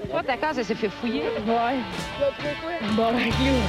Toi, ta case, elle s'est fait fouiller. Ouais. Bon, ben, clou.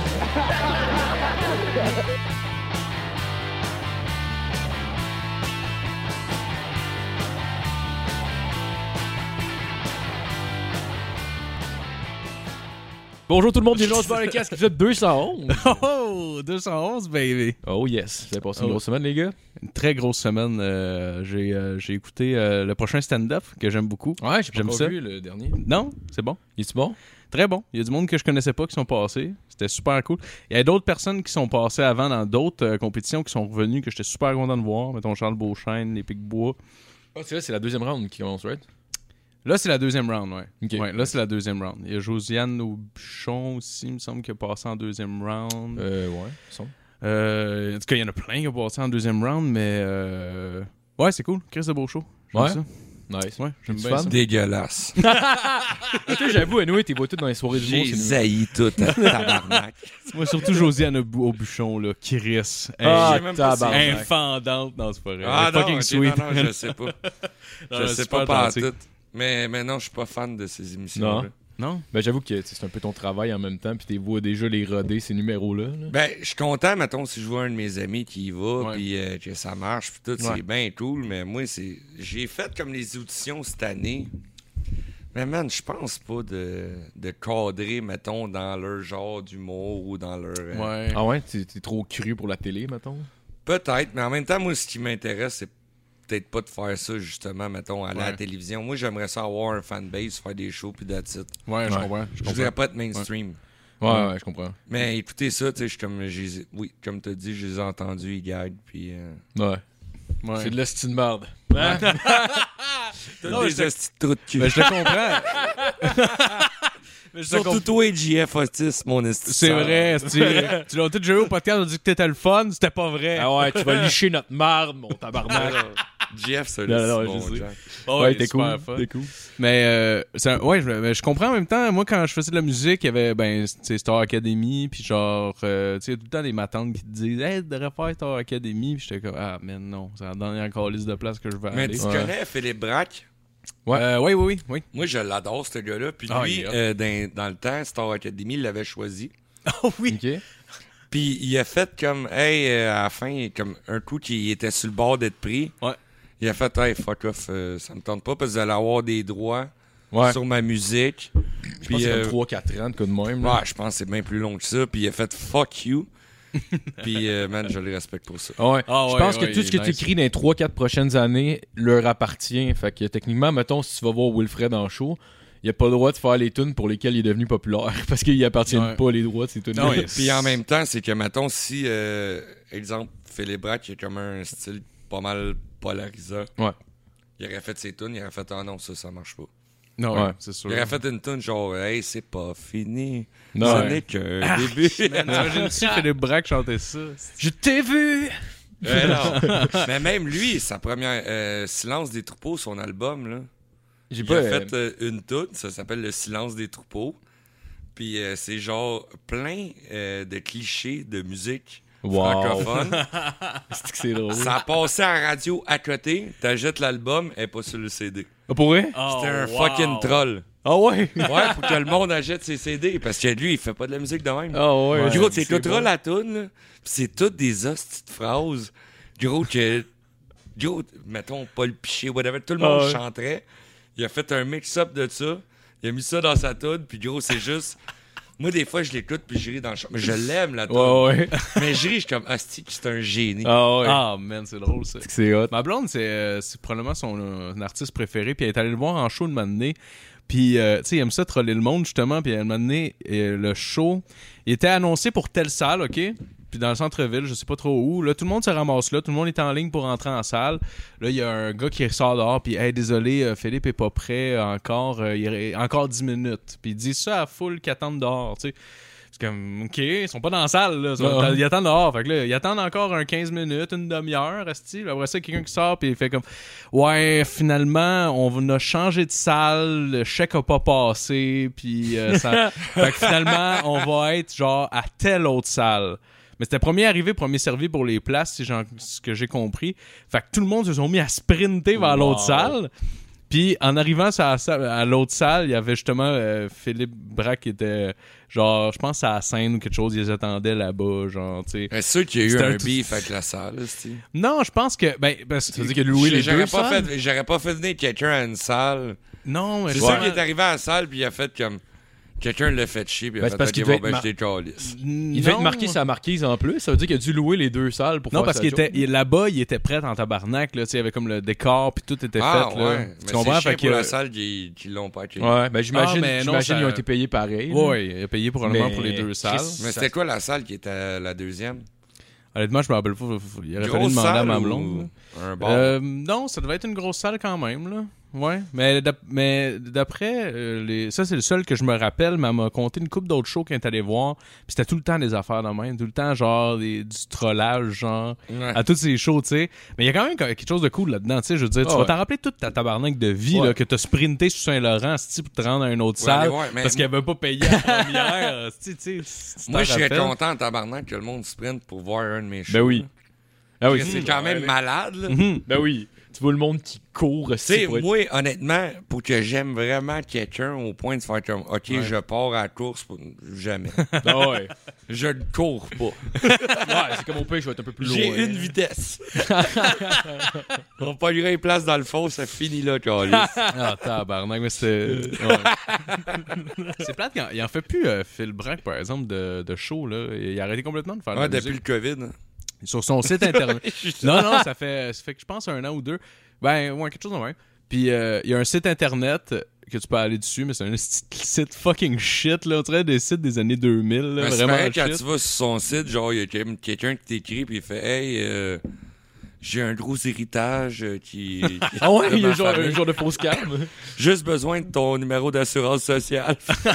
Bonjour tout le monde, bienvenue dans le casque, épisode 211. Oh, 211, baby. Oh yes, vous avez passé une grosse semaine, les gars? Une très grosse semaine. J'ai écouté le prochain stand-up que j'aime beaucoup. Ouais, j'ai J'aime pas ça. vu le dernier. Non, c'est bon. Es-tu bon? Très bon. Il y a du monde que je connaissais pas qui sont passés. C'était super cool. Il y a d'autres personnes qui sont passées avant dans d'autres compétitions qui sont revenues que j'étais super content de voir. Mettons Charles Beauchesne, les Pic-Bois. Ah, c'est vrai, c'est la deuxième round qui commence, right? Là, c'est la deuxième round, ouais. Ok. Ouais, là, c'est la deuxième round. Il y a Josiane Aubuchon aussi, il me semble, qui a passé en deuxième round. Ouais, son. En tout cas, il y en a plein qui ont passé en deuxième round, mais... Ouais, c'est cool. Chris de Beauchot. J'aime Ouais. ça. Nice. Ouais, j'aime Es-tu bien fan? ça. Dégueulasse. Toi, j'avoue, anyway, t'es vois tout dans les soirées du monde. J'ai zaï tout, tabarnak. Moi, surtout Josiane Aubuchon, là. Chris. Ah, J'ai même pas tabarnak. Infendante dans ce forêt. Ah non, fucking ok, sweet. non, je sais pas. Non, Je c'est sais super pas gentil. tout. Mais non, je suis pas fan de ces émissions-là. Non. Non? Ben, j'avoue que c'est un peu ton travail en même temps, puis t'es vois déjà les roder, ces numéros-là. Là. Ben, je suis content, mettons, si je vois un de mes amis qui y va, Ouais. puis que ça marche, puis tout, Ouais. c'est bien cool, mais moi, j'ai fait comme les auditions cette année. Mais man, je pense pas de cadrer, mettons, dans leur genre d'humour ou dans leur... Ouais. Ah ouais, t'es trop cru pour la télé, mettons? Peut-être, mais en même temps, moi, ce qui m'intéresse, c'est peut-être pas de faire ça, justement, mettons, aller à la Ouais. télévision. Moi, j'aimerais ça avoir un fanbase, faire des shows, puis that's it. Ouais, je Ouais. comprends. Je voudrais pas être mainstream. Ouais, je comprends. Mais écoutez ça, tu sais, je suis comme, oui, comme t'as dit, je les ai entendus, ils gagnent, puis... Ouais. Ouais. C'est de l'estime de merde. T'as des hosties de trous de cul. Ben, je te comprends. Mais je te Surtout comprends. toi et JF Otis, mon esti. C'est vrai, tu l'as tout joué au podcast, on a dit que t'étais le fun, c'était pas vrai. Ah ouais, tu vas licher notre marde, mon tabarnak. JF, c'est Non, le non, bon je sais. Jack. Ouais, t'es super cool. fun. T'es cool. Mais mais je comprends en même temps. Moi, quand je faisais de la musique, il y avait tu sais, Star Academy, puis genre, tu sais, tout le temps des matantes qui te disent, hey, tu devrais faire Star Academy, puis j'étais comme, ah, mais non, c'est la dernière calice de place que je vais Mais aller. tu connais Philippe Braque? Oui. Moi, je l'adore, ce gars-là. Puis Ah, lui, il est dans le temps, Star Academy, il l'avait choisi. Oh oui. Ok. Puis il a fait comme, hey, à la fin, comme un coup qu'il était sur le bord d'être pris. Ouais. Il a fait, hey, fuck off, ça me tente pas parce que vous allez avoir des droits Ouais. sur ma musique. Je pense que c'est comme 3-4 ans de coup de même. là. Ouais, je pense que c'est bien plus long que ça. Puis il a fait fuck you. Puis, man, je le respecte pour ça. Ouais. Ah Je ouais, pense que ouais, tout ce que il est tu nice. écris dans les 3-4 prochaines années leur appartient. Fait que techniquement, mettons, si tu vas voir Wilfred en show, il a pas le droit de faire les tunes pour lesquelles il est devenu populaire. Parce qu'il appartiennent Ouais. pas les droits de ces tunes. Non, ouais. Puis en même temps, c'est que, mettons, si, exemple, Philippe Braque, il a comme un style pas mal polarisant. Ouais. Il aurait fait ses tunes, il aurait fait, ah non, ça marche pas. Non, Ouais. ouais, c'est sûr. Il aurait fait une tune genre, hey, c'est pas fini. Non, Ce ouais. n'est qu'un début. Imagine-tu Philippe Braque chanter ça? Je t'ai vu! Non. Mais même lui, sa première Silence des troupeaux, son album, là, J'ai il pas. a fait une tune, ça s'appelle Le Silence des troupeaux. Puis c'est genre plein de clichés de musique francophone. C'est que c'est drôle. Ça a passé à la radio à côté, t'achètes l'album, elle est pas sur le CD. Ah, pour vrai? C'était un fucking troll. Ah ouais? Ouais, pour que le monde achète ses CD, parce que lui, il fait pas de la musique de même. Ah ouais. Gros, tu écouteras bon. la toune, là, pis c'est toutes des hosties de phrases. Gros, mettons, Paul Piché, whatever, tout le monde Ah ouais. chanterait. Il a fait un mix-up de ça. Il a mis ça dans sa toune, puis gros, c'est juste... Moi, des fois, je l'écoute, puis je ris dans le chant. Mais je l'aime, la toune. Ouais. Mais je ris, je suis comme, hostie, c'est un génie. Ah ouais. Ah, man, c'est drôle, ça. C'est que c'est hot. Ma blonde, c'est probablement son artiste préféré, puis elle est allée le voir en show de moment donné. Puis, tu sais, il aime ça troller le monde, justement, puis à un moment donné, le show, il était annoncé pour telle salle, OK? Puis dans le centre-ville, je sais pas trop où. Là, tout le monde se ramasse là, tout le monde est en ligne pour rentrer en salle. Là, il y a un gars qui sort dehors, puis « Hey, désolé, Philippe est pas prêt encore, encore 10 minutes. » Puis il dit ça à la foule qui attendent dehors, tu sais. C'est comme, OK, ils sont pas dans la salle, là. Ils attendent dehors. Fait que là, ils attendent encore un 15 minutes, une demi-heure, esti. Après ça, quelqu'un qui sort, puis il fait comme, ouais, finalement, on a changé de salle, le chèque a pas passé, puis ça... Fait que finalement, on va être, genre, à telle autre salle. Mais c'était premier arrivé, premier servi pour les places, ce que j'ai compris. Fait que tout le monde se sont mis à sprinter vers l'autre salle. Puis en arrivant à l'autre salle, il y avait justement Philippe Braque qui était genre, je pense à la scène ou quelque chose, ils attendaient là-bas, genre, tu sais. C'est sûr qu'il y a eu C'était un un beef avec la salle, c'est. Non, je pense que parce Ça veut dire qu'il a loué les deux salles? J'aurais pas fait venir quelqu'un à une salle. non, mais C'est ça qui est arrivé à la salle, puis il a fait comme. Quelqu'un l'a fait chier, puis il a Ben, fait c'est parce qu'il ok, devait bon, être je décalisse. Il devait être marqué sa marquise en plus. Ça veut dire qu'il a dû louer les deux salles pour Non, faire parce sa qu'il job. était là-bas, il était prêt en tabarnak, là, tu sais, il y avait comme le décor, puis tout était Ah, fait, là. ouais. Tu Mais comprends? c'est chiant Fait pour que la salle qui l'ont pas accueilli. Ouais, ben j'imagine mais non, qu'ils ça- ont été payés pareil. là. Ouais, il a payé probablement Mais pour les deux salles. Mais c'était quoi la salle qui était la deuxième? Honnêtement, je me rappelle pas. Il aurait fallu Grosse demander à salle ma ou blonde. un bar? Non, ça devait être une grosse salle quand même, là. Ouais, mais d'après, ça c'est le seul que je me rappelle, mais elle m'a conté une couple d'autres shows qu'elle est allée voir, puis c'était tout le temps des affaires de même, tout le temps genre du trollage, genre, Ouais. à toutes ces shows, tu sais. Mais il y a quand même quelque chose de cool là-dedans, tu sais, je veux dire, tu vas t'en rappeler toute ta tabarnak de vie, Ouais. là, que t'as sprinté sur Saint-Laurent, c'ti, pour te rendre à une autre Ouais, salle, mais ouais, mais parce qu'elle avait pas payé la première, c'ti, tu sais. tu Moi, t'en je serais rappelles. content, tabarnak, que le monde sprint pour voir un de mes shows. Ben oui. Ah oui. C'est quand même malade, là. Ben oui. Tu vois le monde qui court. Tu sais, moi, honnêtement, pour que j'aime vraiment quelqu'un au point de faire comme, OK, je pars à la course, jamais. Ah ouais. Je ne cours pas. Ouais, c'est comme au pire, je vais être un peu plus loin. J'ai une vitesse. On va pas lui une place dans le fond, ça finit là, Charlie. Ah, tabarnak, mais c'était. Ouais. C'est plate, il en fait plus, Phil Braque, par exemple, de show, là. Il a arrêté complètement de faire de la Ouais, depuis musique. le COVID. Hein. Sur son site internet. non, ça fait que je pense un an ou deux. Ben, ouais, quelque chose de même. Puis, il y a un site internet que tu peux aller dessus, mais c'est un site fucking shit, là. On dirait des sites des années 2000, là, Ben, c'est vraiment pareil, quand shit. tu vas sur son site, genre, il y a quelqu'un qui t'écrit, puis il fait, hey, j'ai un gros héritage qui. Ah ouais, de il y a ma genre, famille. un genre de fausse cam. Juste besoin de ton numéro d'assurance sociale.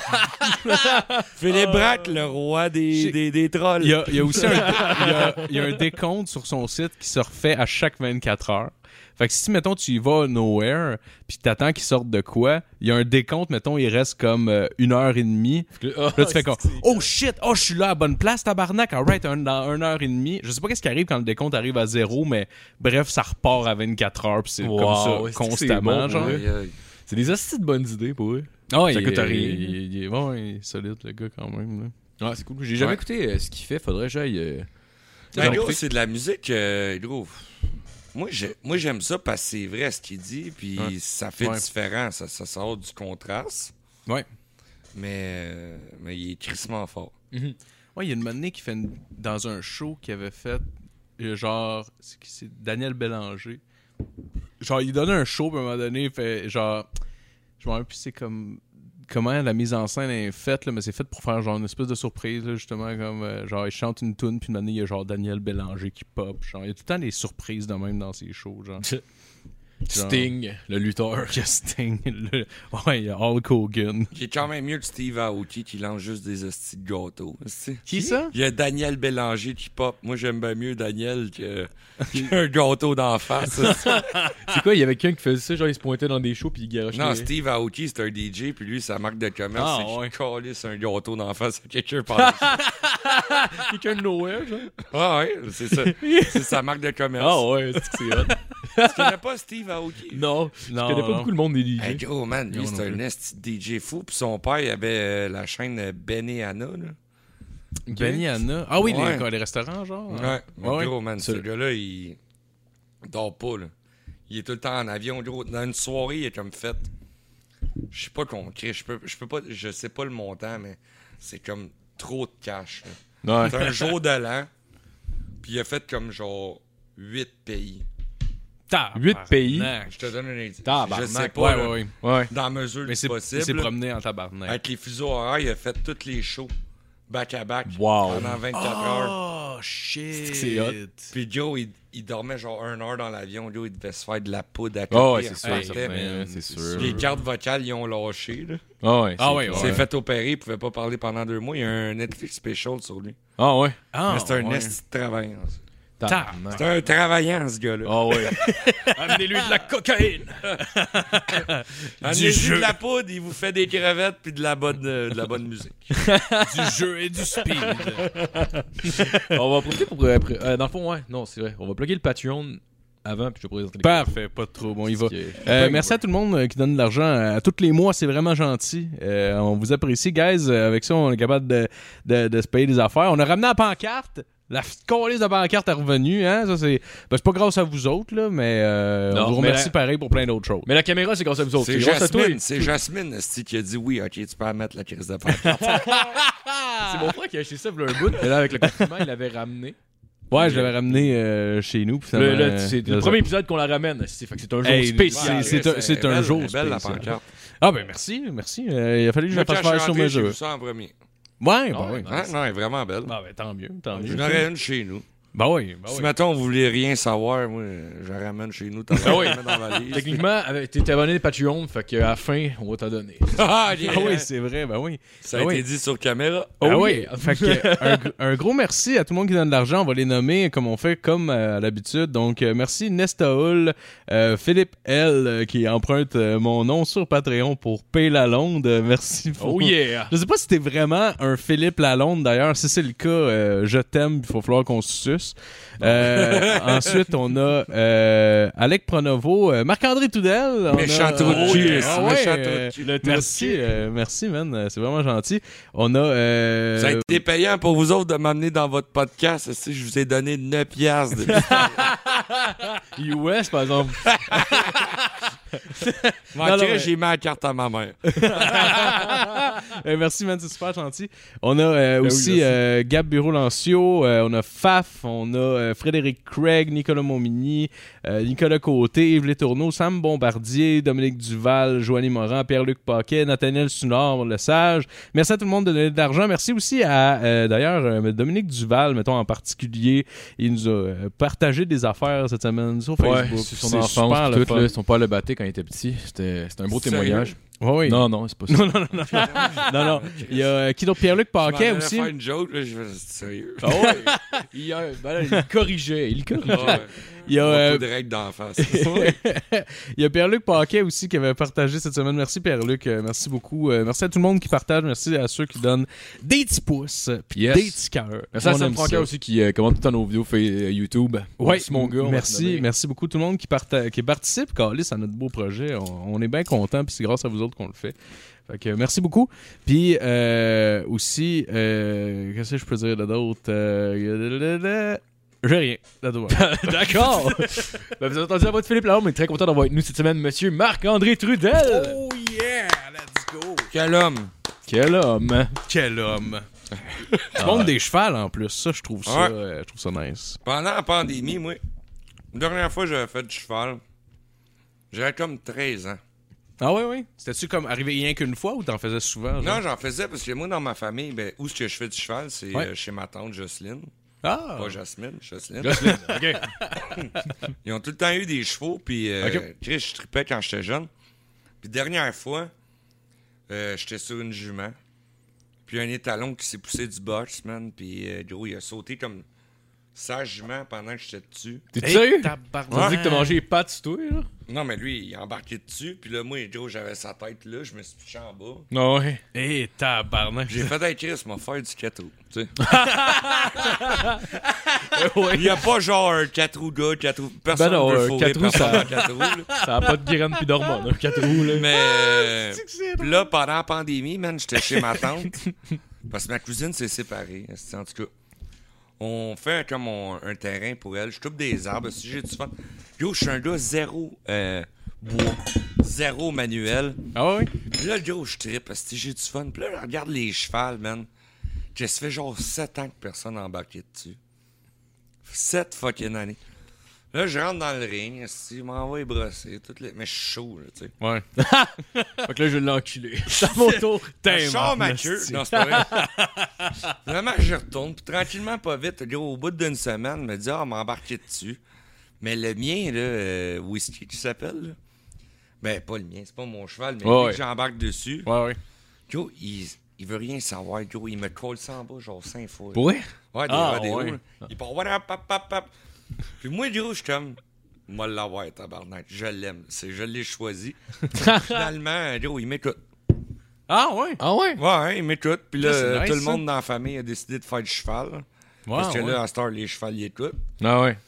Philippe Braque, le roi des trolls. Il y a aussi il y a un décompte sur son site qui se refait à chaque 24 heures. Fait que si, mettons, tu y vas nowhere, puis t'attends qu'il sorte de quoi, il y a un décompte, mettons, il reste comme 1h30. Là, tu fais comme, oh shit, oh, je suis là à la bonne place, tabarnak, alright, dans 1h30. Je sais pas qu'est-ce qui arrive quand le décompte arrive à 0, mais bref, ça repart à 24 heures, puis c'est Wow, comme ça, ouais, c'est constamment, bon, genre. ouais. Aïe, aïe. C'est des hosties de bonnes idées pour eux. Ah, Ça coûte rien. il est solide, le gars, quand même. Là. Ouais, c'est cool. J'ai jamais Ouais. écouté ce qu'il fait. Faudrait que j'aille. Ben, Genre, gros, c'est de la musique, gros. Moi, j'aime ça parce que c'est vrai ce qu'il dit, puis Ouais. ça fait Ouais. différent, ça sort du contraste, Ouais. mais il est crissement fort. Ouais, il y a une manée qui fait dans un show qu'il avait fait, genre, c'est Daniel Bélanger. Genre, il donne un show, puis à un moment donné, il fait, genre, je me rappelle plus c'est comme, comment la mise en scène est faite, là, mais c'est fait pour faire, genre, une espèce de surprise, là, justement, comme, genre, il chante une tune puis une année, il y a, genre, Daniel Bélanger qui pop, genre, il y a tout le temps des surprises de même dans ses shows, genre. Sting, le lutteur. Sting, ouais, il y a Hulk Hogan. Qui est quand même mieux que Steve Aoki qui lance juste des hosties de gâteaux. Tu sais. Qui ça? Il y a Daniel Bélanger qui pop. Moi, j'aime bien mieux Daniel qu'un gâteau d'en face. C'est quoi, il y avait quelqu'un qui faisait ça, genre il se pointait dans des shows puis il garochait. Non, Steve Aoki, c'est un DJ, puis lui, sa marque de commerce, Ah, c'est ouais. qu'il calisse un gâteau d'en face à quelqu'un pendant. quelqu'un de nowhere, genre. Ah ouais, c'est ça. C'est sa marque de commerce. Ah ouais, c'est que c'est hot. Tu connais pas Steve Aoki? Non, je connais pas beaucoup le monde des DJ. Hey, gros, man, lui, Non, c'est non un esti de DJ fou. Puis son père, il avait la chaîne Benihana, là. Benihana. Ah oui, Ouais. les restaurants, genre. Ouais. Mais Ouais, gros, man, Ça- ce gars-là, il dort pas, là. Il est tout le temps en avion, gros. Dans une soirée, il est comme fait. Je sais pas concret. Je peux pas. Je sais pas le montant, mais c'est comme trop de cash, là. Ouais. C'est un jour de l'an. Puis il a fait comme genre 8 pays. 8 pays. Je te donne un indice. Tabarnak. Je sais pas, Ouais, là, ouais, ouais. Ouais. dans la mesure Mais du c'est possible. c'est là. promené en tabarnak. Avec les fuseaux horaires, il a fait tous les shows back-à-back Wow. pendant 24 heures. Oh, shit. C'est hot. Puis Joe, il dormait genre 1 heure dans l'avion. Joe, il devait se faire de la poudre à Ah côté. ouais, c'est en sûr, partait, certain, mais c'est sûr. Les cartes vocales, ils ont lâché. Là. Ah ouais. Ah ouais, Il ouais. s'est fait opérer, il pouvait pas parler pendant 2 mois. Il y a un Netflix special sur lui. Ah ouais. Ah, Mais c'est un ouais. esti de travaillant. ça. Tabarnak. C'est un travaillant, ce gars-là. Ah ouais. Amenez-lui de la cocaïne. Amenez-lui jeu. de la poudre, il vous fait des crevettes puis de la bonne musique. Du jeu et du speed. On va profiter pour. Dans le fond, ouais. Non, c'est vrai. On va plugger le Patreon avant, puis je te présente les Parfait, pas de trouble, on y va. Parce que- Merci à tout le monde qui donne de l'argent à tous les mois, c'est vraiment gentil. On vous apprécie, guys. Avec ça, on est capable de se payer des affaires. On a ramené la pancarte. La colise de pancarte est revenue, hein? Ça, c'est pas grâce à vous autres, là, mais Non, on vous mais remercie pareil pour plein d'autres choses. Mais la caméra, c'est grâce à vous autres. C'est grâce à toi. Jasmine esti, qui a dit oui, ok, tu peux mettre la crise de pancarte. C'est mon frère qui a acheté ça, il y a un bout. Et là, avec le confinement, il l'avait ramené. Ouais, je l'avais ramené chez nous. Puis finalement, C'est le premier épisode qu'on la ramène. Fait que c'est un jour Hey, spécial. c'est un jour belle la spécial. pancarte. Ah ben merci. Il a fallu que je la fasse faire sur J'ai mesure. vu ça en premier. Ouais, Ah, oui. Hein? Non, elle est vraiment belle. Ah ben tant mieux. J'en aurais une chez nous. Ben oui. Si, mettons, vous voulez rien savoir, moi, je la ramène chez nous. T'as Ah oui. dans ma valise. Techniquement, t'es abonné de Patreon, fait qu'à la fin, on va t'en donner. Ah, Ah oui, c'est vrai, ben oui. Ça a Ah été oui. dit sur caméra. Ah oui. Fait que, un gros merci à tout le monde qui donne de l'argent. On va les nommer comme on fait comme à l'habitude. Donc, merci Nestaoul, Philippe L, qui emprunte mon nom sur Patreon pour Paye Lalonde. Merci. Oh yeah! Je sais pas si t'es vraiment un Philippe Lalonde, d'ailleurs. Si c'est le cas, je t'aime, il va falloir qu'on se suce. Ensuite, on a Alec Pronovo, Marc-André Toudel. On Méchant a- trou de Oh, cul, yeah. c'est Ah ouais, méchant trou de cul. merci, man. C'est vraiment gentil. On a... Ça a été payant pour vous autres de m'amener dans votre podcast. Si je vous ai donné 9 piastres. US, par exemple. Non, mais- J'ai mis la carte à ma mère. Merci, man, c'est super gentil. On a aussi Gab Bureau-Lancio, on a Faf, on a Frédéric Craig, Nicolas Momigny, Nicolas Côté, Yves Létourneau, Sam Bombardier, Dominique Duval, Joanie Morin, Pierre-Luc Paquet, Nathaniel Sunard, Le Sage. Merci à tout le monde de donner de l'argent. Merci aussi à, d'ailleurs, Dominique Duval, mettons en particulier. Il nous a partagé des affaires cette semaine sur Facebook. Ouais, sur son C'est enfance, super pis le tout, fun. là, son père le battait quand il était petit. C'était un beau Sérieux? témoignage. Oui. Non, c'est pas ça. Non. Il y a qui d'autre? Pierre-Luc Paquet Je m'en allais aussi. faire une joke, là, je vais sérieux. Ah ouais. Il corrigeait. Ouais. Il y a, Beaucoup de règles d'en face. il y a Pierre-Luc Paquet aussi qui avait partagé cette semaine. Merci Pierre-Luc, merci beaucoup. Merci à tout le monde qui partage, merci à ceux qui donnent des petits pouces puis Yes. des petits cœurs. Merci à On Sam aime Franca ça. aussi qui commente tout le temps nos vidéos YouTube. Ouais, C'est mon gars. on va te merci, nommer. merci beaucoup tout le monde qui participe, Calis, à notre beau projet. On est bien content, puis c'est grâce à vous autres qu'on le fait. Fait que merci beaucoup. Puis aussi, qu'est-ce que je peux dire de d'autre? J'ai rien. D'accord. Ben, vous avez entendu la voix de Philippe Lahomme, on est très content d'avoir avec nous cette semaine, monsieur Marc-André Trudel. Oh yeah, let's go. Quel homme. Quel homme. Quel homme. Tu montes des chevals en plus, ça je trouve ça, je trouve ça nice. Pendant la pandémie, moi, la dernière fois que j'avais fait du cheval, j'avais comme 13 ans. Ah oui. C'était-tu comme arrivé rien qu'une fois ou t'en faisais souvent? Genre? Non, j'en faisais parce que moi, dans ma famille, où est-ce que je fais du cheval, c'est Ouais. chez ma tante Jocelyne. Ah! Pas Jasmine, Jocelyne. OK. Ils ont tout le temps eu des chevaux, puis Ok. Chris, je tripais quand j'étais jeune. Puis dernière fois, j'étais sur une jument. Puis un étalon qui s'est poussé du box, man. Puis gros, il a sauté comme sa jument pendant que j'étais dessus. T'es sérieux? tabarnak. Tu dis que t'as mangé les pattes, toi, là? Non, mais lui, il a embarqué dessus. Puis là, moi, gros, j'avais sa tête là. Je me suis piché en bas. Non, ouais. Hé, tabarnak. J'ai fait un Chris, m'a fait du 4 roues. Tu sais. Ouais. Il n'y a pas genre un 4 roues gars, 4 roues. Personne Ben non, ne veut un fourrer 4 roues, personne ça- en 4 roues. Là. Ça a pas de graines pis d'hormones, un 4 roues, là. Mais pis là, pendant la pandémie, man, j'étais chez ma tante. Parce que ma cousine s'est séparée. En tout cas, on fait comme un terrain pour elle. Je coupe des arbres. Si j'ai du fun. Yo, je suis un gars zéro bois. Zéro manuel. Ah oui? Puis là, gros, je trippe parce que j'ai du fun. Puis là, je regarde les chevals, man. Que ça fait genre 7 ans que personne n'a embarqué dessus. 7 fucking années. Là, je rentre dans le ring, je m'en vais brosser. Mais je suis chaud, là, tu sais. Ouais. Fait que là, je l'ai enculé. C'est à mon tour. Je sors ma queue. Non, c'est pas vrai. Vraiment, je retourne. Puis tranquillement, pas vite, gros, au bout d'une semaine, me dit, m'embarquer dessus. Mais le mien, là, Whisky, qui s'appelle, là. Ben, pas le mien, c'est pas mon cheval, mais lui, Ouais. que j'embarque dessus. Ouais. Gros, il veut rien savoir, gros. Il me colle ça en bas, genre 5 fois. Ouais? Ouais, des Ah, rodéos, ouais. là. Il part, voilà, pap, pap, pap. Puis moi, gros, je suis comme, moi, l'avoir, tabarnak. Je l'aime. Je l'ai choisi. Finalement, gros, il m'écoute. Ah ouais? Ah ouais? Ouais, il m'écoute. Puis là, Ça, c'est nice, tout le ça. monde dans la famille a décidé de faire du cheval. Wow, Parce que ouais. là, à cette heure, les chevaliers écoutent. Ah ouais.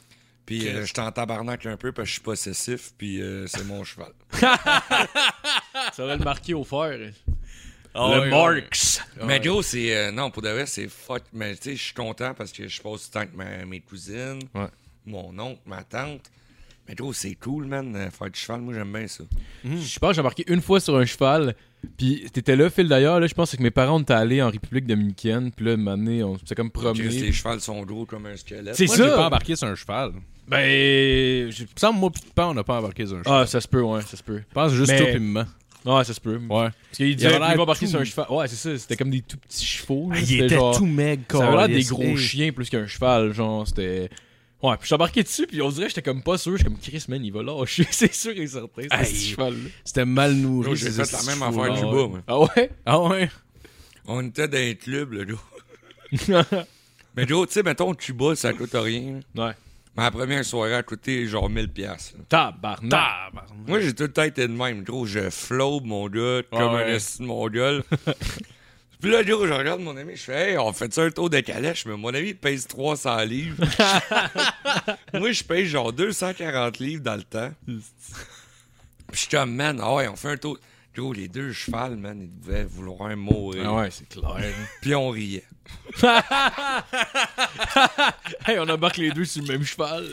Puis j'étais en tabarnak un peu parce que je suis possessif, puis c'est mon cheval. Ça aurait le marqué au fer. Le Marks. Mais gros, c'est... non, pour de vrai, c'est fuck. Mais tu sais, je suis content parce que je passe du temps avec mes cousines, mon oncle, ma tante. Mais gros, c'est cool, man, faire du cheval. Moi, j'aime bien ça. Je pense que j'ai embarqué une fois sur un cheval. Puis t'étais là, Phil, d'ailleurs. Là, je pense que mes parents étaient allés en République dominicaine. Puis là, une année, on s'est comme promené. Les chevals sont gros comme un squelette. C'est Moi, ça. j'ai pas embarqué sur un cheval. Ben... Il me semble, moi pis Pan, on n'a pas embarqué sur un cheval. Ah, ça se peut, ouais, ça se peut. Je pense juste Mais- toi pis maman. Ouais, ça se peut. Ouais. Parce qu'il Il disait avait qu'il l'air va embarquer tout- sur un cheval. Ouais, c'est ça. C'était comme des tout petits chevaux. là. Il C'était était genre... tout meg, Ça avait l'air des câlisse. gros Hey. chiens plus qu'un cheval, genre, c'était... Ouais, puis je embarqué dessus, puis on dirait que j'étais comme pas sûr. J'étais comme, Chris, man, il va lâcher, c'est sûr et certain, ce Hey. petit cheval-là. C'était mal nourri. Gros, j'ai ces fait la petits même chevaux-là. affaire que Juba, moi. Ah ouais? Ah ouais? On était dans un club, là, gros. Mais gros, tu sais, mettons, Cuba, ça coûte rien. Ouais. Mais la première soirée a coûté genre 1000$. là. Tabarnak. Moi, j'ai tout le temps été de même. Gros, je flobe, mon gars, comme Ouais. un esti de mon gueule. Puis là, gros, je regarde mon ami, je fais, hey, on fait ça un tour de calèche, mais mon ami, il pèse 300 livres. Moi, je pèse genre 240 livres dans le temps. Puis je suis comme, man, ah ouais, on fait un tour. Gros, les deux chevals, man, ils devaient vouloir mourir. Ah ouais, c'est clair. Puis on riait. Hey, on embarque les deux sur le même cheval.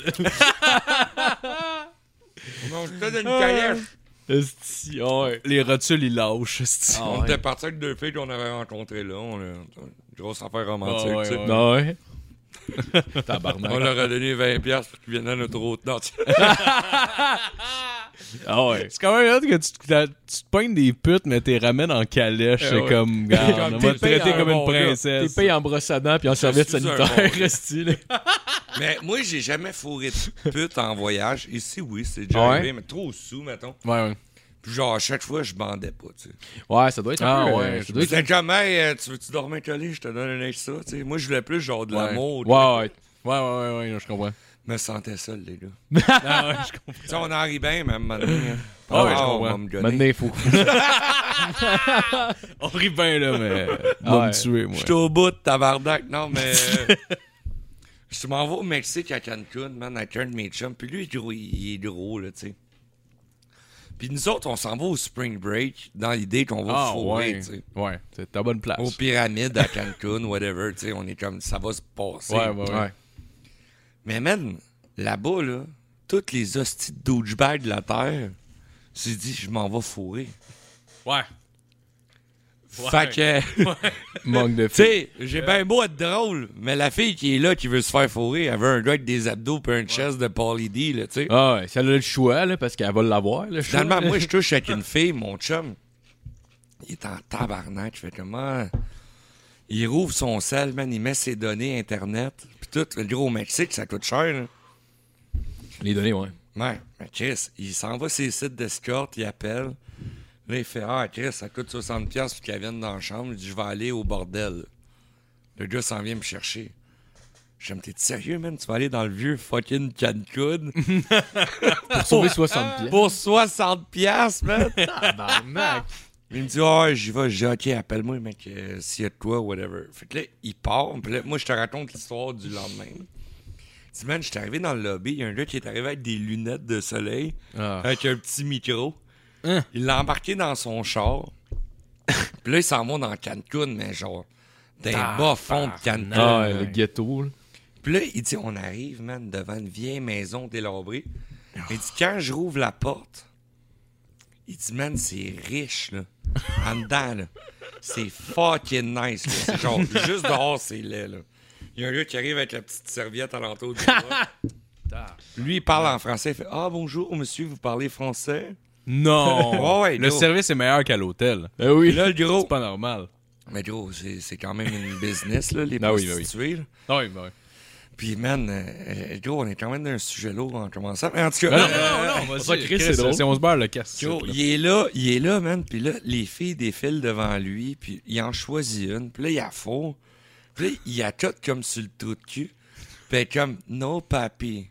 On était dans une calèche. Esti, ouais. Les rotules, ils lâchent. esti. Ah On ouais. était partis avec deux filles qu'on avait rencontrées là. On a une grosse affaire romantique, Ah ouais, tu sais. ouais. Non, ouais. On Tabarnak. leur a donné 20$ pour qu'ils viennent à notre route. Non, Ah ouais. C'est quand même hot que tu te pognes des putes, mais t'es ramènes en calèche. C'est ouais. comme, regarde, on va te T'es payé traiter en comme une bon gars. princesse. T'es payé en brosse à dents puis en serviette suis un sanitaire, bon gars. esti, là. Mais moi, j'ai jamais fourré de pute en voyage. Ici, oui, c'est déjà Ouais. arrivé, mais trop sous, mettons. Ouais, ouais. Puis genre, à chaque fois, je bandais pas, tu sais. Ouais, ça doit être un Ah peu... ouais, ça doit être... C'était comme, hey, tu veux-tu dormir collé? Je te donne un extra, tu sais. Moi, je voulais plus genre de Ouais. l'amour. Ouais, ouais. Ouais, je comprends. Je me sentais seul, les gars. Ah ouais, je comprends. Tu sais, on arrive bien, même maintenant. Hein. Ah ouais, je on comprends. va me gonner. Maintenant, il faut... On rit bien, là, mais. Ah Va ouais. me tuer, moi. J'étais au bout de tabarnak. Non, mais... je m'en vais au Mexique à Cancun, man, avec un de mes chums. Puis lui, il est gros, là, tu sais. Puis nous autres, on s'en va au Spring Break dans l'idée qu'on va Ah fourrer, ouais. tu sais. Ouais, c'est ta bonne place. Aux pyramides à Cancun, whatever, tu sais. On est comme, ça va se passer. Ouais. Mais man, là-bas, là, toutes les hosties de douchebags de la Terre, j'ai dit, je m'en vais fourrer. Ouais. Fait que, Manque de tu sais, j'ai bien beau être drôle, mais la fille qui est là, qui veut se faire fourrer, elle veut un gars avec des abdos pis un chest de Pauly D, là, tu sais. Ah ouais, si elle a le choix, là, parce qu'elle va l'avoir, le choix. Finalement, moi, je touche avec une fille, mon chum, il est en tabarnak, je fais comment... Il rouvre son sel, man, il met ses données Internet, pis tout, le gros au Mexique, ça coûte cher, là. Les données, ouais. Ouais, mais Chris, il s'en va sur les sites d'escorte, il appelle. Là, il fait, ah, Chris, ça coûte 60$ pour qu'elle vienne dans la chambre. Il dit, je vais aller au bordel. Le gars s'en vient me chercher. Je me dis, t'es sérieux, man? Tu vas aller dans le vieux fucking Cancun Pour sauver 60 pieds. pour 60$, man? Tabarnak. Il me dit, ah, j'y vais. Je dis, OK, appelle-moi, mec, s'il y a de quoi, whatever. Fait que là, il part. Puis là, moi, je te raconte l'histoire du lendemain. Il dit, man, je suis arrivé dans le lobby. Il y a un gars qui est arrivé avec des lunettes de soleil, Ah. avec un petit micro. Hein? Il l'a embarqué dans son char. Puis là, il s'en va dans Cancun, mais genre, d'un bas fond de Cancun. Ah ouais, le ghetto, là. Puis là, il dit, on arrive, man, devant une vieille maison délabrée. Il dit, quand je rouvre la porte, il dit, man, c'est riche, là. En dedans, là. C'est fucking nice, là. C'est genre, juste dehors, c'est laid, là. Il y a un gars qui arrive avec la petite serviette à l'entour du bras. Lui, il parle en français. Il fait, ah, bonjour, monsieur, vous parlez français? Non! Ouais, le gros. service est meilleur qu'à l'hôtel. Ben oui. Puis là, le gros. C'est pas normal. Mais gros, c'est quand même une business, là, les Ah oui, prostituées, là. Ah oui, ouais. Puis, man, gros, on est quand même dans un sujet lourd en commençant. Mais en tout cas, Non, ça, Chris, c'est drôle. Si on se barre le casse. gros, il est là, man. Puis là, les filles défilent devant lui. Puis il en choisit une. Puis là, il a faux. Puis là, il a tout comme sur le trou de cul. Puis elle est comme, no, papi.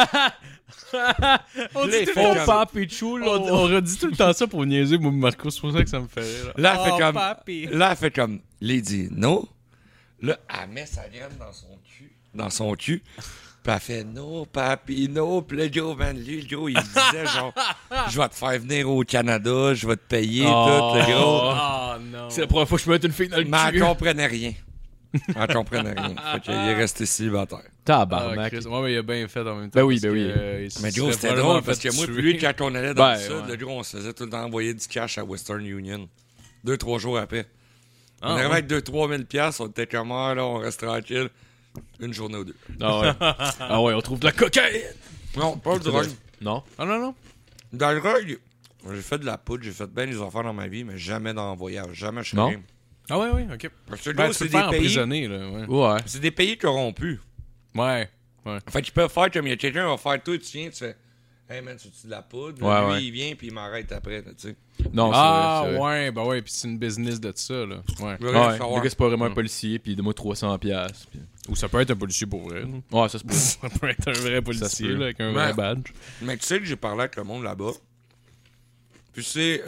On dit tout le mon temps- papi chou, là. On redit tout le temps ça pour niaiser, moi, Marco. C'est pour ça que ça me fait rire. Là, elle fait Oh, comme. papi. Là, elle fait comme. Là, il dit, no. Là, elle met sa graine dans son cul. Puis elle fait no, papi, no. Puis là, Joe, man, lui, Joe, il disait genre, je vais te faire venir au Canada, je vais te payer, tout, le gros. Oh non. C'est la première fois que je me mets une fille dans le Mais elle cul. comprenait rien. Elle comprenait rien. Fait qu'il est resté célibataire. Tabarnak. Ouais, mais il a bien fait en même temps. Ben oui, parce ben que, oui. Mais il Joe, serait c'était probablement drôle parce fait que moi, tuer. puis lui, quand on allait dans Ben, le sud, ouais. le gros, on se faisait tout le temps envoyer du cash à Western Union. 2-3 jours après. Ah, On arrivait ouais. avec 2-3 000 $, on était comme, ah, là, on reste tranquille. Une journée ou deux. Ah ouais. Ah ouais, on trouve de la cocaïne. Non, pas de drogue. Non. Ah non, non. Dans le drogue, j'ai fait de la poudre, j'ai fait bien des affaires dans ma vie, mais jamais dans le voyage, jamais chez Non? rien. Ah ouais, ouais, ok. Parce que Ben, gros, tu c'est peux te faire des pays, emprisonner, là. Ouais. Ouais. c'est des pays corrompus. Ouais. Fait qu'ils peuvent faire comme il y a quelqu'un qui va faire toi, tu viens, tu fais, hey man, tu veux de la poudre? Ouais, Lui, ouais. il vient, puis il m'arrête après, tu sais. Non, Ah c'est vrai. ouais, ben ouais, puis c'est une business de ça, là. Ouais. Je veux Ouais, rien le savoir. gars, c'est pas vraiment un policier, puis donne-moi 300$. Puis... Ou ça peut être un policier pour vrai. là. Ouais, ça se peut. Ça peut être un vrai policier, peut. là, avec un Ouais. vrai badge. Mais tu sais que j'ai parlé avec le monde là-bas. Puis c'est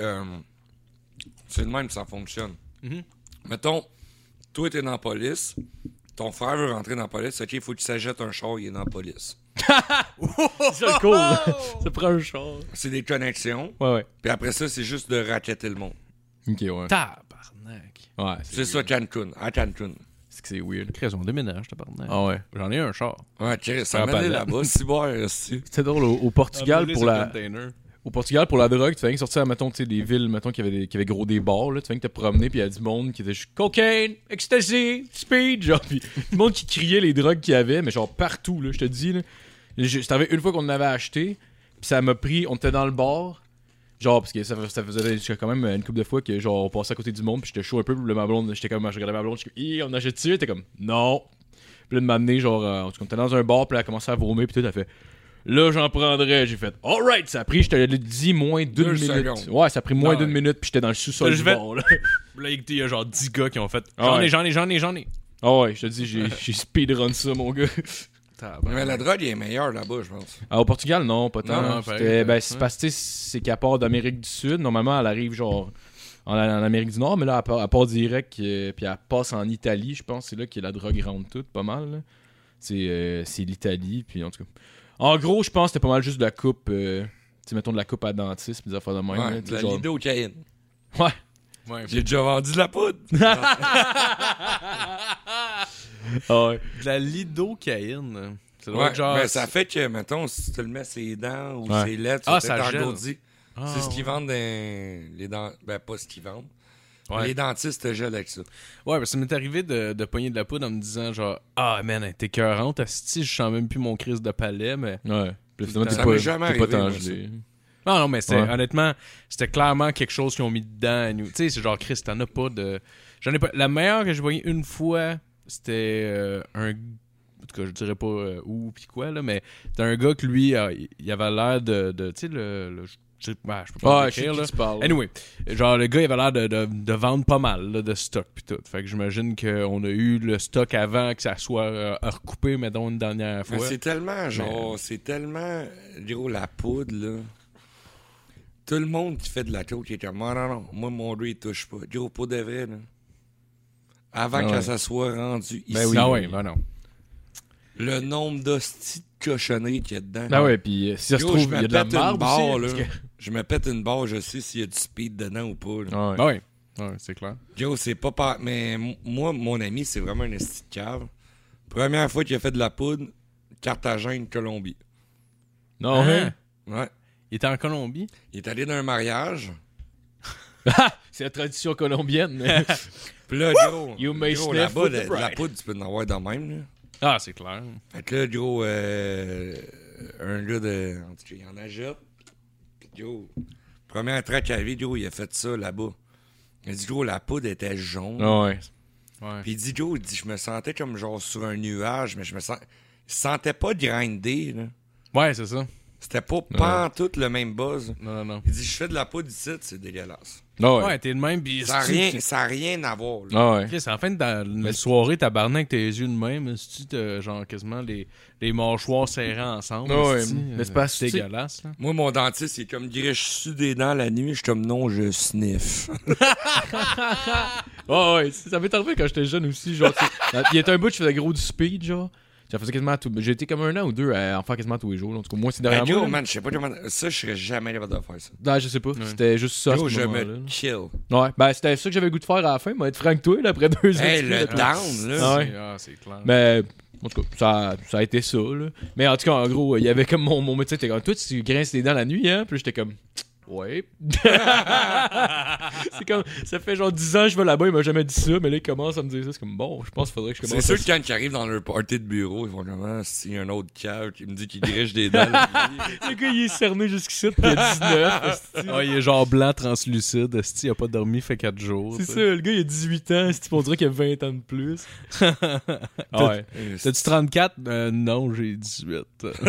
de même que ça fonctionne. Mhm. Mettons, toi, t'es dans la police. Ton frère veut rentrer dans la police. OK, il faut que tu s'achètes un char, il est dans la police. C'est ça, cool. Ça prend un char. C'est des connexions. Ouais, ouais. Puis après ça, c'est juste de racketter le monde. Ok, ouais. Tabarnak. Ouais, C'est ça, Cancun. À Cancun. C'est que c'est weird. Chris, on déménage, tabarnak. Ah ouais. J'en ai un char. Ouais, Chris, ça Ah, m'a pas allé là. là-bas. Si boire, aussi. C'était drôle, au Portugal, Brûler pour ce la... container. Au Portugal, pour la drogue, tu fais rien que sortir, mettons, tu sais, des villes, mettons, qui avaient gros des bars, là. Tu fais rien que te promener, puis il y a du monde qui était juste cocaine, ecstasy, speed, genre, puis du monde qui criait les drogues qu'il y avait, mais genre partout, là, je te dis, là. C'était une fois qu'on en avait acheté, puis ça m'a pris, on était dans le bar, genre, parce que ça faisait quand même une couple de fois que, genre, on passait à côté du monde, puis j'étais chaud un peu, puis ma blonde, j'étais comme, je regardais ma blonde, j'étais comme, on achète-tu? Elle était comme, non. Puis là, de m'amener, genre, en tout cas, on était dans un bar, puis elle a commencé à vomir, puis tout, elle fait. Là, j'en prendrais. J'ai fait, alright, ça a pris, je te l'ai dit, moins d'une 2 minute. secondes. Ouais, ça a pris moins Ah d'une ouais. minute, puis j'étais dans le sous-sol Je du vais- bar, là. Là, il y a genre 10 gars qui ont fait. Ah ouais. J'en ai. Ah ouais, je te dis, j'ai speedrun ça, mon gars. Mais la drogue est meilleure là-bas, je pense. Ah, au Portugal, non, pas tant. Non, C'était- pareil, ben, c'est ouais. parce que tu sais, c'est qu'elle part d'Amérique du Sud. Normalement, elle arrive genre en Amérique du Nord, mais là, elle part direct, puis elle passe en Italie, je pense. C'est là que la drogue rentre toute, pas mal. Là. C'est l'Italie, puis en tout cas. En gros, je pense que c'était pas mal juste de la coupe, tu sais, mettons de la coupe à dentiste, des affaires de même. là, Ouais, tu de sais, la genre- lidocaïne. Ouais. Ouais. J'ai déjà vendu de la poudre. Ah ouais. De la lidocaïne. Ça doit Ouais, être genre. mais ça fait que, mettons, si tu le mets ses dents ou Ouais. ses lettres, Ah, ça ça peut être gèle. engourdi. Ah, C'est ce qu'ils ouais. vendent dans les dents. Ben, pas ce qu'ils vendent. Ouais. Les dentistes te gèlent avec ça. Ouais, parce que ça m'est arrivé de pogner de la poudre en me disant genre ah man, t'es écœurante, asti, je sens même plus mon crise de palais, mais. Ouais. Puis finalement, Ça t'es m'est pas, jamais t'es pas arrivé, tant moi, gelé. Non, mais c'était Ouais. honnêtement, c'était clairement quelque chose qu'ils ont mis dedans. Tu sais, c'est genre Chris, t'en as pas de. J'en ai pas. La meilleure que j'ai pogné une fois, c'était un. En tout cas, je dirais pas où pis quoi, là, mais c'était un gars que lui, il avait l'air de tu sais, je peux pas Ouais, le je sais décrire, de là. qui tu parles. Anyway, genre le gars il avait l'air de vendre pas mal là, de stock pis tout. Fait que j'imagine qu'on a eu le stock avant que ça soit recoupé, mettons, une dernière Mais fois. c'est tellement, genre, c'est tellement, gros, la poudre, là. Tout le monde qui fait de la coke qui est comme, ah, non, moi, mon dieu, il touche pas. Gros, pour de vrai, là. Avant Ah que ouais. ça soit rendu ici. Ben oui. Ah ouais, ben non. Le nombre d'hosties de cochonneries qu'il y a dedans. Ah ouais, puis si ça se Gros, trouve, je il y a me de la pète une marbre barre, aussi. là. parce que- Je me pète une barre, je sais s'il y a du speed dedans ou pas, là. Ah ouais. Ben ouais. Ouais, c'est clair. Yo, c'est pas par... Mais moi, mon ami, c'est vraiment un esti de cave. Première fois qu'il a fait de la poudre, Carthagène, Colombie. Non, Hein? ouais. Ouais. Il était en Colombie. Il est allé dans un mariage. C'est la tradition colombienne. mais- Puis là, gros, You may gros, sniff là-bas, with the de la bride. poudre, tu peux en avoir de même, là. Ah, c'est clair. Fait que là, gros, un gars de... En tout cas, il en achète. Puis gros, première track à vie, gros, il a fait ça là-bas. Il a dit, gros, la poudre était jaune. Ah ouais. Ouais. Puis il dit, gros, il dit, je me sentais comme genre sur un nuage, mais je me sentais pas grindé, là. Ouais, c'est ça. C'était pas tout le même buzz. Non. Il dit, je fais de la poudre ici, c'est dégueulasse. Ah ouais. Ouais, t'es de même. Pis Ça n'a rien à voir, là. Ah ouais. Chris, en fin de la soirée, tabarnak avec tes yeux de même, si tu genre quasiment les mâchoires serrées ensemble. Ouais, esti, mais c'est pas- c'est dégueulasse, là. Moi, mon dentiste, il est comme, dirait, je suis des dents la nuit. Je suis comme, non, je sniff. Ah ouais, ça m'est arrivé quand j'étais jeune aussi. Genre, tu sais, il y a un bout, je faisais gros du speed, genre. J'en faisais quasiment tout. J'ai été comme 1 an ou 2 à en faire quasiment tous les jours. Là. En tout cas, moi, c'est Ben, derrière Joe, moi. man, je sais pas comment. Ça, je serais jamais capable de faire ça. Non, je sais pas. C'était juste ça. Joe, ce je moment-là, me là. kill. Ouais, ben c'était ça que j'avais le goût de faire à la fin, moi, être franc toi, là, après 2 ans. Hey, le down, là. Ah ouais. C'est clair. Mais, en tout cas, ça a été ça, là. Mais en tout cas, en gros, il y avait comme mon médecin était comme, toi, tu grinces les dents la nuit, hein? Puis j'étais comme, ouais. C'est comme, ça fait genre 10 ans que je vais là-bas, il m'a jamais dit ça, mais là, il commence à me dire ça. C'est comme, bon, je pense qu'il faudrait que je C'est commence sûr à... que quand ils arrivent dans leur party de bureau, ils vont comme, ah, s'il y a un autre cave qui me dit qu'il griche des dents. là. Le gars, il est cerné jusqu'ici, puis il a 19. esti. Ah, il est genre blanc, translucide. Il a pas dormi, fait 4 jours. C'est t'sais. ça, le gars, il a 18 ans, esti, on dirait qu'il a 20 ans de plus. Ah ouais. T'as-tu 34? Non, j'ai 18.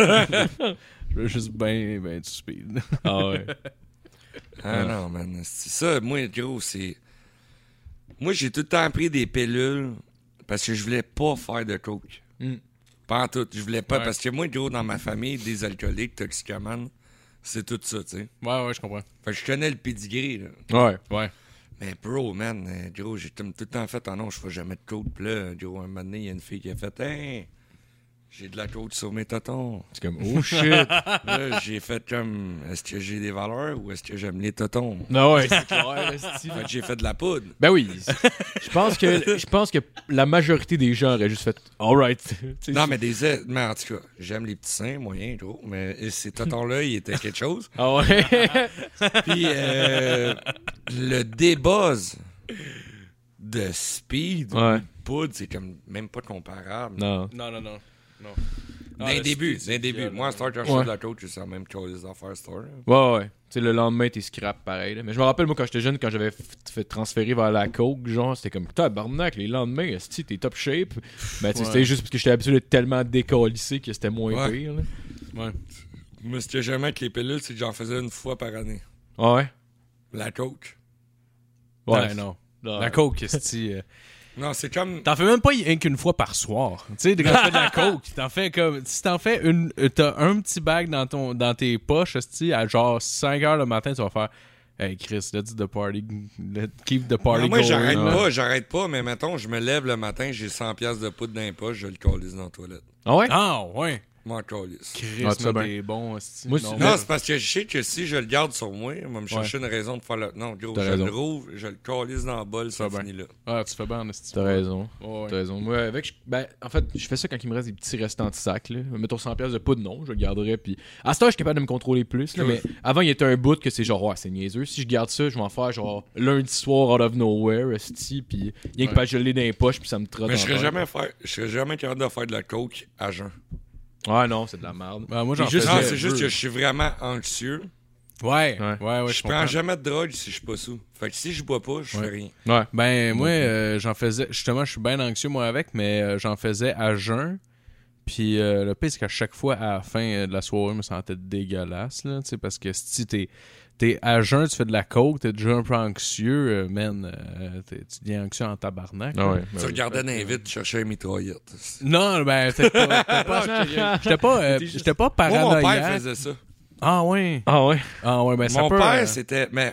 Je veux juste ben du speed. Ah ouais. Ah non, man. C'est ça, moi, gros, c'est. Moi, j'ai tout le temps pris des pilules parce que je voulais pas faire de coke. Mm. Pas en tout. Je voulais pas. Ouais. Parce que moi, gros, dans ma famille, des alcooliques, toxicomanes, c'est tout ça, tu sais. Ouais, je comprends. Fait que je connais le pedigree, là. Ouais. Ouais. Mais bro, man, gros, j'ai tout le temps fait, ah non, je ferai jamais de coke. Puis là, gros, un moment donné, il y a une fille qui a fait, hey, j'ai de la coke sur mes totons. C'est comme, oh shit. Là, j'ai fait comme, est-ce que j'ai des valeurs ou est-ce que j'aime les totons? Non, ouais, c'est clair, esti. Fait que j'ai fait de la poudre. Ben oui. Je pense que la majorité des gens auraient juste fait alright. Non, mais mais en tout cas, j'aime les petits seins moyens, gros. Mais ces totons-là, ils étaient quelque chose. Ah ouais. Puis le débuzz de speed ou Ouais. de poudre, c'est comme même pas comparable. Non. Non. D'un début. Moi, Star Trek, Ouais. de la coach, c'est la même chose les affaires Star. Ouais. Tu sais, le lendemain, t'es scrap pareil. Là. Mais je me rappelle, moi, quand j'étais jeune, quand j'avais fait transférer vers la coke, genre, c'était comme, tabarnak, les lendemains, esti, t'es top shape. Ben, tu sais, Ouais. c'était juste parce que j'étais habitué d'être tellement décalissé que c'était moins Ouais. pire. Là. Ouais. Moi, ce que j'aimais avec les pilules, c'est que j'en faisais une fois par année. Ah ouais. La coke. Ouais, non. Non. La coke, esti. Non, c'est comme. T'en fais même pas rien qu'une fois par soir. Tu sais, quand tu fais de la coke, t'en fais comme. Si t'en fais une. T'as un petit bag dans tes poches, esti, à genre 5 heures le matin, tu vas faire. Hey Chris, let's the party. Keep the party Non, moi, going. j'arrête pas, mais mettons, je me lève le matin, j'ai 100$ de poudre dans les poches, je le calisse dans la toilette. Ah ouais? Ah, ouais. Moi, calisse. Chris, Ah, tu sais mais bien. t'es bon, esti. Moi, Non, Non, c'est parce que je sais que si je le garde sur moi, il va me chercher Ouais. une raison de faire le. Non, gros, T'as je raison. le rouvre, je le calisse dans le bol, ça Ça va finit là. Ah, tu fais bien, esti. T'as raison. Ouais. T'as raison. Moi, ben, en fait, je fais ça quand il me reste des petits restants de sac. Là. Mettons 100$ de poudre, non, je le garderai. Puis à ce temps, je suis capable de me contrôler plus. Là, Ouais. mais avant, il y était un bout que c'est genre, ouais, c'est niaiseux. Si je garde ça, je vais en faire genre lundi soir out of nowhere, esti. Puis rien que Ouais. pas geler dans les poches, puis ça me trotte. Mais en je serais tête. jamais capable de faire de la coke à jeun. Ouais, non, c'est de la merde. Ben, moi, j'en Juste- Non, faisais- c'est juste que je suis vraiment anxieux. Ouais, Ouais. ouais, Je je prends comprends. jamais de drogue si je suis pas sous. Fait que si je bois pas, je fais rien. Ouais. Ben, moi, j'en faisais. Justement, je suis bien anxieux, moi, avec, mais j'en faisais à jeun. Puis le pire, c'est qu'à chaque fois, à la fin de la soirée, je me sentais dégueulasse, là, tu sais, parce que si t'es à jeun, tu fais de la coke, t'es déjà un peu anxieux, man, tu deviens anxieux en tabarnak. Ah là. ouais. Tu regardais dans les vitres, tu cherchais une mitraillette. Non, ben, j'étais pas Moi, mon père paranoïaque. faisait ça. Ah, ouais. Ah ouais. Ah, ouais, ben, ça Mon peut... père, c'était. Mais.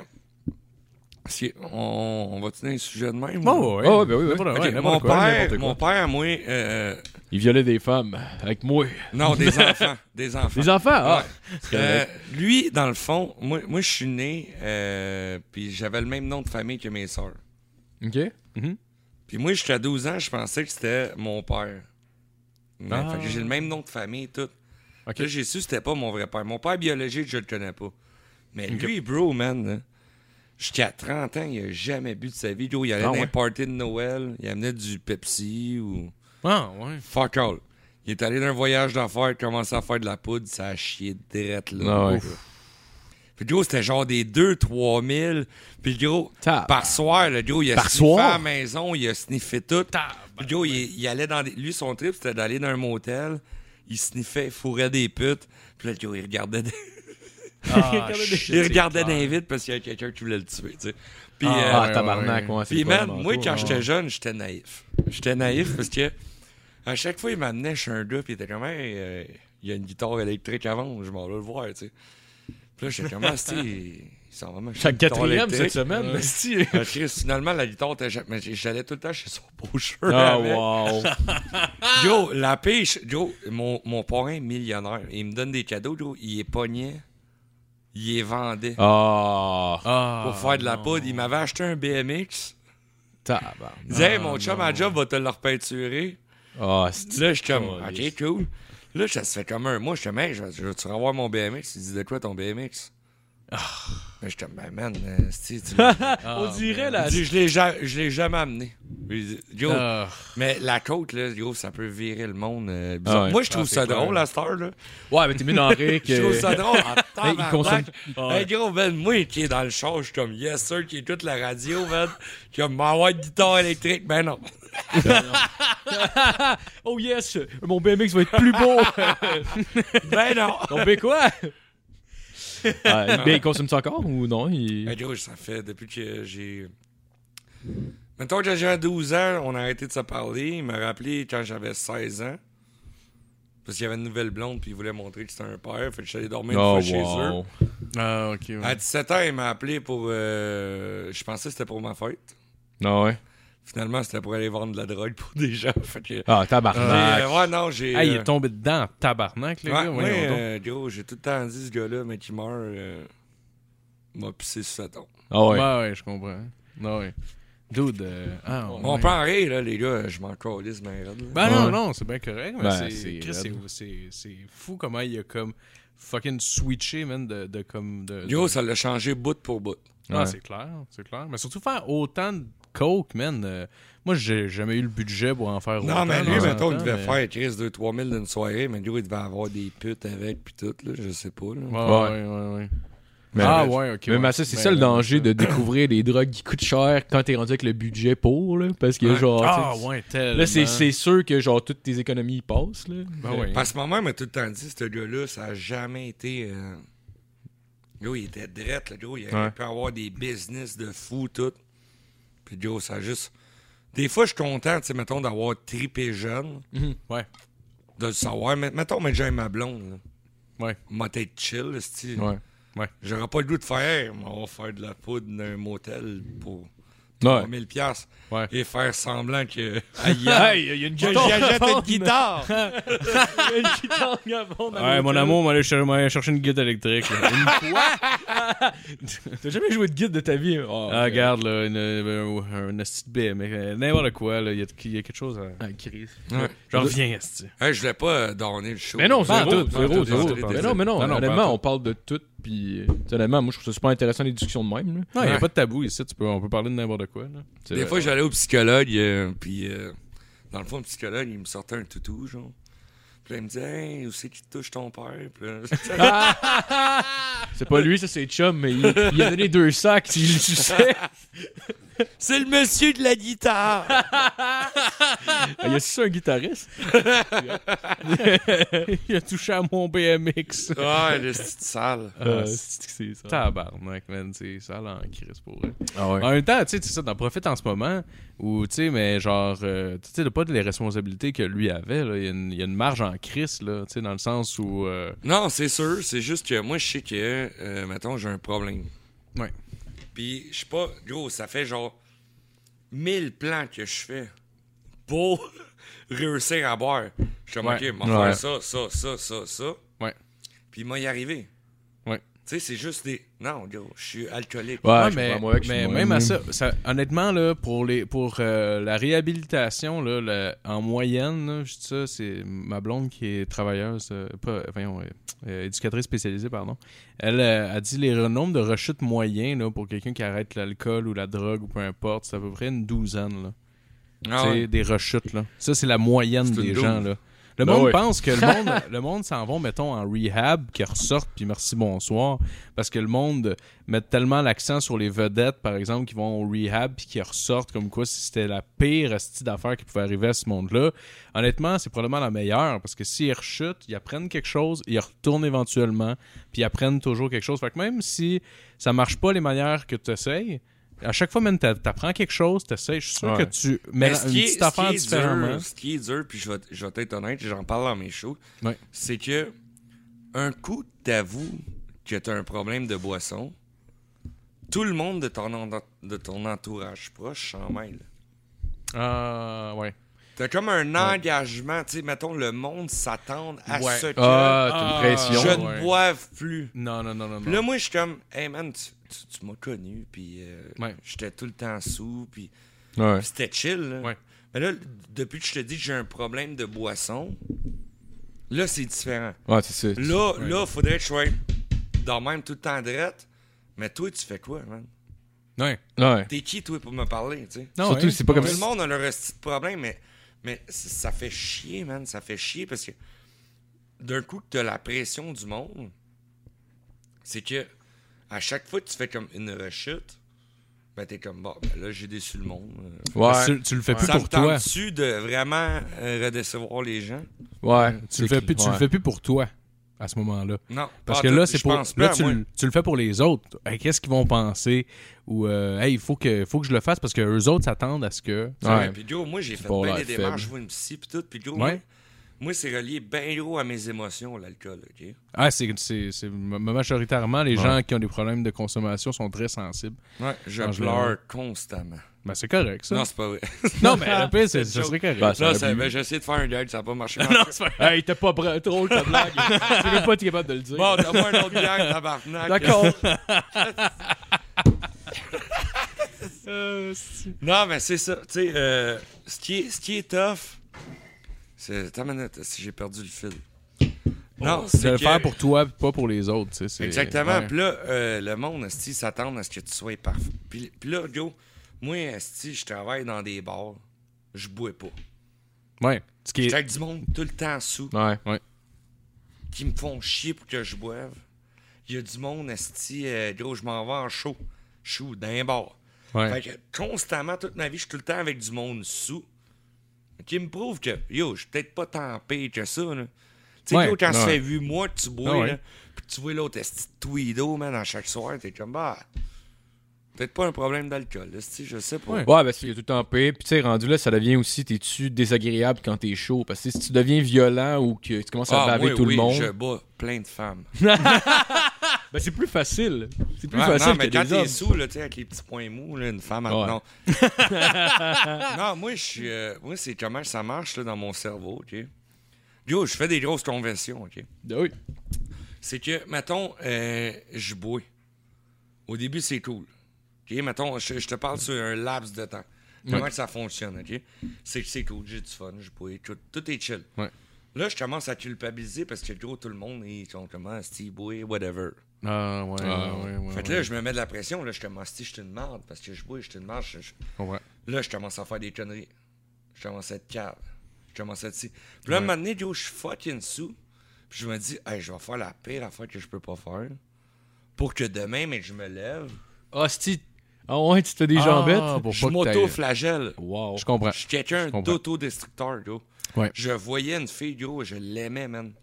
On va tenir un sujet de même? Oh, là? ouais. Ah ouais, ben oui, ouais. N'importe- Ok, ouais, mon n'importe quoi, père, n'importe quoi. mon père, moi. Il violait des femmes avec moi. Non, des enfants. Des enfants. Les enfants? Ah! Lui, dans le fond, moi je suis né, puis j'avais le même nom de famille que mes sœurs. Ok. Puis moi, jusqu'à 12 ans, je pensais que c'était mon père. Mais, Ah. fait que j'ai le même nom de famille, tout. Ok. Là, j'ai su que c'était pas mon vrai père. Mon père biologique, je le connais pas. Mais lui, bro, man, là, jusqu'à 30 ans, il a jamais bu de sa vie. Gros, il allait Ah dans ouais. un party de Noël, il amenait du Pepsi ou... Ah, ouais. Fuck all. Il est allé dans un voyage d'affaires, commencé à faire de la poudre, ça a chié direct là. Ah ouais. Ouf. Puis gros, c'était genre des 2-3 000. Puis gros, Tab. par soir, le gros, il a Par sniffé soir? à la maison, il a sniffé tout. Puis gros, il allait dans des... Lui, son trip, c'était d'aller dans un motel, il sniffait, il fourrait des putes. Puis là, le gros, il regardait... Ah, il regardait dans les vitres parce qu'il y avait quelqu'un qui voulait le tuer, tu sais. Puis, Ah, ouais, tabarnak, ouais. c'est puis pas man, vraiment moi, toi, quand hein. j'étais jeune, j'étais naïf. J'étais naïf parce que à chaque fois, il m'amenait chez un gars, puis il était comme, hey, il y a une guitare électrique à vendre, je m'en vais le voir, tu sais. Puis là, j'étais comme, ah, il s'en va m'acheter Chaque une guitare quatrième électrique. cette semaine, Ouais. esti. Chris, finalement, la guitare, mais j'allais tout le temps chez son pocheur. Ah, avec. wow. Yo, la pêche, Joe, mon parrain est millionnaire. Il me donne des cadeaux, Joe. Il est pogné. Il est vendait. Ah. Pour faire de la poudre. Il m'avait acheté un BMX. Tabarnak. Il disait, hey, mon chum à job va te le repeinturer. Ah, c'est Là, je suis comme, Oh, ok, yes. cool. Là, ça se fait comme un mois. Je suis comme, hey, je veux-tu revoir mon BMX? Il dit, de quoi ton BMX? Là, je suis comme, ben, man, On dirait la. Il dit, je l'ai jamais amené. Il dit, yo, Ah. mais la côte, là, yo, ça peut virer le monde. Bizarre. Ah ouais. Moi, je trouve c'est ça clair. drôle, à cette heure, là. Ouais, mais t'es mieux dans Rick. Je trouve ça drôle. Hey, il consomme- Hey, gros, man, moi qui est dans le char, je suis comme, yes, sir, qui est toute la radio, man. Comme, m'envoie une guitare électrique. Ben non. Oh yes, mon BMX va être plus beau. Ben non. On fait quoi? Mais il consomme-tu encore ou non? Ben, gros, ça fait depuis que j'ai. Mettons que j'avais 12 ans, on a arrêté de se parler. Il m'a rappelé quand j'avais 16 ans. Parce qu'il y avait une nouvelle blonde, puis il voulait montrer que c'était un père. Fait que je suis allé dormir une Oh, fois chez eux. wow. Ah, ok. Ouais. À 17 ans, il m'a appelé pour. Je pensais que c'était pour ma fête. Ah ouais. Finalement, c'était pour aller vendre de la drogue pour des gens. Fait que. Ah, tabarnak. Ouais, non, j'ai. Ah, il est tombé dedans en tabarnak, le Ouais, gars. moi, Voyons donc. gros, j'ai tout le temps dit, ce gars-là, mais qui meurt, m'a pissé sur sa tombe. Ah ouais. Ouais, je comprends. Ah, ouais. Dude, On peut en rire, là, les gars, je m'en calisse, mais raide, là. Ben non, Ouais. non, c'est bien correct, mais Ben, c'est Chris, raide. c'est fou comment il a comme fucking switché, man, de comme... Yo, ça l'a changé bout pour bout. Ah, Ouais. c'est clair, c'est clair. Mais surtout faire autant de coke, man. Moi, j'ai jamais eu le budget pour en faire autant. Non, mais lui, dans mettons, un il devait temps, faire Chris 2-3 000 d'une soirée, mais lui, il devait avoir des putes avec, pis tout, là, je sais pas, là. Ouais. Mais, Ah, ouais, ok. mais ouais. ça, c'est Ben, ça le non, danger ça. de découvrir des drogues qui coûtent cher quand t'es rendu avec le budget pour, là. Parce que, Ouais. genre. Ah, tu sais, ouais, tellement. Là, c'est sûr que, genre, toutes tes économies y passent, là. Ben ouais. Parce que ma mère m'a tout le temps dit, ce gars-là, ça a jamais été. Yo, il était drette, là, gros. Il aurait Ouais. pu avoir des business de fou, tout. Puis, yo, ça a juste. Des fois, je suis content, tu sais, mettons, d'avoir trippé jeune, Ouais. de le savoir. Mais, mettons, mais j'ai ma blonde, là. Ouais. M'a être chill, style. Ouais. J'aurais pas le goût de faire, on va faire de la poudre d'un motel pour Ouais. 3000 $. Ouais. Et faire semblant que. Hey, il y a une que guitare. j'achète une guitare! Il y a une guitare à vendre à Ouais, mon l'hôtel. amour, on va aller chercher une guitare électrique. là. Une quoi? T'as jamais joué de guide de ta vie? Oh, Ah, regarde, là, un esti de baie, mais n'importe quoi, là, il y a quelque chose à... Ah, Chris. Ouais. J'en reviens, esti. Hey, je voulais pas donner le show. Mais non, Pas zéro, tout, zéro, pas tout, zéro. pas tout, Mais pas non, mais non, tout. Non, non, honnêtement, pas on parle de tout, puis honnêtement, moi, je trouve ça super intéressant, les discussions de même, là. Non, il n'y a Ouais. pas de tabou ici, on peut parler de n'importe quoi, là. C'est Des vrai. fois, j'allais au psychologue, puis dans le fond, le psychologue, il me sortait un toutou, genre. Puis là, il me disait, hey, où c'est qui te touche ton père? Puis là, C'est pas lui, ça, c'est Chum, mais il a donné 2 sacs, il le suçait. c'est le monsieur de la guitare! Ah, y a ça un guitariste? Il a touché à mon BMX. Ouais, le style sale. C'est ça. Tabarnak, man, c'est sale en crise pour eux. Ah ouais. En même temps, tu sais, c'est ça, t'en profites en ce moment, où, tu sais, mais genre, tu sais, pas de les responsabilités que lui avait, là. Il y a une marge en crise, là, tu sais, dans le sens où... Non, c'est sûr, c'est juste que moi, je sais que, mettons, j'ai un problème. Ouais. Puis, je sais pas, gros, ça fait genre 1000 plans que je fais pour réussir à boire. Je suis comme, Ouais. OK, on va Ouais. faire ça. Ouais. Puis, il m'a y arrivé. Ouais. Tu sais, c'est juste des. Non, gros, je suis alcoolique. Ouais, Ouais, je mais, comprends, moi, que je suis mais moi, même à moi. ça, honnêtement, là, pour la réhabilitation, là, en moyenne, là, je dis ça, c'est ma blonde qui est travailleuse, éducatrice spécialisée, pardon. Elle a dit les nombres de rechutes moyens là, pour quelqu'un qui arrête l'alcool ou la drogue ou peu importe, c'est à peu près une douzaine. Là. Ah C'est ouais. des rechutes. Là. Ça, c'est la moyenne C'est une des douze. gens. Là. Le Ben monde ouais. pense que le monde s'en va, mettons, en rehab, qui ressortent, puis merci, bonsoir. Parce que le monde met tellement l'accent sur les vedettes, par exemple, qui vont au rehab, puis qui ressortent comme quoi si c'était la pire style d'affaires qui pouvait arriver à ce monde-là. Honnêtement, c'est probablement la meilleure, parce que s'ils rechutent, ils apprennent quelque chose, ils retournent éventuellement, puis ils apprennent toujours quelque chose. Fait que même si ça marche pas les manières que tu essayes, à chaque fois, même, t'apprends quelque chose, t'essayes, je suis sûr Ouais. que tu mets Mais une petite affaire différemment. ce qui est dur, puis je vais être honnête, j'en parle dans mes shows, Ouais. c'est que un coup, t'avoues que t'as un problème de boisson, tout le monde de ton entourage proche s'en mêle. Ah, ouais. T'as comme un engagement, tu sais, mettons, le monde s'attend à Ouais. ce que t'as une pression. je ne ouais. boive plus. Non. Puis là, moi, je suis comme, hey man, tu m'as connu, puis Ouais. j'étais tout le temps sous, puis Ouais. c'était chill. Là. Ouais. Mais là, depuis que je te dis que j'ai un problème de boisson, là, c'est différent. Ouais, c'est ça. Là, faudrait que je sois dans le même tout le temps drette. Mais toi, tu fais quoi, man? Ouais. Ouais. T'es qui, toi, pour me parler, tu sais? Non, Surtout, ouais. c'est pas comme Tout le si... monde a leur petit problème, mais ça fait chier, man. Ça fait chier parce que d'un coup que t'as la pression du monde, c'est que à chaque fois que tu fais comme une rechute, ben t'es comme, bon, ben là, j'ai déçu le monde. Ouais. Tu le fais plus Ça pour me toi. tente-tu de vraiment redécevoir les gens? Ouais. Tu le fais plus, tu le fais plus pour toi à ce moment-là. Non. Parce pas que en là, tout. c'est Je pour. pense Là, pas, tu, moi. tu le fais pour les autres. Hey, qu'est-ce qu'ils vont penser? Ou hey, il faut que je le fasse parce que eux autres s'attendent à ce que. Ouais. Puis Joe, moi, j'ai fait pas bien l'air des démarches, faible. je vois une psy, puis tout. Puis Joe, Ouais. moi, c'est relié bien gros à mes émotions, l'alcool, OK? Ah, c'est majoritairement les gens qui ont des problèmes de consommation sont très sensibles. Ouais, je En pleure général. constamment. Ben, c'est correct, ça. Non, c'est pas vrai. Non, mais le pire, ça C'est une serait correct. Ben, Là, aurait pu. j'ai essayé de faire un gag, ça n'a pas marché. non, c'est pas Hey, t'es pas drôle ta blague. Tu même pas été capable de le dire. Bon, donne-moi un autre gag, tabarnak. D'accord. Non, mais c'est ça. Tu sais, ce qui est tough, c'est... Attends une minute, si j'ai perdu le fil. Non, de c'est le que... faire pour toi, pas pour les autres. Tu sais, c'est- Exactement. ouais. Puis là, le monde, esti, s'attend à ce que tu sois parfait. Puis là, Joe, moi, esti, je travaille dans des bars. Je bois pas. Ouais. Ce qui est. J'ai du monde tout le temps sous Ouais. qui me font chier pour que je boive. Il y a du monde, esti, gros, je m'en vais en show. Je suis dans un bar. Ouais. Fait que constamment, toute ma vie, je suis tout le temps avec du monde sous. Qui me prouve que, yo, je suis peut-être pas tant pire que ça, là. Tu sais, Ouais, gros, quand ça ouais. fait 8 mois que tu bois, Ah ouais. là, pis tu vois l'autre esti de Tweedo, man, à chaque soir, t'es comme, bah, peut-être pas un problème d'alcool, esti, je sais pas. Ouais. Ouais, ben, il y a tout le temps pire. Puis, tu sais, rendu là, ça devient aussi, t'es-tu désagréable quand t'es chaud? Parce que si tu deviens violent ou que tu commences à baver moi, tout oui, le monde, je bats plein de femmes. ben, c'est plus facile. C'est plus Ouais, facile non, mais que quand des t'es hommes. sous, là, tu sais, avec les petits points mous, là, une femme, Ouais. non. Non, moi, je suis. Moi, c'est comment ça marche, là, dans mon cerveau, OK? Yo, je fais des grosses conversions, OK? Ben oui. C'est que, mettons, je bois. Au début, c'est cool. OK? Mettons, je te parle sur un laps de temps. Comment que ça fonctionne, OK? C'est que c'est cool, j'ai du fun, je bois, tout est chill. Ouais. Là, je commence à culpabiliser parce que, gros, tout le monde, ils sont comme, ah, Steve boit, whatever. Ah, ouais. Fait que là, je me mets de la pression, là, je commence, si je suis une merde, parce que je bois, je suis une merde. Ouais. Là, je commence à faire des conneries. Je commence à être cave. Je commence à être si. Puis là, un moment donné, yo, je suis fucking sous. Puis je me dis, hey, je vais faire la pire affaire que je peux pas faire. Pour que demain, mais je me lève. Hostie. Ah ouais, tu te fais des jambettes? pour Je pas que t'ailles- m'auto-flagelle. Wow. Je comprends. Je suis quelqu'un Je comprends. d'autodestructeur, yo. Ouais. Je voyais une fille, yo, je l'aimais, man.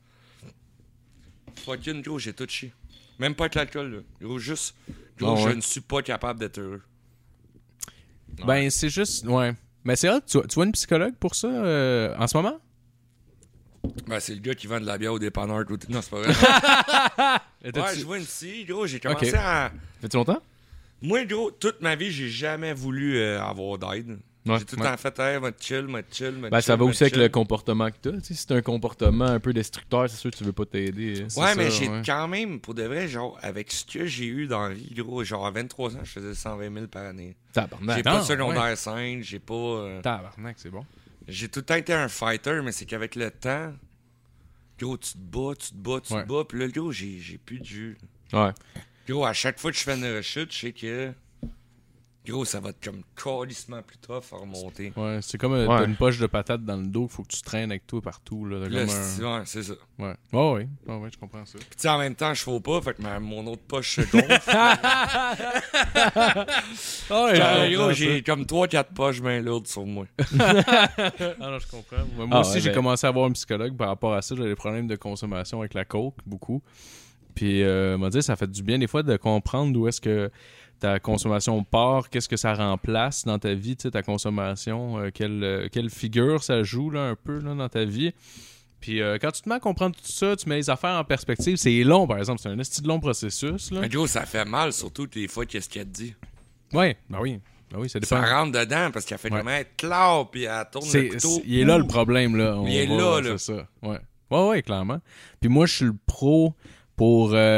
Fucking, yo, j'ai tout chié. Même pas avec l'alcool, là. Yo, juste, yo, Ah ouais. je ne suis pas capable d'être heureux. Ben, c'est juste. Ouais. Mais c'est vrai, tu vois une psychologue pour ça en ce moment? Ben, c'est le gars qui vend de la bière au dépanneur. Non, c'est pas vrai. Ouais, je vois une fille, gros, j'ai commencé Ok. à... Fait-tu longtemps? Moi, gros, toute ma vie, j'ai jamais voulu avoir d'aide. Ouais, J'ai tout le ouais. temps fait, hey, m'a chill. Ben, ça va aussi avec le comportement que t'as. Tu sais, si t'as un comportement un peu destructeur, c'est sûr que tu veux pas t'aider. Ouais, mais ça, j'ai ouais. quand même, pour de vrai, genre, avec ce que j'ai eu dans la vie, gros, genre, à 23 ans, je faisais 120 000 par année. Tabarnak. J'ai pas de non, secondaire 5, j'ai pas... Tabarnak, c'est bon. J'ai tout le temps été un fighter, mais c'est qu'avec le temps, gros, tu te Ouais. bats, puis là, gros, j'ai plus de jus. Ouais. Gros, à chaque fois que je fais une rechute, je sais que... Gros, ça va être comme calissement plus tough à remonter. Ouais, c'est comme Ouais. t'as une poche de patate dans le dos qu'il faut que tu traînes avec toi partout. Là, Là, comme un... ouais, c'est ça. Ouais. Ouais, je comprends ça. Puis tu sais, en même temps, je fais pas, fait que mon autre poche se gonfle. Gros, j'ai comme 3-4 poches bien lourdes sur moi. Ah non, je comprends. Moi Ah, aussi, ouais, j'ai ben- commencé à voir un psychologue par rapport à ça. J'avais des problèmes de consommation avec la coke, beaucoup. Puis, m'a dit, ça fait du bien des fois de comprendre d'où est-ce que ta consommation part, qu'est-ce que ça remplace dans ta vie, tu sais, ta consommation, quelle figure ça joue là, un peu là, dans ta vie. Puis quand tu te mets à comprendre tout ça, tu mets les affaires en perspective, c'est long, par exemple. C'est un esti de long processus, là. Mais Joe, ça fait mal, surtout des fois, qu'est-ce qu'elle te dit. Ouais, ben oui. Ben oui, ça dépend. Ça rentre dedans parce qu'elle fait vraiment être claire, puis elle tourne le couteau. Il est là le problème, là. Il est là. C'est ça. Ouais. Ouais, clairement. Puis moi, je suis le pro pour faire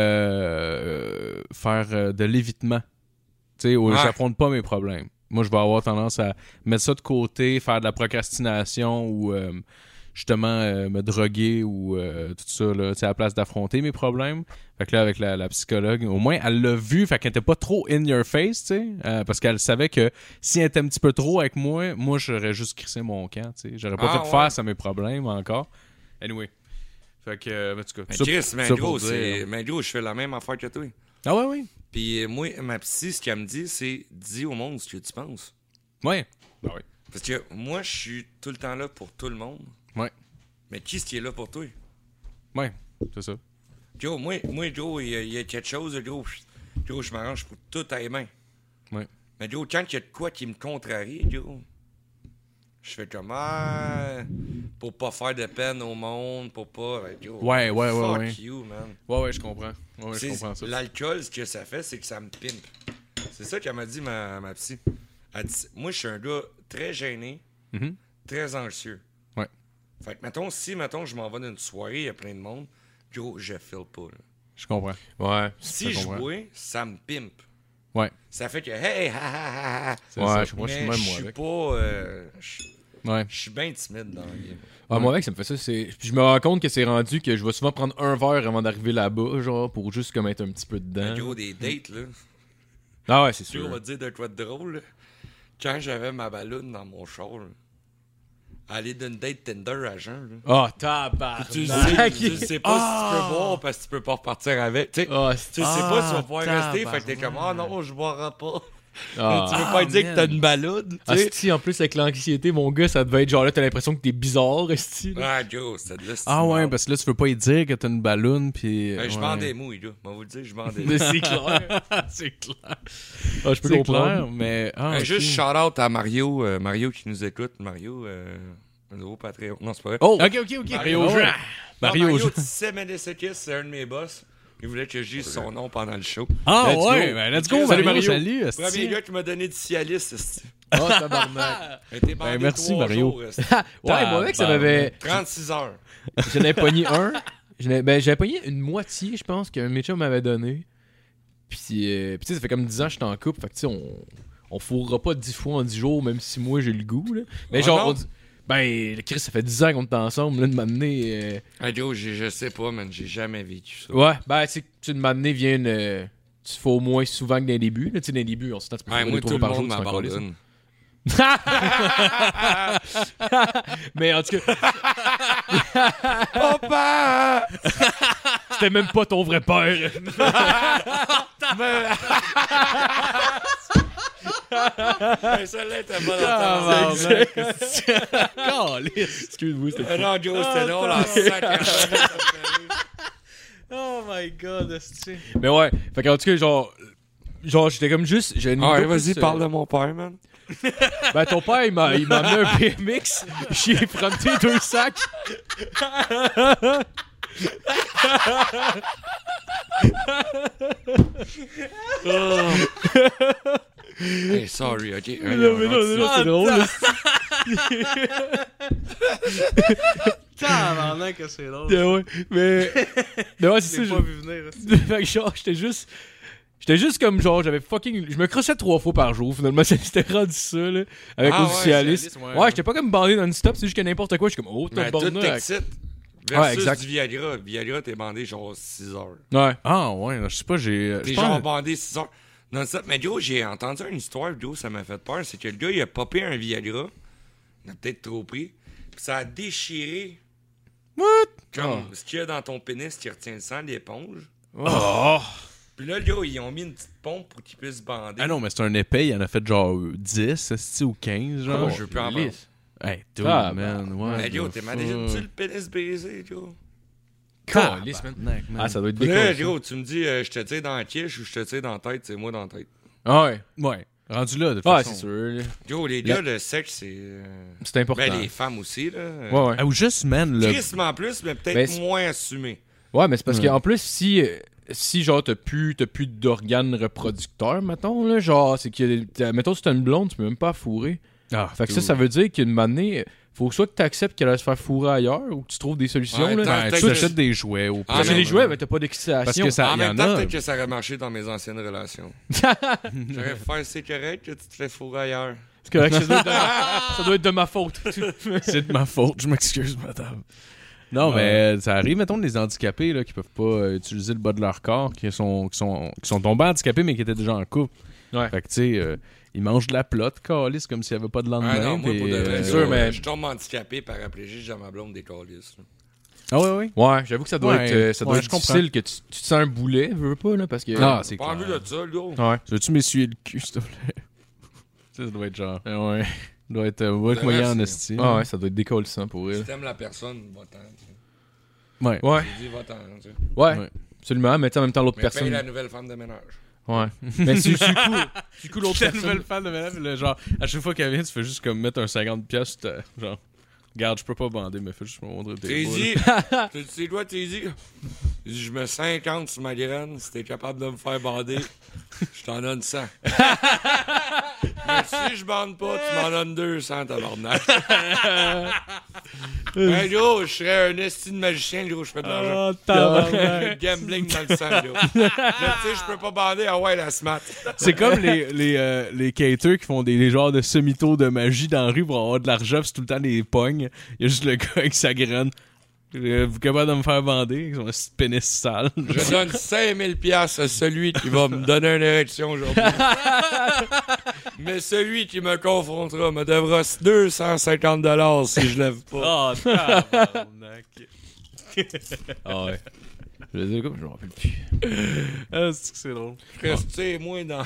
de l'évitement. Tu sais, j'affronte pas mes problèmes. Moi, je vais avoir tendance à mettre ça de côté, faire de la procrastination ou justement me droguer ou tout ça, là, à la place d'affronter mes problèmes. Fait que là, avec la psychologue, au moins, elle l'a vu, fait qu'elle était pas trop in your face, tu sais, parce qu'elle savait que si elle était un petit peu trop avec moi, j'aurais juste crissé mon camp, tu sais. J'aurais pas fait face à mes problèmes encore. Anyway. Fait que, en tout cas, mais gros, je fais la même affaire que toi. Ah ouais, oui. Puis moi, ma psy, ce qu'elle me dit, c'est dis au monde ce que tu penses. Ouais. Ben oui. Parce que moi, je suis tout le temps là pour tout le monde. Ouais. Mais qui est-ce qui est là pour toi? Ouais, c'est ça. Joe, moi, Joe, il y a quelque chose, Joe, je m'arrange pour tout à les mains. Ouais. Mais Joe, quand il y a de quoi qui me contrarie, Joe, je fais comme, pour pas faire de peine au monde, pour pas, Joe, ouais. fuck you, man. Ouais, je comprends. Ouais, je comprends ça. L'alcool, ce que ça fait, c'est que ça me pimpe. C'est ça qu'elle m'a dit, ma psy. Elle dit, moi, je suis un gars très gêné, très anxieux. Ouais. Fait que, mettons, je m'en vais dans une soirée, il y a plein de monde, Joe, je file pas, là. Je comprends. Ouais. Si je bois, ça me pimpe. Ouais. Ça fait que, hey, ha, ha, ha. Ouais, je suis même moi je suis avec. pas... Ouais. Je suis bien timide dans la game. Ah, moi avec, ça me fait ça. Puis je me rends compte que c'est rendu que je vais souvent prendre un verre avant d'arriver là-bas, genre, pour juste comme être un petit peu dedans. Joe, des dates, là. Ah ouais, c'est Joe, sûr. on va te dire de quoi de drôle, là. Quand j'avais ma balloune dans mon char, là, aller d'une date Tinder à jeun, là. Oh, tabarnak. Tu sais pas si tu peux boire parce que tu peux pas repartir avec. Tu sais, Oh, tu sais pas si tu vas pouvoir rester, fait que t'es comme, non, je boirai pas. Tu veux pas dire que t'as une balade, tu sais. Asti, en plus, avec l'anxiété, mon gars, ça devait être genre là, t'as l'impression que t'es bizarre, Asti. Ah, Joe, c'est de l'estime. Ah ouais, parce que là, tu veux pas y dire que t'as une balloune, pis... Je vends des mouilles, là. On va vous le dire, je vends des mouilles. C'est clair. c'est clair. Ah, je peux C'est comprendre. clair, mais... Juste shout-out à Mario, Mario qui nous écoute. Mario, un nouveau Patreon. Non, c'est pas vrai. Oh! Ok. Mario Ouais. Jean. Mario, tu sais, Médécékis, c'est un de mes boss. Il voulait que je dise son nom pendant le show. Ah Let's ouais, go. ben let's go, Salut, Mario. Mario. Salut, Premier gars qui m'a donné du Cialis, c'est Oh, tabarnak. merci, Mario. Ouais, moi avec, ça m'avait... 36 heures. J'en avais pogné un. J'avais pogné une moitié, je pense, qu'un médecin m'avait donné. Puis tu sais, ça fait comme 10 ans que je suis en couple. Fait que tu sais, on fourrera pas 10 fois en 10 jours, même si moi j'ai le goût, là. Mais Ah genre, non? on dit... Ben, le Chris, ça fait 10 ans qu'on est ensemble, là, de m'amener... Hey Joe, je sais pas, man, j'ai jamais vécu ça. Ouais, ben, tu sais, de m'amener vient une... Tu fais au moins souvent que dans les débuts, là. Tu sais, dans les débuts, on se tente, tu peux faire Moi, 2 tout le par jour, monde tu t'en calisses. m'abandonne. Mais en tout cas, Papa! c'était même pas ton vrai père. Celle-là était bonne entendre. Excuse-moi, c'était Non, Joe, c'était drôle en sac. Oh my god, esti. Mais ouais, fait qu'en tout cas, genre j'étais comme juste... j'ai une Ouais, idée vas-y, plus, parle de mon père, man. Ben, ton père, il m'a amené un BMX, j'y ai fronté 2 sacs. Hey, sorry, ok. Non, c'est drôle. Tabarnak que c'est drôle. Ouais, mais ouais, c'est ça. Je l'ai pas vu venir, esti. Fait que genre, j'étais juste comme genre, j'avais fucking... Je me crossais 3 fois par jour, finalement, c'était rendu ça, là, avec Ah le ouais, Cialis. Cialis, Ouais, j'étais pas comme bandé non-stop, c'est juste que n'importe quoi, je suis comme, oh, t'as Mais tout tabarnak. t'excite. Versus Ouais, exact. du Viagra. Viagra, t'es bandé genre 6 heures. Ouais. Ah ouais, je sais pas, j'ai... T'es je genre pense- bandé 6 heures. Non, ça, mais Joe, j'ai entendu une histoire, Joe, ça m'a fait peur. C'est que le gars, il a popé un Viagra. Il a peut-être trop pris. Puis ça a déchiré. What? Comme ce qu'il y a dans ton pénis qui retient le sang, l'éponge. Oh! Puis là, le gars, ils ont mis une petite pompe pour qu'il puisse bander. Ah non, mais c'est un épais, il en a fait genre 10, esti, ou 15, genre. Oh, je veux plus en parler. Hey, dude, Ah, man, ouais. Mais Joe, t'es imagines-tu le pénis brisé, Joe? Calice, man. Tabarnak, man. Ah, ça doit être Puis là, décollé. Joe, tu me dis, je te tire dans la quiche ou je te tire dans la tête, c'est moi dans la tête. Ah ouais. Ouais. Rendu là, de toute Ouais, façon. c'est sûr. Yo, les gars, le sexe, c'est... C'est important. Ben, les femmes aussi, là. Ouais, ouais. Ah, ou juste, man, le... Tristement plus, mais peut-être Ben, moins assumé. Ouais, mais c'est parce qu'en plus, si genre t'as plus d'organes reproducteurs, mettons, là, genre, c'est que, mettons, si t'as une blonde, tu peux même pas fourrer. Ah, Fait que ça veut dire qu'une année, faut soit que t'acceptes qu'elle va se faire fourrer ailleurs ou que tu trouves des solutions, Ouais, là. t'as- Ouais, peut-être tu que- achètes des jouets au Ah, Parce que non, les non. jouets, mais t'as pas d'excitation. Parce que ça, En y en même temps, a. peut-être que ça aurait marché dans mes anciennes relations. J'aurais fait, c'est correct que tu te fais fourrer ailleurs. C'est correct, ça doit être de ma faute. C'est de ma faute, je m'excuse, madame. Non, mais ça arrive, mettons, des handicapés là, qui peuvent pas utiliser le bas de leur corps, qui sont tombés handicapés, mais qui étaient déjà en couple. Ouais. Fait que, tu sais, ils mangent de la plotte, câlisse, comme s'il n'y avait pas de lendemain. Ah non, moi, pour de vrai, c'est sûr, mais- je tombe handicapé, paraplégique, j'ai ma blonde des calices. là. Ah ouais, ouais. Ouais, j'avoue que ça doit Ouais, être, ça doit ouais, être je comprends. difficile que tu te sens un boulet, veux pas, là, parce que... Ah, c'est Pas clair. envie de ça, là. Ouais. Veux-tu m'essuyer le cul, s'il te plaît? Ça doit être genre... Ouais. Ça doit être moyen en estime. Ah ouais, ça doit être décollissant pour Si elle. t'aimes la personne, va-t'en. tu sais. Ouais. Ouais, Je dis, va-t'en. tu sais. ouais, Ouais. absolument, mais tu sais, en même temps, l'autre Mais paye personne... la nouvelle femme de ménage. Ouais. Mais c'est cool. C'est cool, l'autre La personne... nouvelle fan de ménage, là, genre, à chaque fois qu'elle vient, tu fais juste comme mettre un 50$, genre, regarde, je peux pas bander, mais fais juste me montrer tes boules. Trézy, tu sais quoi, Trézy? Je mets 50 sur ma graine, si t'es capable de me faire bander, je t'en donne 100. Mais si je bande pas, tu m'en donnes 200, tabarnak. Ben gros, je serais un esti de magicien, gros, je fais de l'argent. J'ai le gambling dans le sang, là. Là, tu sais, je peux pas bander, ah ouais, la smat. C'est comme les caters qui font des genres de semi-tours de magie dans la rue pour avoir de l'argent, pis c'est tout le temps des pognes. Il y a juste le gars avec sa graine. Vous capable de me faire bander avec son petit pénis sale. Je donne 5000 piastres à celui qui va me donner une érection aujourd'hui. Mais celui qui me confrontera me devra 250$ si je lève pas. Oh, tabarnak. Ah ouais. Je le dis comme je me rappelle plus. Ah, c'est drôle. Restez moi dans.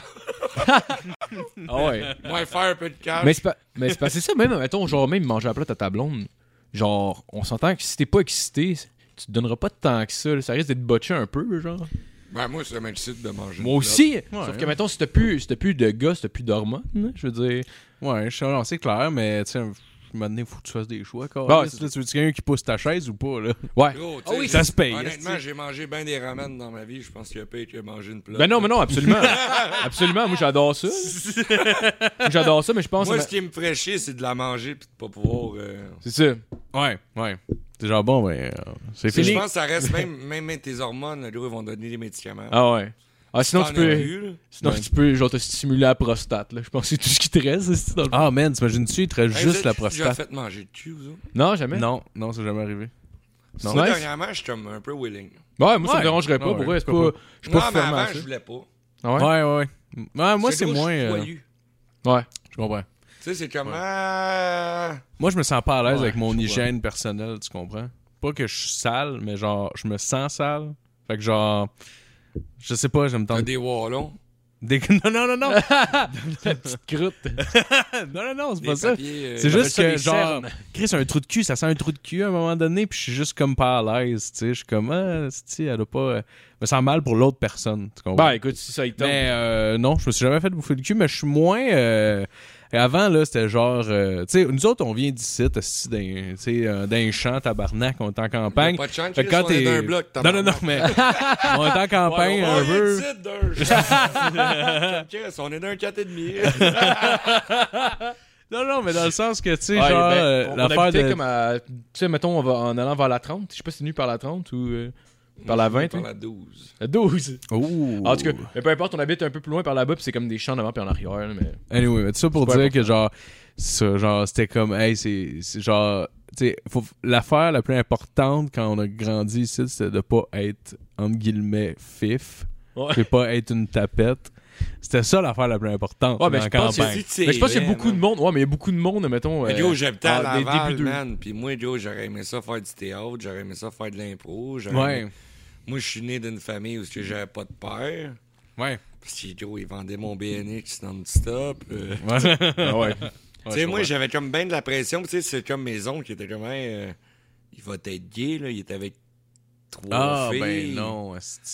Ah ouais. Moi faire un peu de cash. Mais c'est pas c'est ça, même, mettons, genre, même manger la plate à ta blonde. Genre, on s'entend que si t'es pas excité, tu te donneras pas de temps que ça. Là. Ça risque d'être botché un peu, genre. Ben, moi, ça m'excite de manger. Moi une aussi. Ouais. Sauf que, mettons, si t'as plus de gars, si t'as plus d'hormones, hein, je veux dire. Ouais, c'est clair, mais tu sais, maintenant, il faut que tu fasses des choix. Quoi. Ouais, Tu veux quelqu'un qui pousse ta chaise ou pas, là? Ouais. Gros, Ah oui, tu sais, ça se paye. Honnêtement, j'ai mangé bien des ramen dans ma vie. Je pense qu'il y a payé que manger une plate. Ben non, mais non, absolument. Absolument, moi j'adore ça. Moi j'adore ça, mais je pense Moi, que ce qui me ferait chier, c'est de la manger puis de pas pouvoir. c'est ça. Ouais. C'est genre bon, ben, c'est Je fini. pense que ça reste même tes hormones, là, gros, ils vont donner des médicaments. Ah ouais. Ah sinon T'en tu as peux vu, là? sinon tu peux genre te stimuler la prostate là. Je pense que c'est tout ce qui te reste c'est dans le... Ah, man, t'imagines-tu, il te reste Hey, juste vous la êtes déjà prostate. fait manger de cul, vous autres? Non, jamais. Non, c'est jamais arrivé. Non. Moi, Nice. dernièrement, je suis comme un peu willing. Ouais, moi ça Ouais. me dérangerait pas Ouais, pour vrai, c'est pourquoi pas je suis Non, pas mais fermé à avant, ça. je voulais pas. Ah ouais. Ouais. Ouais, moi, c'est gros, moins. je suis poilu. Ouais. Je comprends. Tu sais, c'est comme. Moi, je me sens pas à l'aise Ouais, avec mon je hygiène personnelle, tu comprends? Pas que je suis sale, mais genre, je me sens sale. Fait que genre, je sais pas, je me T'as tente. des wallons, Non. La petite croûte. Non, c'est des pas ça. papiers. C'est juste ça que, des genre, cernes. Chris, un trou de cul, ça sent un trou de cul à un moment donné, puis je suis juste comme pas à l'aise, tu sais. Je suis comme, elle a pas. Je me sens mal pour l'autre personne, tu comprends? Ben écoute, si ça il tombe. Mais non, je me suis jamais fait bouffer le cul, mais je suis moins. Avant, là, c'était genre. Tu sais, nous autres, on vient d'ici, d'un champ, tabarnak, on est en campagne. Pas de chance, Fait que Chris, quand on est t'es. d'un bloc, Non, mais. On est en campagne un peu. On est d'un 4,5. Non, mais dans le sens que, tu sais, Ouais, genre, ben, on l'affaire habitait de. comme à tu sais mettons on va en allant vers la 30, je sais pas si c'est venu par la 30 ou par la 20 Par hein? la 12. La 12. Ouh. En tout cas, mais peu importe, on habite un peu plus loin par là-bas, puis c'est comme des champs devant puis en arrière, là, mais Anyway, mais tout ça pour C'est pas dire que, genre, ça, genre, c'était comme, hey, c'est genre, tu sais, l'affaire la plus importante quand on a grandi ici, c'était de pas être, entre guillemets, fif. Ouais. C'est pas être une tapette. C'était ça l'affaire la plus importante Ouais, ben, dans la je pense que campagne. mais je pense qu'il y a beaucoup de monde. Ouais, mais il y a beaucoup de monde, mettons. Mais Joe, j'habitais à des Laval, débuts de- man. Puis moi, Joe, j'aurais aimé ça faire du théâtre, j'aurais aimé ça faire de l'impro. Ouais, Moi, je suis né d'une famille où j'avais pas de père. ouais. Parce que Joe, il vendait mon BNX non-stop. Ah ouais. Tu sais, moi, j'avais comme bien de la pression. Tu sais, c'est comme mes oncles qui étaient comme, il va être gay, là. Il était avec 3 Ah, filles. ben non, asti.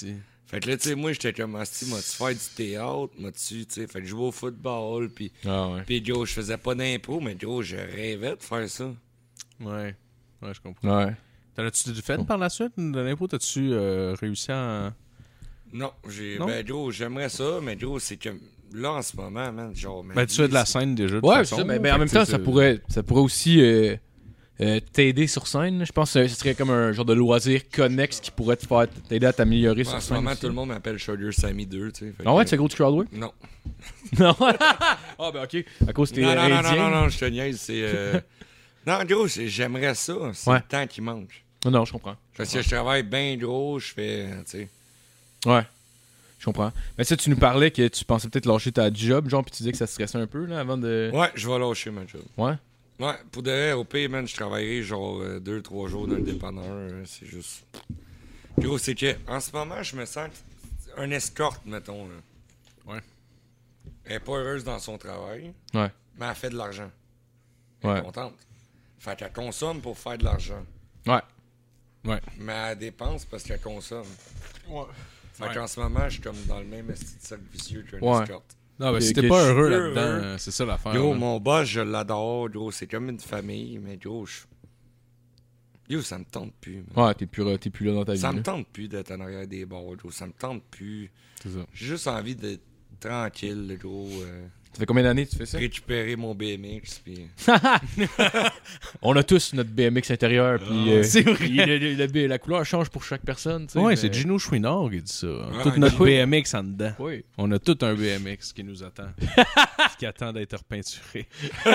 Fait que là, tu sais, moi, j'étais comme, asti, m'as-tu faire du théâtre, m'as-tu, tu sais, fait que je jouais au football, puis Joe, je faisais pas d'impro, mais Joe, je rêvais de faire ça. Ouais, je comprends. Ouais. T'en as-tu fait par la suite de l'impro? T'as-tu réussi à... Non, Non? ben Joe, j'aimerais ça, mais Joe, c'est que là, en ce moment, man, genre... Ben, tu fais de la scène déjà, de toute Ouais, façon. c'est ça, mais là, en fait même que, temps, tu ça sais, pourrait aussi t'aider sur scène. Là. Je pense que ce serait comme un genre de loisir connexe qui pourrait t'aider à t'améliorer sur En ce scène. moment, aussi. tout le monde m'appelle Sugar Sammy 2, tu sais. Ah ouais, tu fais gros du crowdwork? Non. Non. Ah ben ok, à cause que t'es indien. Non, je te niaise, c'est... Non, gros, j'aimerais ça, c'est Ouais. le temps qui manque. Non, je comprends. Parce que je travaille bien gros, je fais, tu sais... Ouais. Je comprends. Mais ça, tu nous parlais que tu pensais peut-être lâcher ta job, genre, puis tu disais que ça stressait un peu, là, avant de... Ouais, je vais lâcher ma job. Ouais? Ouais, pour de vrai, au pire, man, je travaillerai genre 2-3 jours dans le dépanneur. C'est juste. Gros, c'est que en ce moment, je me sens un escorte, mettons. Là. Ouais. Elle est pas heureuse dans son travail, Ouais. mais elle fait de l'argent. Elle Ouais. est contente. Fait qu'elle consomme pour faire de l'argent. Ouais. Mais elle dépense parce qu'elle consomme. Ouais. Fait Ouais. qu'en ce moment, je suis comme dans le même esti de cercle vicieux qu'un Ouais. escorte. Non, mais Que- si que t'es pas je suis heureux heureux. là-dedans, c'est ça l'affaire. Gros, là. mon boss, je l'adore. Gros, c'est comme une famille, mais gros, Yo, ça me tente plus. man. Ouais, t'es plus là dans ta vie. Ça là. me tente plus d'être en arrière des barres, gros. Ça me tente plus. C'est ça. J'ai juste envie d'être tranquille, gros. Ça fait combien d'années que tu fais ça? Récupérer mon BMX, puis... On a tous notre BMX intérieur, puis c'est vrai. la couleur change pour chaque personne, tu sais. Ouais, mais- c'est Gino Chouinard qui dit ça. Ah, Tout notre Gino. BMX en dedans. Oui. On a tout un BMX qui nous attend. qui attend d'être repeinturé.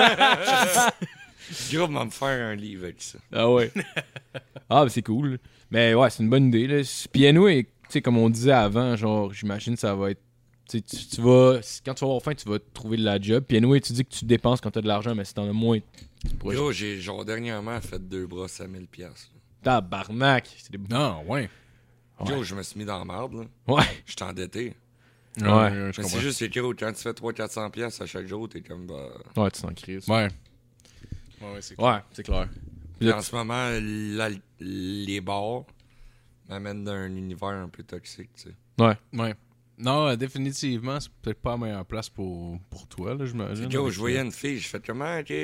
Gros, va me faire un livre avec ça. Ah ouais. Ah, ben c'est cool. Mais ouais, c'est une bonne idée, là. Puis anyway, tu sais, comme on disait avant, genre, j'imagine que ça va être... Tu sais, tu vas... Quand tu vas avoir faim, tu vas trouver de la job. Puis anyway, tu dis que tu dépenses quand t'as de l'argent, mais si t'en as moins, tu pourrais... Gros, j'ai, genre, dernièrement, fait 2 brosses à 1000$. là. Tabarnak! C'est des... Non, ouais. Gros, je me suis mis dans la merde, là. Ouais. Je suis endetté. Je Mais comprends. c'est juste que, gros, quand tu fais 300-400$ à chaque jour, t'es comme, bah... Ouais, tu t'en crises. Ouais. Ouais, c'est cool. Ouais, c'est clair. Puis en ce moment, les bars m'amènent dans un univers un peu toxique, tu sais. Ouais. Non, définitivement, c'est peut-être pas la meilleure place pour toi, là, j'imagine. Yo, Avec je voyais une fille, je fais comment, ok,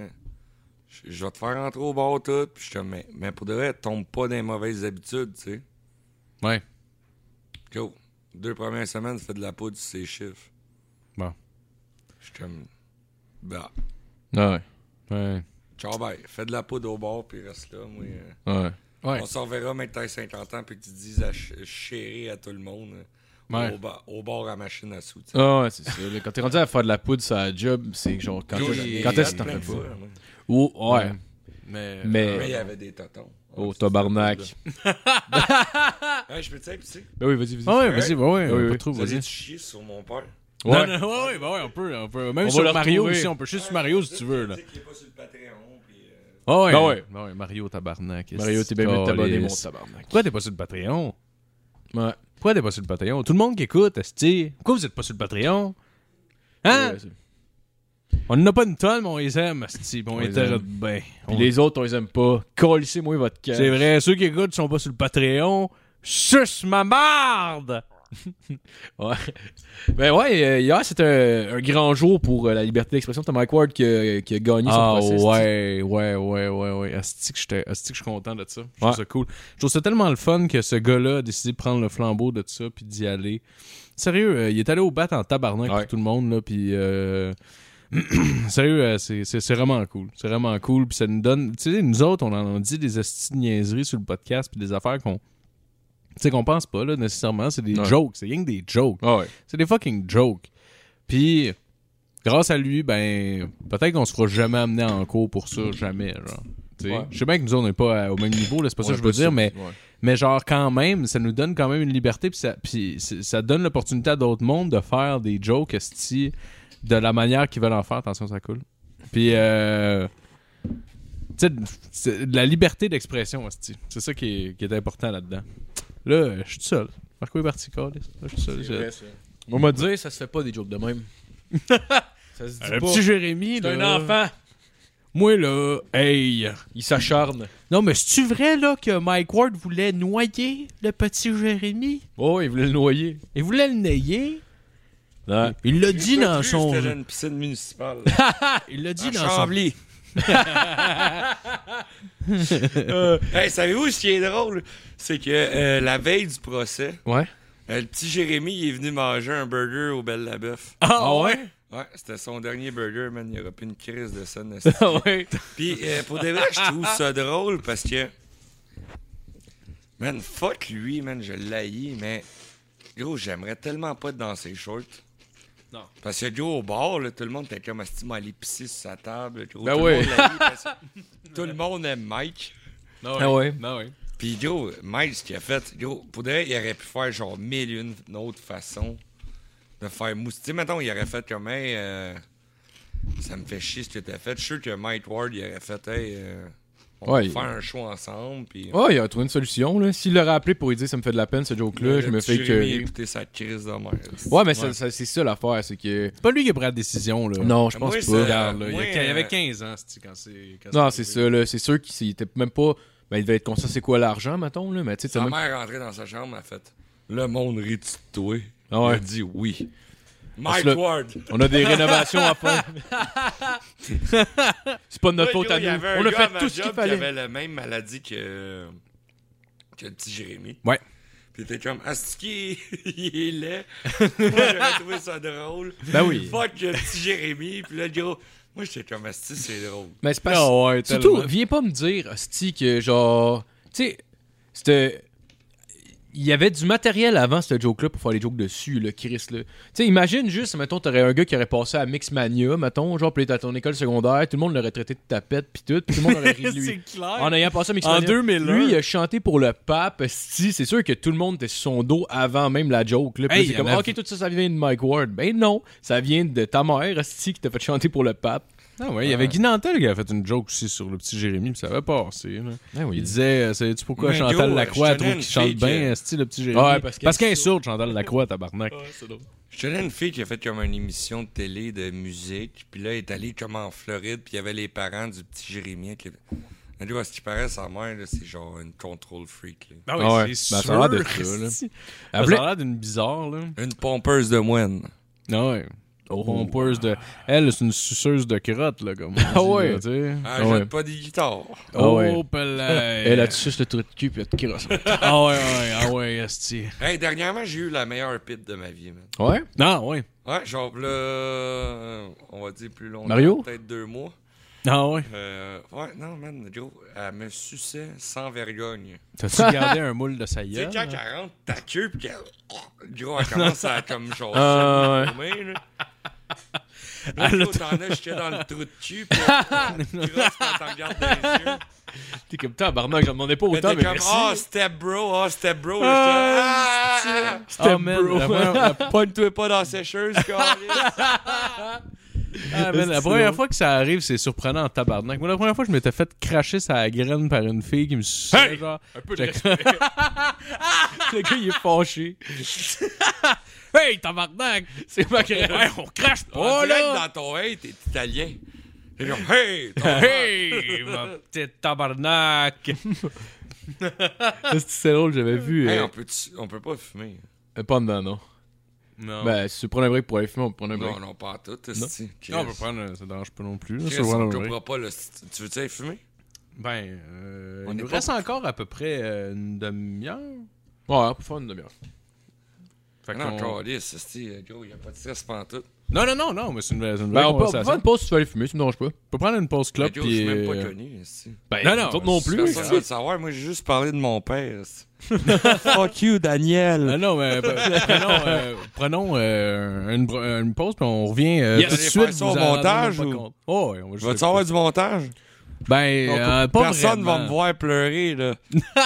je vais te faire rentrer au bar tout, puis je te mais pour de vrai, tombe pas dans les mauvaises habitudes, tu sais. Ouais. Yo, 2 premières semaines, fais de la poudre sur ses chiffres. Bon. Je suis comme, bah, Ouais. Ouais. ciao, bye, fais de la poudre au bar, puis reste là, moi. Ouais. Ouais. On s'en verra, mec, t'as 50 ans, puis que tu te dises à chérir à tout le monde, Ouais. au bar à machine à sous, tu sais. Ah ouais, c'est ça. Là, quand t'es rendu à faire de la poudre sur la job, c'est genre quand, Yo, quand j'en ai est-ce que t'en plein fais de pas? fois, moi. Oh, ouais. Mais. Mais il y Mais. avait des totons. Oh, tabarnak. Hey, je peux te dire, tu sais, Ben oui, vas-y, vas-y. Ah ouais, vas-y, bah ouais, Oui, pas oui. trop, vous vas-y. allez chier sur mon père. Ouais. Non, non, ouais, bah ouais, on peut. Même On sur va le Mario retrouver. aussi, on peut chier sur Mario si tu veux, là. Tu sais qu'il est pas sur le Patreon, puis... Ah ouais. Ben ouais. Ben ouais, Mario tabarnak. Mario, t'es bien mieux de t'abonner, mon tabarnak. Pourquoi t'es pas sur le Patreon? Ouais. Pourquoi t'es pas sur le Patreon? Tout le monde qui écoute, esti. Pourquoi vous êtes pas sur le Patreon? Hein? Ouais, c'est- On en a pas une tonne, mais on les aime, esti. Bon, on On les les aime. traite bien. Puis les autres, on les aime pas. Colissez-moi votre cœur. C'est vrai, ceux qui écoutent sont pas sur le Patreon. Suce ma marde! Ouais. Ben ouais, hier, c'était un grand jour pour la liberté d'expression. T'as Mike Ward qui a gagné son Ah procès. ouais. Asti que je suis content de ça. Je trouve Ouais. ça cool. Je trouve ça tellement le fun que ce gars-là a décidé de prendre le flambeau de ça puis d'y aller. Sérieux, il est allé au bat en tabarnak Ouais. pour tout le monde, là, puis... Sérieux, c'est vraiment cool. C'est vraiment cool, puis ça nous donne... Tu sais, nous autres, on en dit des asti de niaiseries sur le podcast puis des affaires qu'on... Tu sais, qu'on pense pas, là, nécessairement. C'est des Ouais. jokes. C'est rien que des jokes. Ah ouais. C'est des fucking jokes. Puis, grâce à lui, ben, peut-être qu'on se fera jamais amener en cours pour ça, jamais, genre. Tu sais. Ouais. Je sais bien que nous, on n'est pas au même niveau, là, c'est pas ça On que je a veux pas dire, ça. mais, Ouais. mais genre, quand même, ça nous donne quand même une liberté, puis ça donne l'opportunité à d'autres mondes de faire des jokes, esti, de la manière qu'ils veulent en faire. Attention, ça coule. Puis, tu sais, c'est de la liberté d'expression, esti. C'est ça qui est important là-dedans. Là, je suis tout seul. Marco est parti, câlisse. Là, je suis tout seul. On m'a dit, ça se fait pas des jokes de même. Ça se dit Le pas. petit Jérémy, C'est là. un enfant. Moi, là, hey. Il s'acharne. Non, mais c'est-tu vrai, là, que Mike Ward voulait noyer le petit Jérémy? Oh, il voulait le noyer. Il voulait le nayer. Ouais. Il l'a dit dans son... C'était dans une piscine municipale. Il l'a dit À dans son... Chambly. Hey, savez-vous ce qui est drôle? C'est que la veille du procès, Ouais. le petit Jérémy il est venu manger un burger au Belle Labeuf. Ah ouais? Ouais, c'était son dernier burger, man. Il aurait pu une crise de ça. Ouais. Puis pour de vrai, je trouve ça drôle parce que. Man, fuck lui, man. Je l'haïs, mais. Gros, j'aimerais tellement pas être dans ses shorts. Non. Parce que, gros, au bar, là, tout le monde était comme Asti aller pisser sur sa table. Gros, Ben tout ouais. le monde l'haït parce que tout le monde aime Mike. Ah ouais. Ah ouais. Puis, gros, Mike, ce qu'il a fait, gros, pour de vrai, il aurait pu faire genre mille et une autres façons de faire mousse. Tu sais, mettons, il aurait fait comme, hey, ça me fait chier ce que t'as fait. Je suis sûr que Mike Ward, il aurait fait, hey, on Ouais, va faire un show ensemble. Puis, Oh, il a trouvé une solution, là. S'il l'aurait appelé pour lui dire ça me fait de la peine, ce joke-là, je me fais Jérémy a que. écouté sa crise de merde. Ouais, mais c'est ça l'affaire, c'est que. C'est pas lui qui a pris la décision, là. Non, je pense Moi, pas. c'est- Regarde, là, Moi, il y avait 15 ans, quand c'est... quand Non, c'est c'est arrivé. ça, là. C'est sûr qu'il était même pas. Ben, il devait être conscient c'est quoi l'argent, mettons, là. Mais tu sais, Sa même. mère est rentrée dans sa chambre, elle a fait le monde rit de toi. Ah ouais. Il a dit oui. Mike là- Ward. On a des rénovations à faire. C'est pas de notre Ouais, faute gros, à il y nous. avait un On a gars fait à ma tout ce qu'il job qui fallait. avait la même maladie que le petit Jérémy. Ouais. Puis t'es comme, Asti, il est laid. Moi, j'aurais trouvé ça drôle. Ben oui. Fuck le petit Jérémy. Puis là, gros, moi, j'étais comme, Asti, c'est drôle. Mais c'est pas. Ah ouais, Surtout, tellement. viens pas me dire, hostie, que genre. Tu sais, c'était. Il y avait du matériel avant ce joke-là pour faire les jokes dessus, le Chris, là. Tu sais, imagine juste, mettons, t'aurais un gars qui aurait passé à Mixmania, mettons, genre, puis il était à ton école secondaire, tout le monde l'aurait traité de tapette, pis tout, pis tout le monde aurait ri de lui. C'est clair. En ayant passé à Mixmania. En 2001. Lui, il a chanté pour le pape, hostie, c'est sûr que tout le monde était sur son dos avant même la joke, là. Puis Hey, là, c'est comme, y en a- ok, tout ça, ça vient de Mike Ward. Ben non, ça vient de ta mère, hostie, qui t'a fait chanter pour le pape. Ah ouais, il y avait Guy Nantel qui avait fait une joke aussi sur le petit Jérémy, puis ça avait passé. Là. Ah oui. Il disait, sais-tu pourquoi Mais Chantal gros, Lacroix je te trouve donne qu'il une chante fille bien, que- style le petit Jérémy? Ouais, parce qu'elle est sourde, Chantal Lacroix, tabarnak. Je connais une fille qui a fait comme une émission de télé de musique. Puis là, elle est allée comme en Floride. Puis il y avait les parents du petit Jérémy. Elle dit, à ce qui paraît, sa mère, là, c'est genre une control freak. Là. Ah Ah ouais, c'est ben, sûr. ça a l'air de ça, là. Ça Elle a voulait- l'air d'une bizarre, là. Une pompeuse de moine. Ah ouais. Oh. Pompeuse de... Elle, c'est une suceuse de crotte, là, comme on Ah dit, ouais. là, tu sais. Elle Ah jette ouais. pas des guitares. Ah ouais. Oh, pelay. Elle a suce le trou de cul, puis elle te crosse. Ah ouais, esti. Hey, dernièrement, j'ai eu la meilleure pit de ma vie, man. Ouais? Ah ouais. Ouais, genre là, on va dire plus longtemps. Mario? Peut-être 2 mois. Ah ouais. Ouais, non, man, Joe, elle me suçait sans vergogne. T'as-tu gardé un moule de sa Tu sais, gueule? quand elle rentre ta queue, pis qu'elle. Gros, elle commence à comme genre. Ah, s'affirmer, là. Là, gros, t'en as jusqu'à dans le trou de cul, pis grosse quand t'en regardes dans les yeux. T'es comme tabarnak, j'en demandais pas Mais autant, t'es mais comme, merci. oh, step bro. Là, j'étais, Step Ah, man, bro. pogne-toi pas dans la sécheuse, câlisse. Ah, man, la première fois que ça arrive, c'est surprenant en tabarnak. Moi, la première fois, je m'étais fait cracher sa graine par une fille qui me suçait, Hey! genre... Un peu de respect. Le gars, il est fâché. Hey, tabarnak! C'est pas grave. Ouais, on crache On pas, dirait là! que dans ton hey, t'es italien. T'es comme, hey, Hey, ma petite tabarnak! C'est drôle, j'avais vu. hey, on peut pas fumer. Pas dedans, non. Non. Ben, si tu prends un break pour aller fumer, on peut prendre un break. Non, pas tout, esti. Non, on peut prendre... Ça dérange pas non plus, là. Chris, ça va on dans ne le break. coupera pas, là. Tu veux-tu aller fumer? Ben, On il est nous pas- reste encore à peu près une demi-heure. Ouais, on peut faire une demi-heure. Fait Non, qu'on- câlisse, esti, gros, y a pas de stress pantoute. Non, mais c'est une vraie Ben, on peut conversation. faire une pause si tu veux aller fumer, ça me dérange pas. On peut prendre une pause Mais club, gros, je suis puis... même pas connu, esti. Ben, Non, nous autres non plus. Personne veut le savoir, moi j'ai juste parlé de mon père. esti. Fuck you, Daniel. Ah non, mais prenons une pause, puis on revient Yes. tout de Allez suite. faire ça au vous en montage, rendez même ou- pas compte. Oh, ouais, on va juste... Vas-tu avoir du montage? Ben, pas Personne vraiment. va me voir pleurer, là.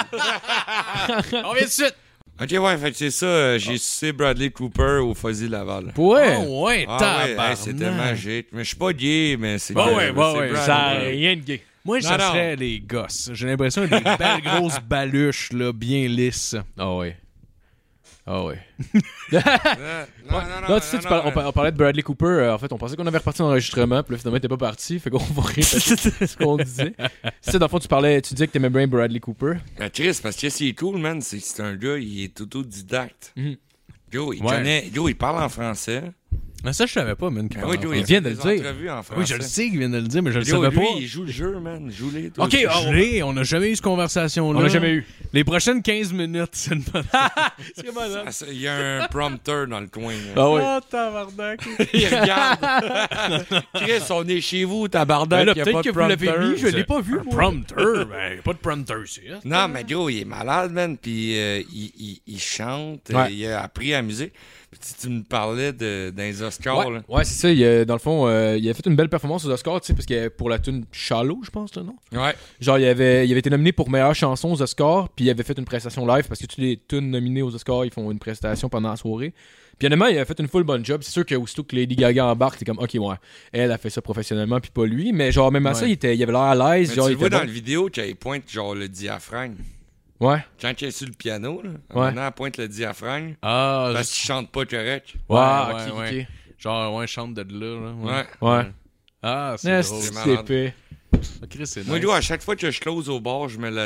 On vient tout de suite. Ok, ouais, fait que c'est ça, j'ai sucé Bradley Cooper au Fuzzy Laval. Ouais. Oh, ouais, Ah ouais, tabarnak. hey, c'était magique. Mais je suis pas gay, mais c'est Ouais, gay, ouais, c'est ouais, Bradley. Ça a rien de gay. Moi, ça Non, non. serait les gosses. J'ai l'impression des belles grosses baluches, là, bien lisses. Ah ouais. Ah ouais. Non, Non, tu sais, on parlait de Bradley Cooper. En fait, on pensait qu'on avait reparti l'enregistrement, puis là, finalement, il était pas parti. Fait qu'on va répéter ce qu'on disait. C'est ça, dans le fond, tu disais que t'aimais bien Bradley Cooper. Mais Chris, parce que c'est cool, man. C'est un gars, il est autodidacte. Joe, il connaît. Joe, il parle en français. Mais ça, je savais pas, man. Oui, Joe, il vient de le dire. Oui, je le sais qu'il vient de le dire, mais je le Joe, savais lui, pas. il joue le jeu, man. Joue-les. Ok, on n'a jamais eu cette conversation-là. On l'a jamais eu. Les prochaines 15 minutes, c'est une bonne. C'est malade. Il y a un prompteur dans le coin. Là. Ah ouais. Ah, tabarnak. Il regarde. Chris, on est chez vous, tabarnak. Ben là, il y a peut-être pas que de vous l'avez prompteur. mis, je l'ai pas vu. Un moi. prompteur, ben, y a pas de prompteur ici. Hein. Non, mais Joe, il est malade, man. Puis il chante. Ouais. Il a appris à musique. Puis tu me parlais des Oscars, là. Ouais, c'est ça. Dans le fond, il a fait une belle performance aux Oscars, tu sais, parce que pour la tune Shallow, je pense, là, non? Ouais. Genre, il avait été nominé pour meilleure chanson aux Oscars, puis il avait fait une prestation live, parce que toutes les tunes nominées aux Oscars, ils font une prestation pendant la soirée. Puis honnêtement, il a fait une full bonne job. C'est sûr que aussitôt que Lady Gaga embarque, c'est comme, ok, ouais, elle a fait ça professionnellement, puis pas lui. Mais genre, même à ça, il avait l'air à l'aise. Mais Genre, tu il le vois était dans bon. la vidéo qu'elle pointe genre le diaphragme. Ouais. Quand elle est sur le piano, là, Ouais. maintenant elle pointe le diaphragme Ah, parce qu'il chante pas correct. Ouais, ouais, ok, ouais. ok. Genre, ouais, chante de là. Ouais. Ouais. Ah, c'est drôle. c'est C'est malade. épais. Ah, Chris, c'est Moi, nice. à chaque fois que je close au bar, je mets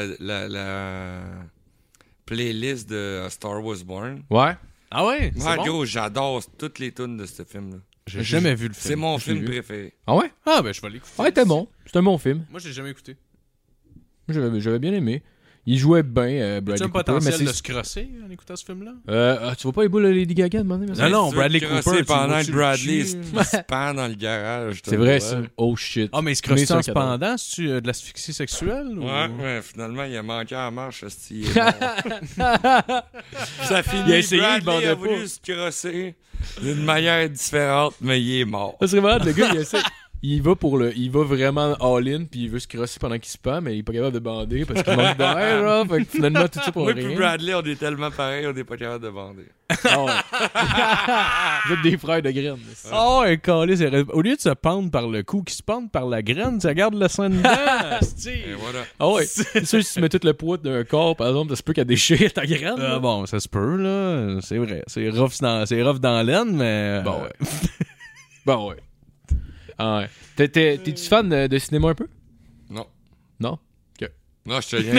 la playlist de Star Wars Born. Ouais. Ah ouais? Moi, C'est bon? gros, j'adore toutes les tunes de ce film-là. J'ai jamais vu le film. C'est mon Je l'ai film vu. préféré. Ah ouais? Ah, ben, je vais l'écouter. Ouais, t'es bon. C'est un bon film. Moi, j'ai jamais écouté. J'avais bien aimé. Il jouait bien, Tu Bradley as un Cooper. potentiel Mais de c'est... se crosser en écoutant ce film-là? Tu vois pas les boules de Lady Gaga demander? Non, non, Si tu veux Bradley te Cooper, crosser tu pendant vois-tu que le Bradley cul? se pend dans le garage. C'est vrai, ça. Oh shit. Ah, mais il se Mais crosse c'est en un se cadeau. pendant? C'est-tu de l'asphyxie sexuelle? Ou... Ouais, finalement, il a manqué à la marche, hostie, il est mort. Ça finit, Il a essayé, il Bradley bandait a pas. voulu se crosser d'une manière différente, mais il est mort. Ça serait malade, le gars, il va vraiment all-in, puis il veut se crosser pendant qu'il se pend, mais il est pas capable de bander parce qu'il manque d'air, là. Fait que finalement, tout ça pour Moi rien. et Bradley, on est tellement pareils, on n'est pas capable de bander. Ah ouais. Vous êtes des frères de graines. Oh, un câlisse, au lieu de se pendre par le cou, qui se pendre par la graine, ça garde le sang dedans. Et voilà. Ah ouais. C'est sûr, si tu mets tout le poids d'un corps, par exemple, ça se peut qu'elle déchire ta graine. là. Bon, ça se peut, là. C'est vrai. C'est rough dans l'aine, mais... Bon, ouais. Bon, ouais. Ah ouais. T'es-tu fan de cinéma un peu? Non. Non? Non, je te viens.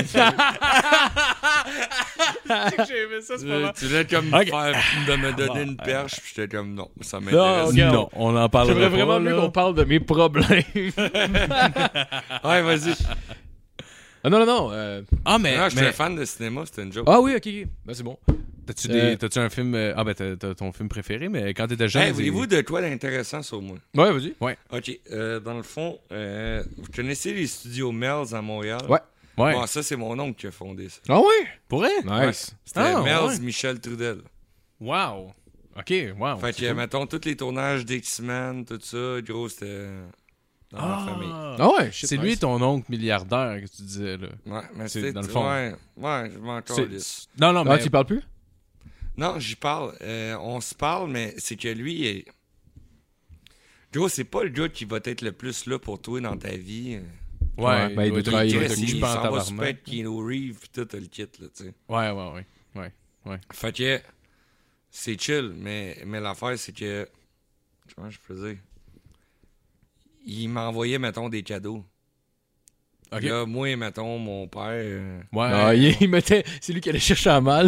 J'ai aimé ça, c'est Tu voulais comme Ok. de me donner une perche, puis j'étais comme non, ça m'intéresse. ok. Non, on en parlera J'aimerais pas, vraiment là. mieux qu'on parle de mes problèmes. Ouais, vas-y. Ah non. Ah, mais... Non, j'étais fan de cinéma, c'était une joke. Ah oui, ok. Ben c'est bon. T'as-tu un film... Ah, ben, t'as ton film préféré, mais quand t'étais jeune... Hey, voulez-vous de quoi d'intéressant sur moi? Ouais, vas-y. Ok, dans le fond, vous connaissez les studios Melz à Montréal? Ouais. Ouais. Bon, ça, c'est mon oncle qui a fondé ça. Ah ouais? Pour vrai? Nice. C'était Ah, Melz ouais. Michel Trudel. Wow. OK, wow. Fait c'est que, cool. mettons, tous les tournages d'X-Men, tout ça, gros, c'était dans ma famille. Ah ouais, shit, C'est nice. lui ton oncle milliardaire que tu disais, là. Ouais, mais C'est c'était dans le fond. Ouais, je m'en calisse. Non, non, Ah, mais... tu y parles plus? Non, j'y parle. On se parle, mais c'est que lui est. Gros, c'est pas le gars qui va être le plus là pour toi dans ta vie. Ouais, ben, il doit travailler Chris, avec il lui, pas en s'en va tabarnak. super avec Keanu Reeves pis tout le kit, là, tu sais. Ouais. Fait que c'est chill, mais l'affaire, c'est que. Comment je peux dire? Il m'envoyait, mettons, des cadeaux. OK. Là, moi, mettons, mon père. Ouais. Ah, il mettait... C'est lui qui allait chercher à mal.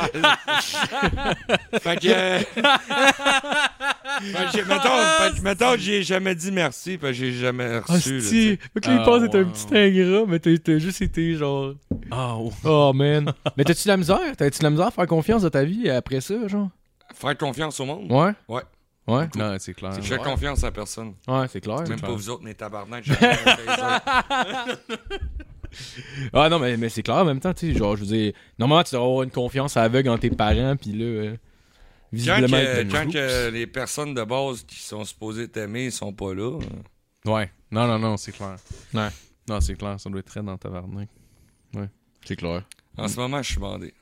Fait que. Mettons que j'ai jamais dit merci, parce que j'ai jamais reçu. là, tu Hostie. sais. Fait que là, il pense que t'es un wow. petit ingrat, mais t'as juste été genre... Ah, oh. Oh, man. Mais t'as-tu de la misère? T'as-tu de la misère à faire confiance à ta vie après ça, genre? Faire confiance au monde. Ouais? Ouais. Ouais? Non, c'est clair. Je fais confiance à personne. Ouais, c'est clair. Même pas vous autres, mes tabarnak. j'ai jamais fait ça. Ah non, mais c'est clair en même temps, tu sais, genre, je veux dire, normalement, tu dois avoir une confiance aveugle en tes parents, pis là, Quand, visiblement... quand que les personnes de base qui sont supposées t'aimer sont pas là. Ouais. Non, c'est clair. Ouais. Non, c'est clair, ça doit être très dans ta tabarnak. C'est clair. En ce moment, je suis bandé.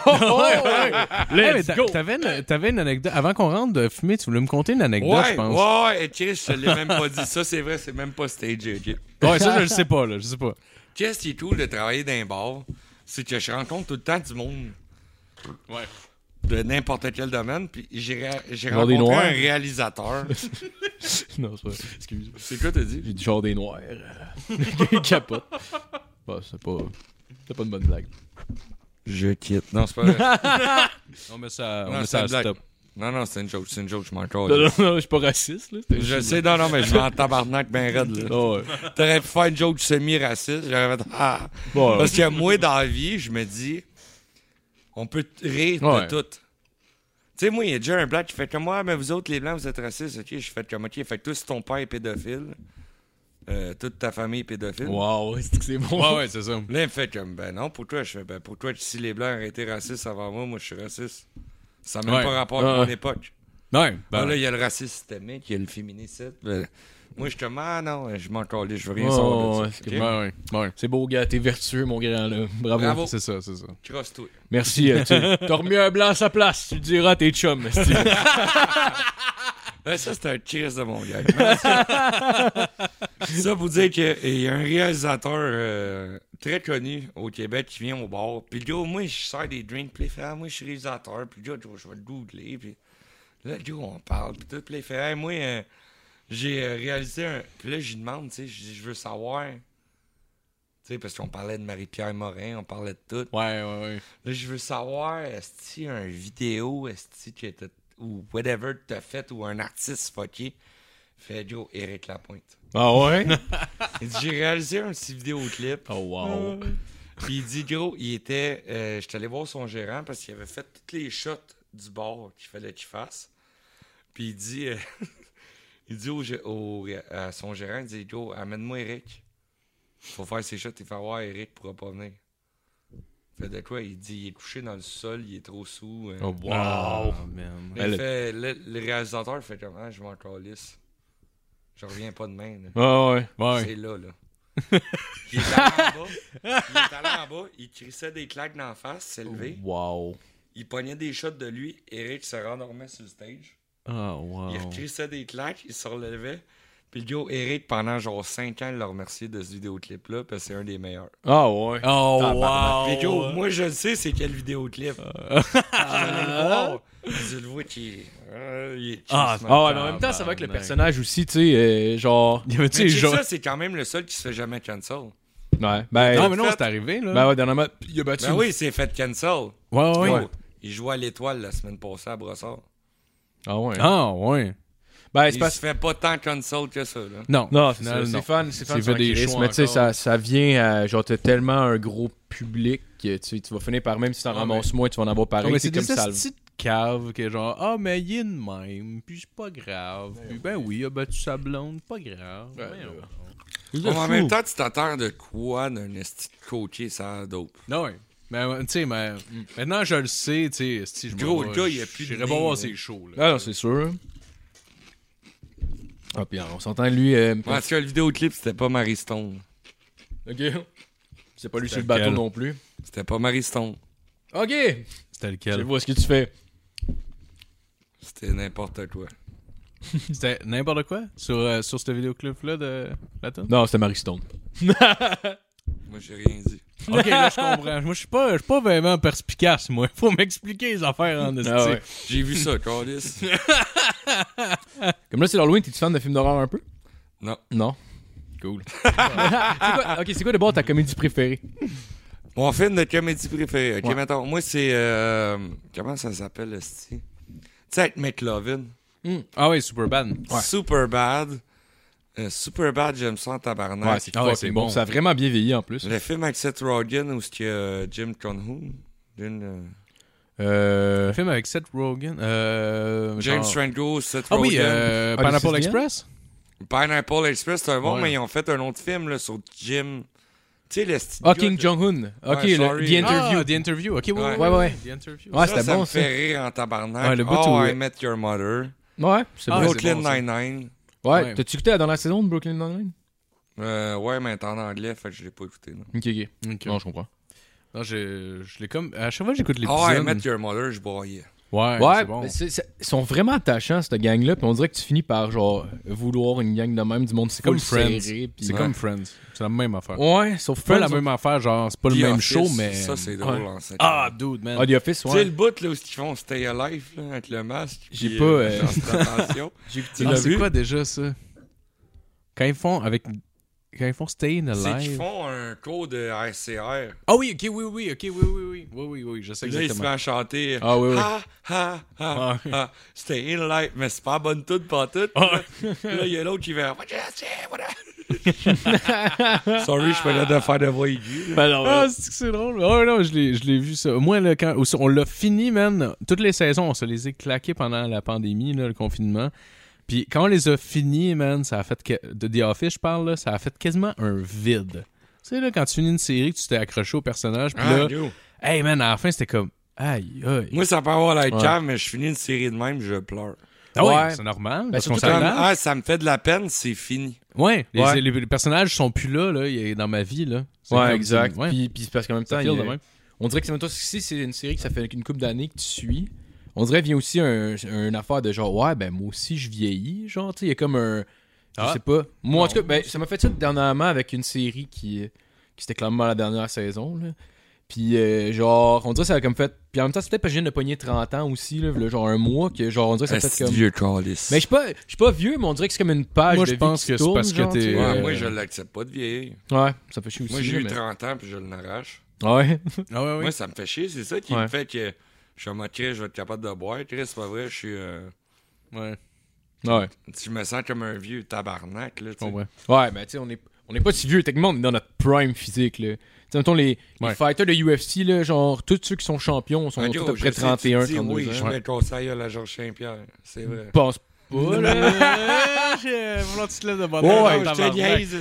Let's go! T'avais une anecdote. Avant qu'on rentre de fumer, tu voulais me conter une anecdote, je pense. Ouais, Chris, je te l'ai même pas dit. Ça, c'est vrai, c'est même pas stagé, ok? Ouais, ça, je le sais pas, là. Je sais pas. Qu'est-ce qui est cool de travailler dans un bar, c'est que je rencontre tout le temps du monde. Ouais. de n'importe quel domaine, puis j'ai Genre des rencontré noirs? un réalisateur. Non, c'est pas. Excuse. C'est quoi t'as dit? J'ai du genre des noirs. Il capote. Bah, c'est pas une bonne blague. Je quitte. Non, c'est pas vrai. On met ça, Non, on met c'est ça à une blague. stop. Non, c'est une joke, je m'en Non, encore. non, non, je suis pas raciste, là. C'était Je juste sais, non, mais je vais en tabarnak ben raide, là. Oh, ouais. T'aurais pu faire une joke semi-raciste, j'aurais fait ah. Bon, Parce que moi, dans la vie, je me dis, on peut rire de Ouais. tout. Tu sais, moi, il y a déjà un black qui fait comme moi, mais vous autres, les blancs, vous êtes racistes, ok? Je fais comme, ok, fait que toi, si ton père est pédophile, toute ta famille est pédophile. wow, c'est bon. Ouais, ouais, c'est ça. Là, il me fait comme, ben non, pour toi, je fais, ben pour toi, si les blancs auraient été racistes avant moi, je suis raciste. Ça n'a même Ouais. pas rapport avec Ouais. mon époque. Ouais, Ben là, il y a le racisme systémique, il y a le féminicide. Moi, je suis comme, ah non, je m'en calais, je veux rien Oh, savoir ouais, de ça. c'est ok? Ouais, ouais. C'est beau, gars, t'es vertueux, mon grand, là. Bravo. Bravo. C'est ça, c'est ça. Crosse-toi. Merci. T'as remis un blanc à sa place. Tu le diras à tes chums. esti. Ça, c'est un cheers de mon gars. Ça pour dire qu'il y a un réalisateur très connu au Québec qui vient au bar. Puis le gars, moi, je sers des drinks. Puis il fait, ah, moi, je suis réalisateur. Puis le gars, je vais le googler. Puis là, le gars, on parle. Puis tout. Puis il fait, hey, moi, j'ai réalisé un. Puis là, je lui demande, tu sais, je veux savoir. Tu sais, parce qu'on parlait de Marie-Pierre Morin, on parlait de tout. Ouais, ouais, ouais. Là, je veux savoir, est-ce qu'il y a une vidéo, est-ce que t'as, ou whatever t'as fait, ou un artiste fucké. Fait Joe, Éric Lapointe. Ah ouais? Il dit, j'ai réalisé un petit vidéoclip. Oh wow. Puis il dit, gros, il était. J'étais allé voir son gérant parce qu'il avait fait tous les shots du bar qu'il fallait qu'il fasse. Puis il dit, il dit à son gérant, il dit, Joe, amène-moi Éric. Faut faire ses shots, il fait voir Éric pourra pas venir. Fait de quoi? Il dit, il est couché dans le sol, il est trop sous. Oh wow. Ah, man. Là, il fait, le réalisateur fait comme, ah, je vais encore lisse. Je reviens pas demain. Là. Ah ouais. Ouais. C'est là. Il est allé en bas, il crissait des claques dans la face, s'est levé. Wow. Il pognait des shots de lui, Eric se rendormait sur le stage. Oh, wow. Il recrissait des claques, il se relevait. Puis le gars, Eric, pendant genre 5 ans, il l'a remercié de ce vidéoclip-là, parce que c'est un des meilleurs. Ah ouais. Oh, wow. Puis gars, moi je le sais, c'est quel vidéoclip. J'allais le voir. Je le vois qui est. Il est Ah, cheese, Ah man. ouais, mais en même temps, ça va avec le Tabarnak. personnage aussi, tu sais, genre. Il y avait, Mais tu sais, tu sais, genre. ça, c'est quand même le seul qui se fait jamais cancel. Ouais. Ben, Non, mais non, fait- c'est arrivé, là. ben ouais, dernièrement, il a battu. Ben oui, c'est fait cancel. Ouais, ouais. Yo, il jouait à l'Étoile la semaine passée à Brossard. Ah ouais. Ah, ouais. Ben, c'est Il pas. se fait pas tant cancel que ça, là. Non. Non, Au final, c'est non. fun, c'est fun. C'est fait des Chris, choix mais tu sais, encore. ça vient à. Genre, t'as tellement un gros public que tu vas finir par, même si t'en Ah, ramasses moins, tu vas en avoir pareil. Non, mais c'est c'est comme des ça. petites caves que genre, ah, mais il est de même, puis c'est pas grave. Puis ben oui, il a battu sa blonde, pas grave. Ouais, Voyons. Bon, en même temps, tu t'attends de quoi d'un esti de coaché sans dope? Non, ouais. Mais tu sais, maintenant je le sais, tu sais, si je Gros, me le gars, il a plus de j'irais nez, pas voir là. ses shows, là. Ah non, c'est sûr. Ah, puis on s'entend, lui. Parce que le vidéoclip, c'était pas Marie Stone. Ok. C'est pas lui sur le C'était bateau lequel? non plus. C'était pas Marie Stone. Ok. C'était Je lequel? vois ce que tu fais. C'était n'importe quoi. C'était n'importe quoi? Sur ce vidéoclip-là de la tonne? Non, c'était Marie Stone. Moi, j'ai rien dit. Ok, là, je comprends. Moi, je suis pas vraiment perspicace, moi. Faut m'expliquer les affaires en esti. Ah ouais. J'ai vu ça, Cordis. Comme là, c'est l'Halloween, t'es-tu fan de films d'horreur un peu? Non. Non. Cool. C'est quoi d'abord ta comédie préférée? Mon film de comédie préférée. Ok, Ouais. mettons, moi, c'est. Comment ça s'appelle, esti? Tu sais, avec McLovin. Ah ouais, Superbad. Ouais. Superbad. Superbad, j'aime ça en tabarnak. Ouais, c'est Ah ouais, fucking c'est bon. bon. Ça a vraiment bien vieilli en plus. Le film avec Seth Rogen où il y a Jim Conhoon. Un film avec Seth Rogen. James genre- Franco, Seth Ah Rogen. oui, Ah, Pineapple This Is the Express? Pineapple Express, c'est un bon, Ouais. mais ils ont fait un autre film là, sur Jim. Tu sais, le style. Ah, King Jong-un. Ok, Ouais, sorry. The Interview. Ah, The Interview. Ok, Ouais. Ouais. The Interview. Ouais, Ça, c'était ça bon, me ça. fait rire en tabarnak. Ouais, le bout Oh, où- I Met Your Mother. Ouais, c'est Ah, bon. c'est Brooklyn bon, ça. Nine-Nine. Ouais, Ouais. t'as-tu écouté la dernière saison de Brooklyn Nine-Nine? Ouais, mais t'es en anglais, fait que je l'ai pas écouté. Non. Ok. Ok. Non, je comprends. Non, je l'ai comme. À chaque fois que j'écoute Oh, I l'épisode. Met Your Mother, je broyais. Ouais, Ouais, c'est bon. ils sont vraiment attachants, cette gang-là. Puis on dirait que tu finis par, genre, vouloir une gang de même du monde. C'est comme full Friends. serré, puis- C'est comme Friends. C'est la même affaire. Ouais, sauf Pas Friends, la même affaire, genre, c'est pas le The même Office, show, mais. Ça, c'est drôle, Ouais. en fait. Ah, dude, man. Ah, The Office, Tu sais, ouais. le bout, là, où ils font Stay Alive, là, avec le masque. J'ai puis, pas, attention. Tu Ah, l'as c'est vu? quoi déjà ça? Quand ils font Staying C'est qu'ils Alive. font un cours de RCR. Ah oui, ok, oui, je sais Puis là, il se met exactement. à chanter. Ah, oui, oui. Ha, ha, ha, ha. Stay alive. Mais c'est pas la bonne toute, pas toute. Ah. Puis là, il y a l'autre qui va. What you say, what Sorry, je peux là de faire de voix aiguë. Ben non, Ah, c'est drôle. Oh non, je l'ai vu ça. Moi, là, quand on l'a fini, man, toutes les saisons, on se les a claquées pendant la pandémie, là, le confinement. Puis quand on les a finis, man, ça a fait de The Office, je parle, là, ça a fait quasiment un vide. Tu sais, là, quand tu finis une série, que tu t'es accroché au personnage, puis là, yo. hey, man, à la fin, c'était comme, aïe, aïe. Moi, ça peut avoir la Ouais. cam, mais je finis une série de même, je pleure. Ah ouais, Ouais. c'est normal. Ben, parce qu'on surtout Comme, s'adapte. ça me fait de la peine, c'est fini. Ouais, Ouais. les personnages sont plus là, il est dans ma vie, là. C'est Ouais, comme- exact. Ouais. Puis c'est parce qu'en même temps, Ça il y feel a- de même. on dirait que c'est toi, si c'est une série que ça fait une couple d'années que tu suis, on dirait qu'il vient aussi une affaire de genre, ouais, ben moi aussi je vieillis, genre, tu sais, il y a comme un. Je Ah. sais pas. Moi, en tout cas, Non. ben, ça m'a fait ça dernièrement avec une série qui c'était clairement la dernière saison, là. Puis, genre, on dirait que ça a comme fait. Puis en même temps, c'est peut-être parce que je viens de pogner 30 ans aussi, là, genre un mois, que genre, on dirait que ça fait comme. vieux calice. Mais je suis pas vieux, mais on dirait que c'est comme une page Moi, de je vie pense qui que c'est tourne, parce que genre, t'es- tu sais. Ouais, moi, je l'accepte pas de vieillir. Ouais, ça fait chier aussi. Moi, j'ai eu là, 30 ans, puis je l'arrache. mais... Ouais. Ah ouais, Moi, ça me fait chier. C'est ça qui Ouais. me fait que je suis en mode, Chris, je vais être capable de boire. Chris, c'est pas vrai, je suis. Ouais, Ouais. Je me sens comme un vieux tabarnak, là, tu sais. comprends. Ouais, mais tu sais, on est pas si vieux. Techniquement, on est dans notre prime physique, là. Tu sais, mettons, les Ouais. fighters de UFC, là, genre, tous ceux qui sont champions sont Ah, tous yo, à peu près je sais, tu 31, te dis, 32 oui, ans. je mets le conseil à la Georges Saint-Pierre. C'est vrai. Je pense pas, là. Voilà, tu te lèves de bonne Ouais, heure, non, je te tabarnak. niaise.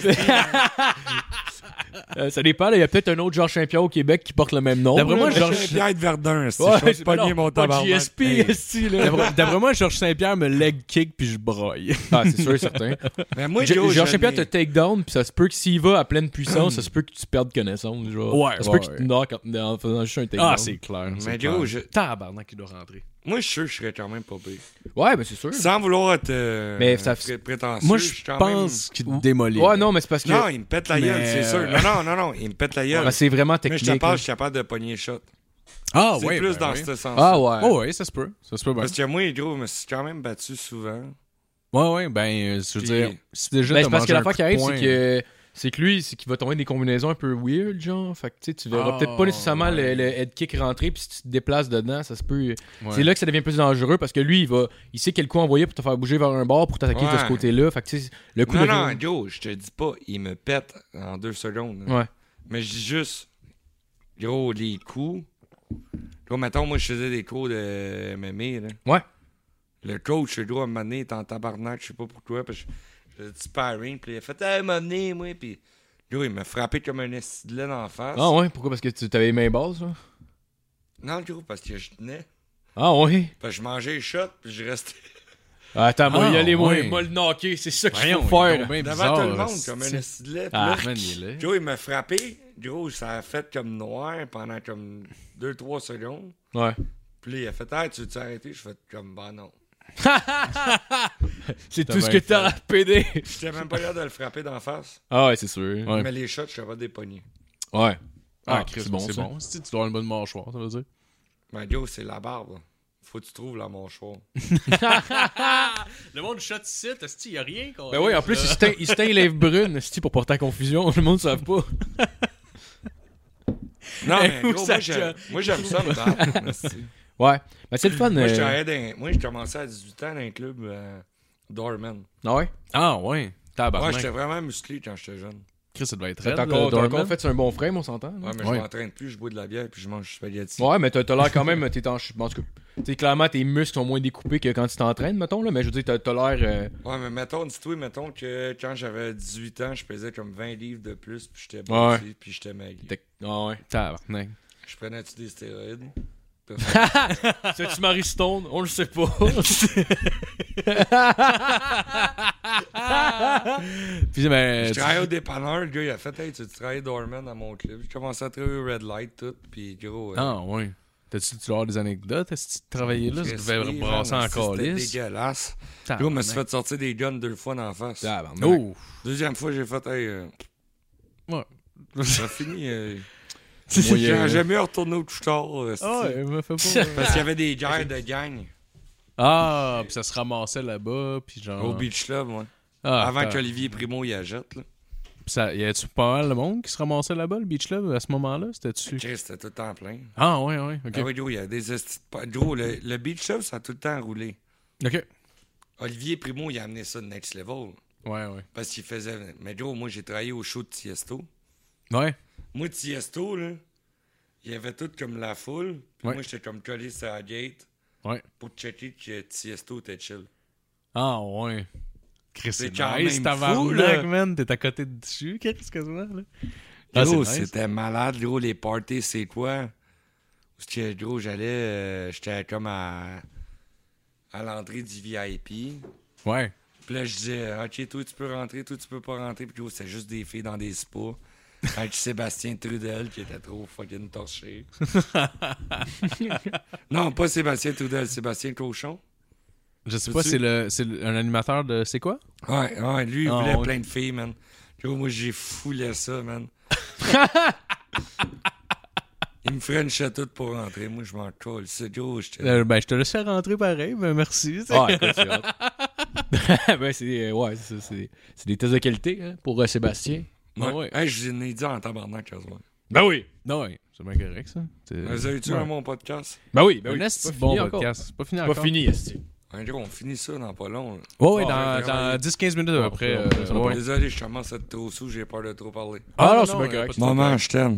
Ça dépend, là. Il y a peut-être un autre Georges Saint-Pierre au Québec qui porte le même nom. D'après là, moi, mais- Georges Georges- Saint-Pierre de Verdun, si Ouais, je vais c'est te pogner non, mon pas tabarnak. GSP, Hey. esti, là. D'après moi, Georges Saint-Pierre me leg kick puis je broille. Ah, c'est sûr et certain. Mais moi, Joe, Georges je Saint-Pierre l'ai- te take down, puis ça se peut que s'il va à pleine puissance, ça se peut que tu perdes connaissance, genre. Ouais, ça se peut ouais, que tu te knock en faisant juste un take Ah, down. c'est clair. Mais c'est Joe, clair. Tabarnak, il doit rentrer. moi, je suis sûr que je serais quand même pas pire. Ouais, ben c'est sûr. Sans vouloir être Mais ça- prétentieux, Moi, je je suis quand pense qu'il te démolit. Ouais, non, mais c'est parce que. même... Non, il me pète la gueule, Mais, c'est sûr. Non, il me pète la gueule. Ben, c'est vraiment Mais technique. je te parle, là. je suis capable de pogner les shots. Ah, C'est ouais. plus ben dans ouais. ce sens. Ah, ouais. Oh, ouais, ça se peut. Ça se peut bien. Parce que moi, gros, je me suis quand même battu souvent. Ouais, ben, je veux Puis- dire, si déjà Ben, t'as c'est parce mangé que un l'affaire coup qui de arrive, poing, c'est que lui, c'est qu'il va tomber des combinaisons un peu weird, genre. Fait que tu sais, tu verras Ah, peut-être pas nécessairement ouais. le head kick rentrer, puis si tu te déplaces dedans, ça se peut. ouais. C'est là que ça devient plus dangereux parce que lui, il sait quel coup envoyer pour te faire bouger vers un bord pour t'attaquer de ce Ouais. côté-là. Fait que tu sais, le coup Non, de. non, Joe, je te dis pas, il me pète en 2 secondes. là. Ouais. Mais je dis juste, gros, les coups. Gros, mettons, moi, je faisais des cours de MMA, là. Ouais. Le coach, gros, à un moment donné, il était en tabarnak, je sais pas pourquoi, parce que je faisais du sparring, puis il a fait, hey, m'amener, moi, puis gros, il m'a frappé comme un esti de laine en face. Ah ouais, pourquoi? Parce que tu t'avais les mains basses, là? Non, gros, parce que je tenais. Ah ouais. Parce que je mangeais les shots, puis je restais Attends, moi, Ah, y aller, moi, ouais. moi, le knocker, c'est ça qu'il Voyons, faut il est faire. donc bien devant bizarre, tout le monde, là, comme un c'est- esti de lait. Puis Ah, là, Man, il est laid. Joe, il m'a frappé. Gros, ça a fait comme noir pendant comme 2-3 secondes. Ouais. Puis là, il a fait, hey, tu veux-tu arrêter? Je fais comme, bah non. C'est T'as tout ce bien que t'as à PD. J'étais même pas capable de le frapper d'en face. Ah ouais, c'est sûr. Ouais. Mais les shots, je suis capable de les pogner. Ouais. Ah, Ah, Chris, c'est bon, c'est ça. bon. Si tu dois avoir une bonne mâchoire, ça veut dire. Mais Joe, c'est la barbe. Faut que tu trouves la mâchoire. Le monde shot site, est-ce y a rien quoi. Ben oui, en plus, il se teint les lèvres brunes, esti, pour porter à confusion. Le monde ne savent pas. Non, Mais mais où gros, ça moi, j'aime ça me battre. merci. Ouais. Ben c'est le fun. Moi, j'ai commencé à 18 ans dans un club Dorman. Ah ouais? Ah, ouais. Ouais, Tabarnak. j'étais vraiment musclé quand j'étais jeune. Chris, ça doit être T'as raide, encore, t'as Dorman. encore fait un bon frame, on s'entend? là? Ouais, mais Ouais. je m'entraîne plus, je bois de la bière puis je mange du spaghetti. Ouais, mais t'as l'air quand même. T'es en tout cas, tu sais, clairement, tes muscles sont moins découpés que quand tu t'entraînes, mettons, là. Mais je veux dire, t'as l'air. Ouais, mais dis-toi, mettons que quand j'avais 18 ans, je pesais comme 20 livres de plus puis j'étais Ouais. bâti puis j'étais maigre. Ah ouais. Tabarnak. Je prenais-tu des stéroïdes? C'est-tu Marie Stone? On le sait pas. Puis, ben, Je travaillais au dépanneur, le gars il a fait, hey, tu travailles Dorman à mon club. J'ai commencé à travailler au Red Light, tout, puis gros. Ah, ouais. Tu dois avoir des anecdotes? Est-ce que tu travaillais là? Tu devais Oui, brasser man, encore C'était lisse. dégueulasse. Yo, je me suis fait sortir des guns 2 fois dans la face. Oh! Deuxième fois, j'ai fait, Ouais. ça finit. Moyen, J'ai jamais retourné au tout-tard. Ah, il me fait pas. Parce qu'il y avait des guerres de gang Ah, puis ça se ramassait là-bas, puis genre. au Beach Club, ouais. Ah, Avant attends. qu'Olivier Primo y achète, là. Puis ça, y avait-tu pas mal de monde qui se ramassait là-bas, le Beach Club, à ce moment-là? C'était-tu. Chris, c'était tout le temps plein. Ah, ouais, ok. Ah oui, gros, il y a des estis de pa- Gros, le Beach Club, ça a tout le temps roulé. Ok. Olivier Primo, il a amené ça de Next Level. Ouais. Parce qu'il faisait. Mais gros, moi, j'ai travaillé au show de Tiesto. Ouais. Moi, Tiesto, là, il y avait tout comme la foule. Puis Ouais. moi, j'étais comme collé sur la gate Ouais. pour checker que Tiesto était chill. Ah, ouais. Chris, C'est c'est quand nice, même tabarnak, fou, là. man. T'es à côté dessus, Chris, quasiment, là. Ah, Gros, c'est nice. c'était malade, gros, les parties, c'est quoi? Parce que, gros, j'étais comme à l'entrée du VIP. Ouais. Puis là, je disais, OK, toi, tu peux rentrer, toi, tu peux pas rentrer. Puis gros, c'était juste des filles dans des spas. Avec Sébastien Trudel, qui était trop fucking torché. Non, pas Sébastien Trudel, Sébastien Cochon. Je sais pas, Sais-tu? c'est un animateur de. C'est quoi? Ouais, lui, il Ah, voulait ouais. plein de filles, man. Gros, moi, j'ai foulé ça, man. Il me frenchait tout pour rentrer. Moi, je m'en colle. C'est gros, j'étais... Ben, je te laissais rentrer pareil, mais merci. tu sais. Ah, écoute, c'est hot. Ben, c'est des tests de qualité hein, pour Sébastien. Ouais. ouais. Hey, je vous ai dit en tabarnak, quasiment. Ben oui. Non, ouais, c'est bien correct, ça. Vous avez-tu Ouais. un mon podcast? Ben oui. Un C'est esti pas bon fini encore. podcast. C'est pas fini C'est encore. pas fini, esti. Ouais, gros, on finit ça dans pas long. Là. Ouais, Bon, dans, ouais, dans 10-15 minutes à peu près. Ouais. Désolé, je commence à être trop sous, j'ai peur de trop parler. Ah non, non, c'est non, bien y a correct. pas de Maman, je t'aime.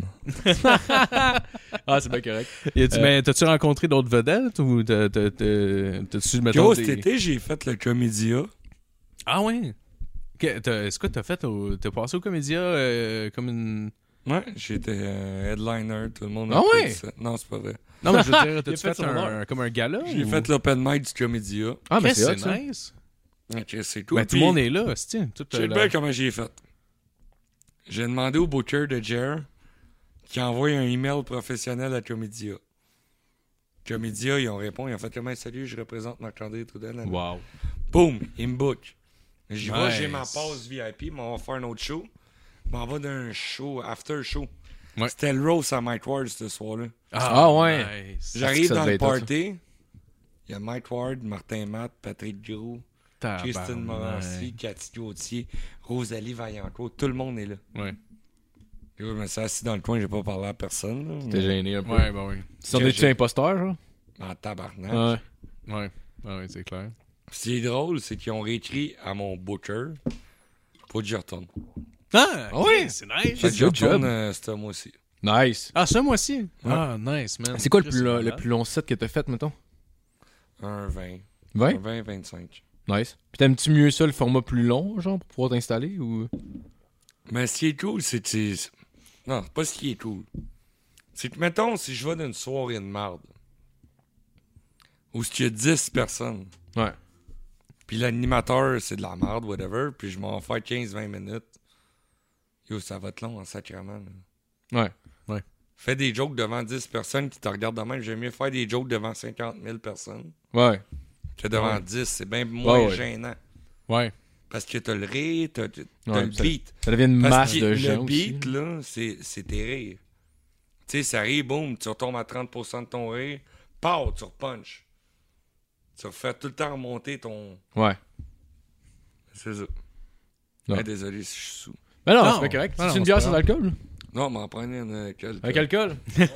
Ah, c'est bien correct. Mais t'as-tu rencontré d'autres vedettes ou t'as-tu, mettons, Gros, des... cet été, j'ai fait le Comédia. Ah ouais? Est-ce que t'as fait t'as passé au Comédia comme une... Ouais, j'étais headliner, tout le monde Ah a ouais? fait ça. Non, c'est pas vrai. Non, mais je veux dire, Il a t'as-tu fait fait son honneur. comme un gala? J'ai ou... fait l'open mic du Comédia. Ah, mais Chris, c'est hot, ça. nice. Ok, c'est cool. Ben, tout le monde est là, c'est Je sais bien comment j'ai fait. J'ai demandé au booker de Jer qui envoie un email professionnel à Comédia. Comédia, ils ont répondu, ils ont fait comment salut, je représente Marc-André Trudel. Wow. Boum, il me book. J'y vais, Nice. j'ai ma passe VIP, mais on va faire un autre show. On va d'un show, after show. Ouais. C'était le roast à Mike Ward ce soir-là. Ah ouais. Nice. J'arrive ça dans devait le être hot, ça. party. Il y a Mike Ward, Martin Matt, Patrick Gros, Christine Morancy, Cathy Gauthier, Rosalie Vaillancourt. Tout le monde est là. Ouais. Je me suis assis dans le coin, j'ai pas parlé à personne. là, T'es mais gêné un peu. Ouais, ben oui. Tu en es-tu imposteur, genre? En tabarnak. Ouais. Ouais. Ah ouais, c'est clair. Puis ce qui est drôle, c'est qu'ils ont réécrit à mon booker pour que j'y retourne. Ah, ouais. c'est nice. Fait que j'y good job. retourne ce mois-ci. Nice. Ah, ça, moi aussi. Ah, nice, man. C'est quoi Chris, le malade. plus long set que t'as fait, mettons? Un 20. 20? Un 20, 25. Nice. Puis t'aimes-tu mieux ça, le format plus long, genre, pour pouvoir t'installer, ou... Mais ce qui est cool, c'est que c'est... Non, c'est pas ce qui est cool. C'est que, mettons, si je vais d'une soirée de marde, où il y a 10 personnes, Ouais. puis l'animateur, c'est de la merde, whatever, puis je m'en vais faire 15-20 minutes, yo, ça va être long en sacrement. Là. Ouais. Fais des jokes devant 10 personnes qui te regardent de même. J'aime mieux faire des jokes devant 50 000 personnes Ouais. que devant Ouais. 10. C'est bien moins Ouais. gênant. Ouais. Parce que t'as le rire, t'as Ouais, le ça- beat. Ça devient une Parce masse que de le gens beat, aussi. là, c'est tes rires. Tu sais, ça rit, boum, tu retombes à 30% de ton rire, pow, tu repunches. Tu refais tout le temps remonter ton... Ouais. C'est ça. Non. Hey, désolé si je suis sous. Mais non, Non. c'est pas correct. Non, non, C'est une c'est bière pas sans grave. alcool? Non, m'en prenez une quelques. Avec alcool?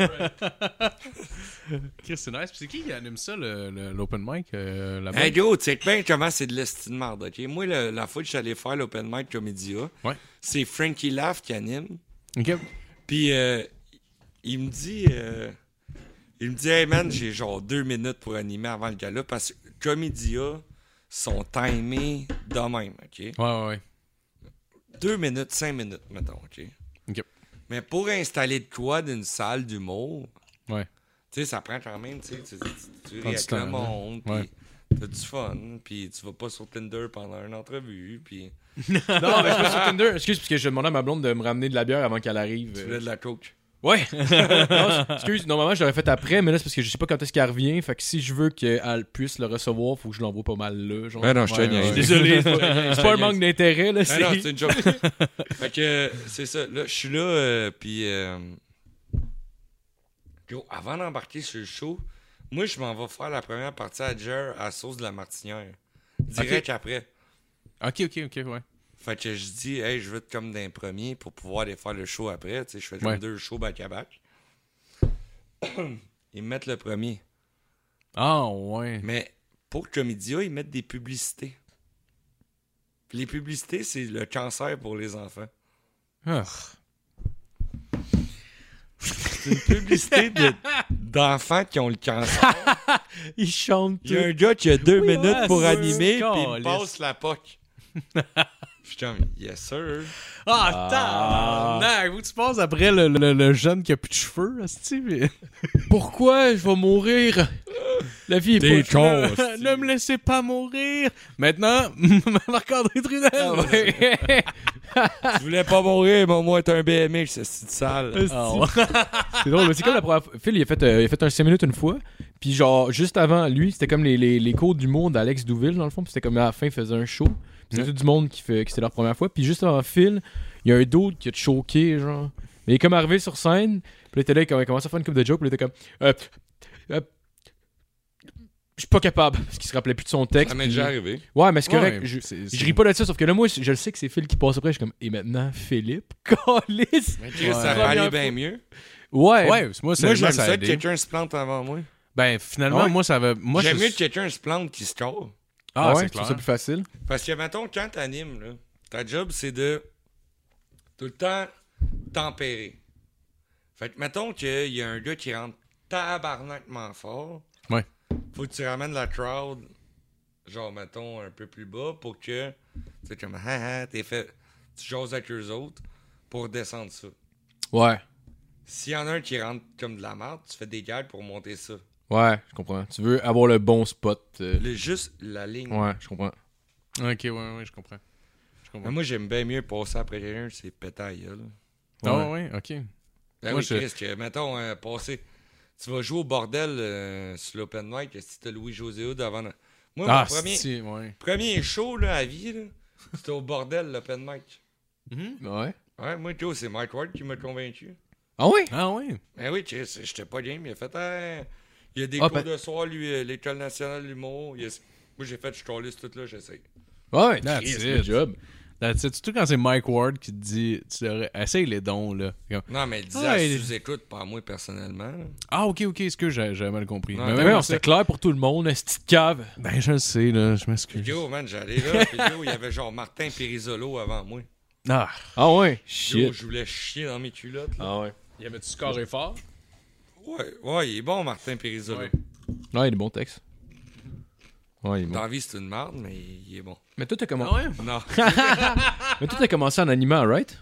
Chris, c'est nice. Puis c'est qui anime ça, l'open mic, là-bas? Hey, gros, tu sais bien comment c'est de l'estime de marde, OK? Moi, la fois que j'allais faire l'open mic Comédia, Ouais. c'est Frankie Laff qui anime. OK. Puis, il me dit, hey man, j'ai genre 2 minutes pour animer avant le gala parce que Comédia sont timés de même, OK? Ouais. 2 minutes, 5 minutes, mettons, OK? OK. Mais pour installer de quoi d'une salle d'humour, Ouais. tu sais, ça prend quand même, tu sais, tu ris Prend du avec temps, le hein. monde, Ouais. puis t'as du fun, puis tu vas pas sur Tinder pendant une entrevue, puis Non, mais je suis pas sur Tinder. Excuse, parce que je demandais à ma blonde de me ramener de la bière avant qu'elle arrive. tu voulais de la coke. Ouais. Non, excuse, normalement, je l'aurais fait après, mais là, c'est parce que je sais pas quand est-ce qu'elle revient. Fait que si je veux qu'elle puisse le recevoir, faut que je l'envoie pas mal là. Genre. Ouais, non, je te niaise. Désolé, c'est pas un manque d'intérêt, là. Ah non, c'est une joke. Fait que, c'est ça. Là, je suis là, puis... Yo, avant d'embarquer sur le show, moi, je m'en vais faire la première partie à Jer à la sauce de la martinière. Direct après. Ok, ouais. Fait que je dis, hey, je veux être comme d'un premier pour pouvoir aller faire le show après. Tu sais, je fais comme 2 shows back-à-back. Ils me mettent le premier. Ah, ouais. Mais pour Comédia, ils mettent des publicités. Puis les publicités, c'est le cancer pour les enfants. Ah. C'est une publicité d'enfants qui ont le cancer. Il chante Il y a un gars qui a 2 minutes ouais, pour c'est animer, puis il me caliste. passe la POC. Je suis comme, yes sir. Ah, tabarnak! Où tu passes après le jeune qui a plus de cheveux, là, Pourquoi je vais mourir? La vie est pas con. Ne me laissez pas mourir! Maintenant, Marc-André Trudel! Ah ouais. Tu voulais pas mourir, mais au moins t'as un BMX, c'est sale. Ah, ouais. C'est drôle, mais c'est comme la première fois. Phil, il a fait un 5 minutes une fois. Puis genre, juste avant lui, c'était comme les cours d'humour d'Alex Douville, dans le fond. Puis c'était comme à la fin, il faisait un show. Puis c'était tout du monde qui c'était leur première fois. Puis juste avant Phil, il y a un d'autre qui a choqué, genre. Mais il est comme arrivé sur scène. Puis là, il était là, il commençait à faire une couple de jokes. Puis là, il était comme... je suis pas capable, parce qu'il se rappelait plus de son texte. Ça m'est puis- déjà arrivé. Ouais, mais c'est correct. Ouais, Je ris pas de ça, sauf que là, moi, je le sais que c'est Phil qui passe après. Je suis comme, et maintenant, Philippe? Calice! Mais Chris, ça Ouais. va aller Première bien fois. mieux. Ouais. Ouais, moi, Moi, j'aime j'aime ça ça a que aidé. quelqu'un se plante avant moi. Ben, finalement, Ouais. moi, ça va. Moi, J'aime je- mieux que quelqu'un se plante qui score. Ah, ouais, c'est tu trouves clair. ça plus facile? Parce que, mettons, quand t'animes, là, ta job, c'est de tout le temps tempérer. Fait que, mettons qu'il y a un gars qui rentre tabarnakement fort. Ouais. Faut que tu ramènes la crowd, genre, mettons, un peu plus bas pour que, c'est comme, t'es fait, tu jases avec eux autres pour descendre ça. Ouais. S'il y en a un qui rentre comme de la merde, tu fais des gags pour monter ça. Ouais, je comprends. Tu veux avoir le bon spot. Juste la ligne. Ouais, je comprends. Ok, ouais, je comprends. Mais moi, j'aime bien mieux passer après quelqu'un, c'est péter la gueule. Ah, ouais, ok. Ben Moi, oui, je- Chris, que, mettons, passer. Tu vas jouer au bordel sur l'open mic si t'as Louis-José Hood avant. Moi, Ah, mon premier, si, ouais. premier show là, à vie, là, c'était au bordel, l'open mic. Ouais. Ouais, moi, Joe, c'est Mike Ward qui m'a convaincu. Ah ouais? Ah, ouais. Ben oui, Chris, j'étais pas game. Il a fait, il y a des Ah, cours ben- de soir, lui, l'École nationale de l'humour. Moi, j'ai fait, je calisse tout là, j'essaye. Ouais, That's Chris, it. good job. That's it. Surtout quand c'est Mike Ward qui te dit, essaye les dons, là. Comme, Non, mais il disait Ouais, à il- sous-écoute, pas à moi personnellement. là. ah, ok, excuse, j'avais mal compris. Non, Mais Mais même non, ça- c'est clair pour tout le monde, une petite cave. Ben, je le sais, là, je Puis m'excuse. Joe, man, j'allais là. Puis Joe, il y avait genre Martin Périsolo avant moi. Ah, Ah ouais? Joe, Shit. je voulais chier dans mes culottes. Là. Ah ouais. il avait-tu scoré fort? Ouais, il est bon, Martin Périsolo. Ouais. Ouais, il est bon texte. Ouais, il est bon. Dans la vie, c'est une merde, mais il est bon. Mais toi, t'as commencé. Ah, ouais? Non. Mais toi, t'as commencé en animant, right?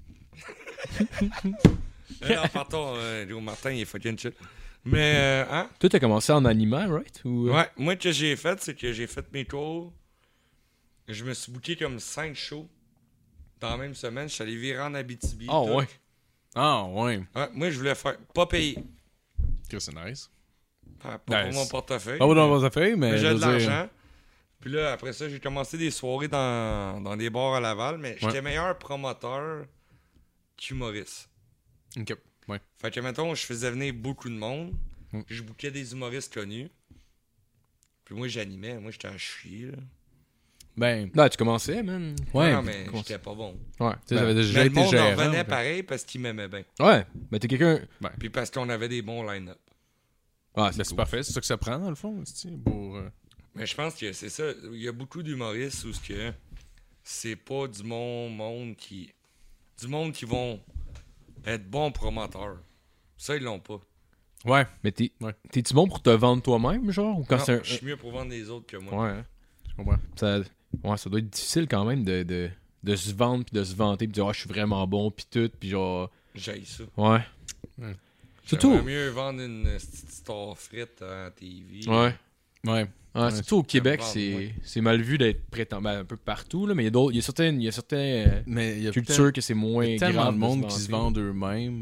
Non, pardon, Joe Martin, il est fucking shit. Mais, hein? Toi, t'as commencé en animant, right? Ou... Ouais, moi, ce que j'ai fait, c'est que j'ai fait mes tours. Je me suis booké comme 5 shows dans la même semaine. Je suis allé virer en Abitibi. Ah tout. ouais. Ah, ouais. Ouais, moi, je voulais faire pas payer. Que c'est nice. Enfin, pas Nice. pour mon portefeuille. Pas dans vos affaires, mais. Mais je j'ai de veux dire- l'argent. Puis là, après ça, j'ai commencé des soirées dans des bars à Laval, mais j'étais meilleur promoteur qu'humoriste. Ok, ouais. Fait que, mettons, je faisais venir beaucoup de monde. Mm. Je bookais des humoristes connus. Puis moi, j'animais. Moi, j'étais à chier, là. Ben, Non, tu commençais, man. ouais. Non, mais j'étais pas bon. Ouais. Tu sais, j'avais déjà Mais le été monde en gérant. revenait fait. pareil parce qu'ils m'aimaient bien. Ouais. Mais t'es quelqu'un. Puis parce qu'on avait des bons line-up. Ah, Ben, c'est parfait, c'est ça que ça prend, dans le fond, c'est-tu, pour... Mais je pense que c'est ça. Il y a beaucoup d'humoristes où c'est pas du monde qui... Du monde qui vont être bons promoteurs. Ça, ils l'ont pas. Ouais, Mais Ouais. t'es-tu bon pour te vendre toi-même, genre? Ou quand Non, c'est un. je suis mieux pour vendre des autres que moi. Ouais. hein. je comprends. Ça doit être difficile quand même de se vendre puis de se vanter puis de dire je suis vraiment bon puis tout puis genre J'haïs ça. ouais. Ouais. Surtout J'aimerais mieux vendre une petite star frite à la TV. ouais. Ouais. Ouais, surtout au Québec, vendre, c'est mal vu d'être prétendant un peu partout là, mais il y a certaines Mais il y a cultures que c'est moins tellement grave de monde se qui se vanter. vendent eux-mêmes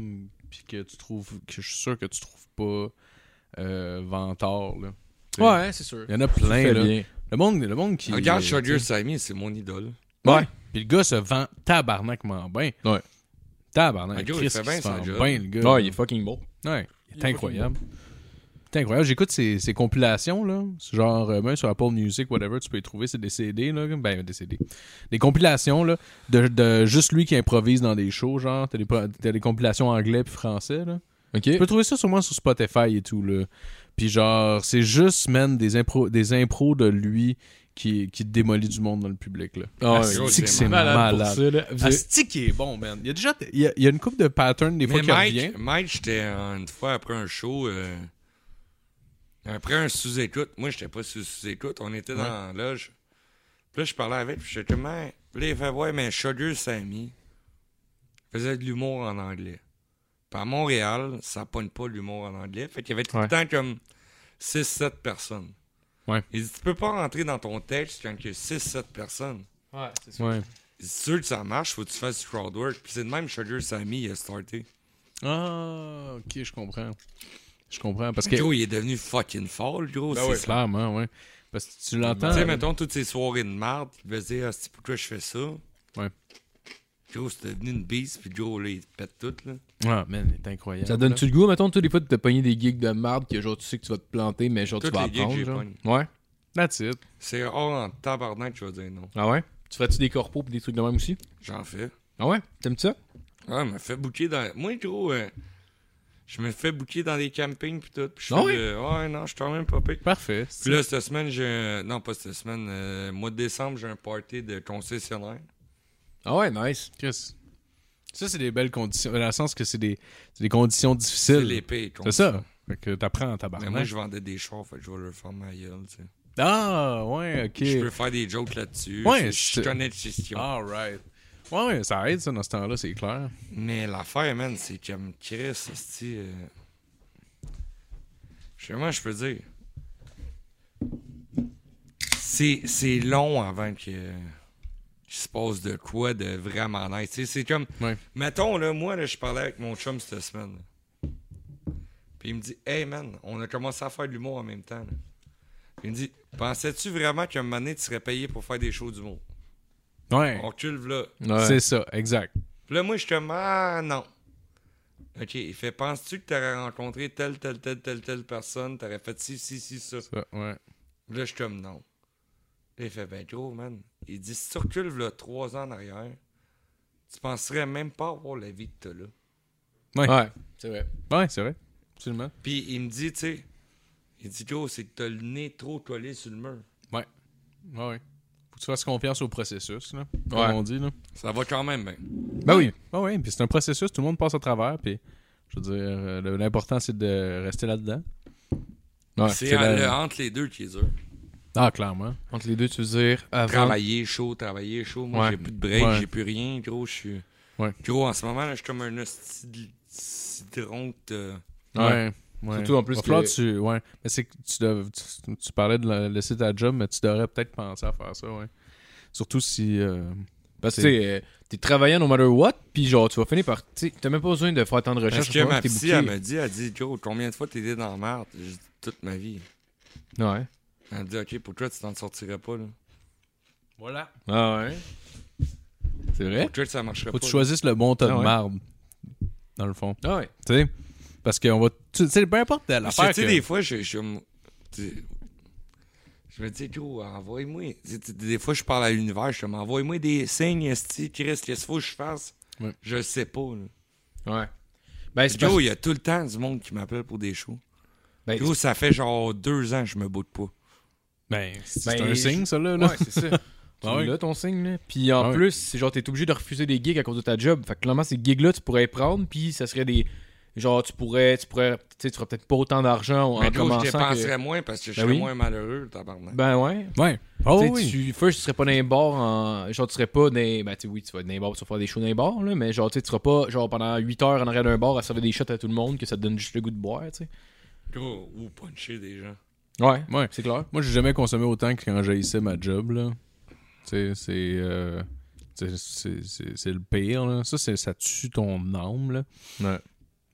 puis que je suis sûr que tu trouves pas vantard, là. T'sais, Ouais, c'est sûr. il y en a Tu plein, fais là. bien. Le monde qui... Regarde, t'sais, Sugar Sammy, c'est mon idole. Ouais. Puis le gars se vend tabarnakement bien. Ouais. Tabarnak. Le gars, il Chris, fait bien il se son vend job. bien, le gars. Ouais, il est fucking bon. Ouais, c'est incroyable. C'est incroyable. J'écoute ces compilations, là. C'est genre, même sur Apple Music, whatever, tu peux y trouver. C'est des CD, là. Ben, des CD. Des compilations, là, de juste lui qui improvise dans des shows, genre. T'as des compilations anglais puis français, là. Ok. Tu peux trouver ça sûrement sur Spotify et tout, là. Puis genre, c'est juste, man, des impros de lui qui démolit du monde dans le public, là. Ah ouais, Asti que c'est c'est malade. pour ça, là. Asti qui est bon, man. Il y a déjà... Il y a une couple de patterns, des fois, Mais qui revient. Mike, j'étais une fois après un show, après un sous-écoute. Moi, j'étais pas sous-écoute. On était dans la loge. Puis là, je parlais avec, puis j'étais comme, là, il fait, ouais, mais Sugar Sammy faisait de l'humour en anglais. Puis à Montréal, ça pogne pas l'humour en anglais. Fait qu'il y avait tout le temps comme 6-7 personnes. Ouais. Il dit, tu peux pas rentrer dans ton texte quand il y a 6-7 personnes. Ouais, c'est sûr. Ouais. Il dit, sûr que ça marche, faut que tu fasses du crowdwork. Puis c'est de même Sugar Sammy, il a starté. Ah, ok, je comprends. Je comprends, parce que... Gros, il est devenu fucking fort, gros. Ben ouais, clairement, ouais. Parce que tu l'entends... Tu sais, mettons, toutes ces soirées de marde, il va se dire, ah, c'est pourquoi je fais ça? Ouais. Gros, c'est devenu une beast, puis gros, là, il pète tout, là. Ah, man, il est incroyable. Ça donne-tu le goût, mettons, toi, des fois, de te pogner des gigs de marde que, genre, tu sais que tu vas te planter, mais genre, Toutes tu vas les gigs que apprendre, j'ai genre. pogné. Ouais. That's it. C'est hors en tabarnak, je vais dire non. Ah ouais? Tu ferais-tu des corpos pis des trucs de même aussi? J'en fais. Ah ouais? T'aimes ça? Ouais, me fait bouquer dans... Moi, gros, je me fais bouquer dans des campings, puis tout. Puis je Ah fais ouais, non, je suis quand même pas pire. Parfait. Puis là, cette semaine, j'ai... Non, pas cette semaine. Mois de décembre, j'ai un party de concessionnaire. Ah ouais, nice. Chris. Ça, c'est des belles conditions. Dans le sens que c'est des conditions C'est difficiles. l'épée. C'est ça. Fait que t'apprends en Mais tabarnak. moi, je vendais des chars, fait que je vais leur faire ma gueule, tu sais. Ah, ouais, ok. Je peux faire des jokes là-dessus. Ouais, je connais de gestion. Alright. Ouais, ça aide, ça, dans ce temps-là, c'est clair. Mais l'affaire, man, c'est comme Chris, c'est je sais comment je peux dire. C'est long avant qu'il se passe de quoi de vraiment nice. Tu sais, c'est comme. Ouais. Mettons, là, moi, là, je parlais avec mon chum cette semaine. Là. Puis il me dit, hey man, on a commencé à faire de l'humour en même temps. Là. Puis il me dit, pensais-tu vraiment qu'à un moment donné, tu serais payé pour faire des shows d'humour? Ouais. On recule, là. Ouais. C'est ça, exact. Puis là, moi, je suis comme, ah non. OK, il fait, penses-tu que tu aurais rencontré telle personne, t'aurais fait ci, ça? Ça, ouais. Puis là, je suis comme, non. Là, il fait, ben gros, man. Il dit, si tu recules, là, 3 ans en arrière, tu penserais même pas avoir la vie que t'as là. Ouais, c'est vrai. Ouais, c'est vrai. Absolument. Puis il me dit, tu sais, il dit, gros, c'est que t'as le nez trop collé sur le mur. Ouais. Ouais. Faut que tu fasses confiance au processus, là. Comme Ouais. on dit, là. Ça va quand même bien. Ben oui. Ah ouais, puis c'est un processus, tout le monde passe à travers, puis je veux dire, l'important c'est de rester là-dedans. Ouais. C'est entre les deux qui est dur. Ah, clairement. Entre les deux, tu veux dire avant. Travailler chaud. Moi, Ouais. j'ai plus de break, Ouais. j'ai plus rien, gros. Je suis. Ouais. Gros, en ce moment, là, je suis comme un hostie de citron. Ouais. Ouais. Surtout en plus Va falloir que- ouais. Mais c'est que tu parlais de laisser ta job, mais tu devrais peut-être penser à faire ça, ouais. Surtout si... Parce que tu sais, t'es travaillant no matter what, puis genre, tu vas finir par. Tu sais, t'as même pas besoin de faire tant de recherches. Parce que ma t'es psy, elle me dit, gros, combien de fois t'es été dans la merde? J'ai dit, toute ma vie. Ouais. Elle me dit, OK, pourquoi tu t'en sortirais pas, là? Voilà. Ah ouais. C'est vrai? Pourquoi ça marcherait Faut pas? que tu choisisses le bon tas Ah de ouais. marde, dans le fond. Ah ouais. Tu sais? Parce qu'on va... Tu sais, peu importe Parce que, l'affaire tu sais, que... des fois, je me dis, gros, envoie-moi. Tu sais, des fois, je parle à l'univers, je me dis, envoie-moi des signes, esti, Chris, qu'est-ce qu'il faut que je fasse? Ouais. Je sais pas, là. Ouais. Ben, c'est Gros, il y a tout le temps du monde qui m'appelle pour des shows. Ben, Gros, ça fait genre 2 ans que je me boude pas. Ben, c'est Ben, un signe, ça, là. Ouais, c'est ça. Tu Ah ouais. l'as ton signe, là. Puis en Ah ouais. plus, c'est genre, t'es obligé de refuser des gigs à cause de ta job. Fait que clairement, ces gigs-là, tu pourrais les prendre, puis ça serait des. Genre, tu pourrais. Tu sais, tu ferais peut-être pas autant d'argent en Mais gros, je commençant. dépenserais Que... moins parce que je Ben serais oui. moins malheureux, tabarnak. Ben ouais. Ouais. Oh, Tu sais, oui. first, tu serais pas dans les bars en. Genre, tu serais pas dans. Ben, tu sais, oui, tu vas être dans les bars, tu vas faire des shows dans les bars, là. Mais genre, tu sais, tu seras pas, genre, pendant 8 heures en arrière d'un bar à servir des shots à tout le monde, que ça te donne juste le goût de boire, tu sais. Gros, ou puncher des gens. Ouais. Ouais. C'est clair. Moi, j'ai jamais consommé autant que quand j'haïssais ma job, là. Tu sais, c'est le pire, là. Ça tue ton âme, là. Ouais.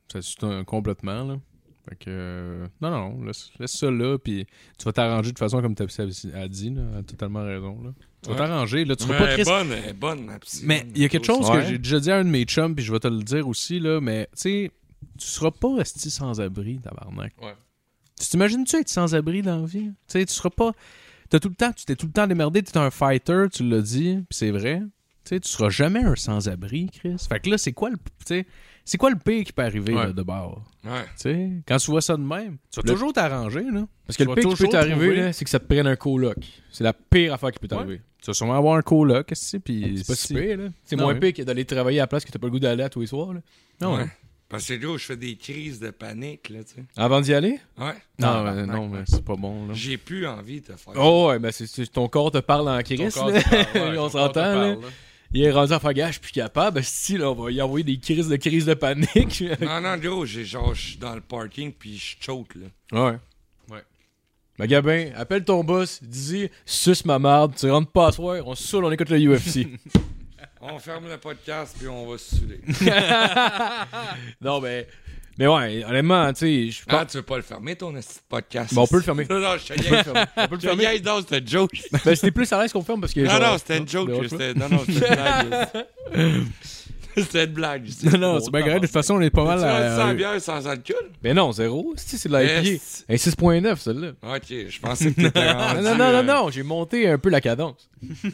Ça suit complètement, là. Fait que... non, laisse ça là, puis tu vas t'arranger de toute façon, comme Tapsi a dit, là, elle a totalement raison, là. Tu vas t'arranger, là, tu seras pas triste. Elle est bonne, ma psy. Mais il y a quelque chose Ouais. que j'ai déjà dit à un de mes chums, puis je vais te le dire aussi, là, mais, tu sais, tu seras pas resté sans-abri, tabarnak. Ouais. Tu t'imagines-tu être sans-abri dans la vie? Tu sais, tu seras pas... Tu t'es tout le temps démerdé, t'es un fighter, tu l'as dit, puis c'est vrai. Tu sais, tu seras jamais un sans-abri, Chris. Fait que là, c'est quoi le pire qui peut arriver là, de bord? Ouais. Tu sais, quand tu vois ça de même, tu vas toujours t'arranger, là. Parce que Tu le vas pire qui peut toujours t'arriver, trouver- là, c'est que ça te prenne un coloc. C'est la pire affaire qui peut t'arriver. Tu vas sûrement avoir un coloc, puis... C'est pas si pire, là. C'est Non, moins ouais. pire que d'aller travailler à la place que t'as pas le goût d'aller à tous les soirs, là. Non, Ouais. Parce que gros, je fais des crises de panique, là, tu sais. Avant d'y aller? Ouais. non, mais c'est pas bon, là. J'ai plus envie de faire Oh, ouais, ben ton corps te parle en crise, là. On s'entend, là. Il est rendu en fagage, plus capable. Si, là, on va y envoyer des crises de panique. Non, gros, je suis dans le parking, puis je choke, là. Ouais. Ben, Gabin, appelle ton boss, dis suce ma marde, tu rentres pas à soir, on se saoule, on écoute le UFC. On ferme le podcast, puis on va se saouler. Non, mais ouais, honnêtement, tu sais, je pense. Ah, tu veux pas le fermer, ton podcast? Bon, on peut le fermer. Non, je te niaise. On peut le Je te fermer. niaise, non, c'était une joke. Ben, c'était plus à l'aise qu'on ferme parce que. Non, genre, non, c'était une joke. dérange pas. Non, c'était une blague. C'était une blague. Non, c'est bien grave. De toute façon, on est pas mal Tu vas à... sans bière sans alcool? Ben non, zéro. C'est de la IPA. Yes. Un 6.9, celle-là. Ok, je pensais que t'étais rendu... Non, j'ai monté un peu la cadence.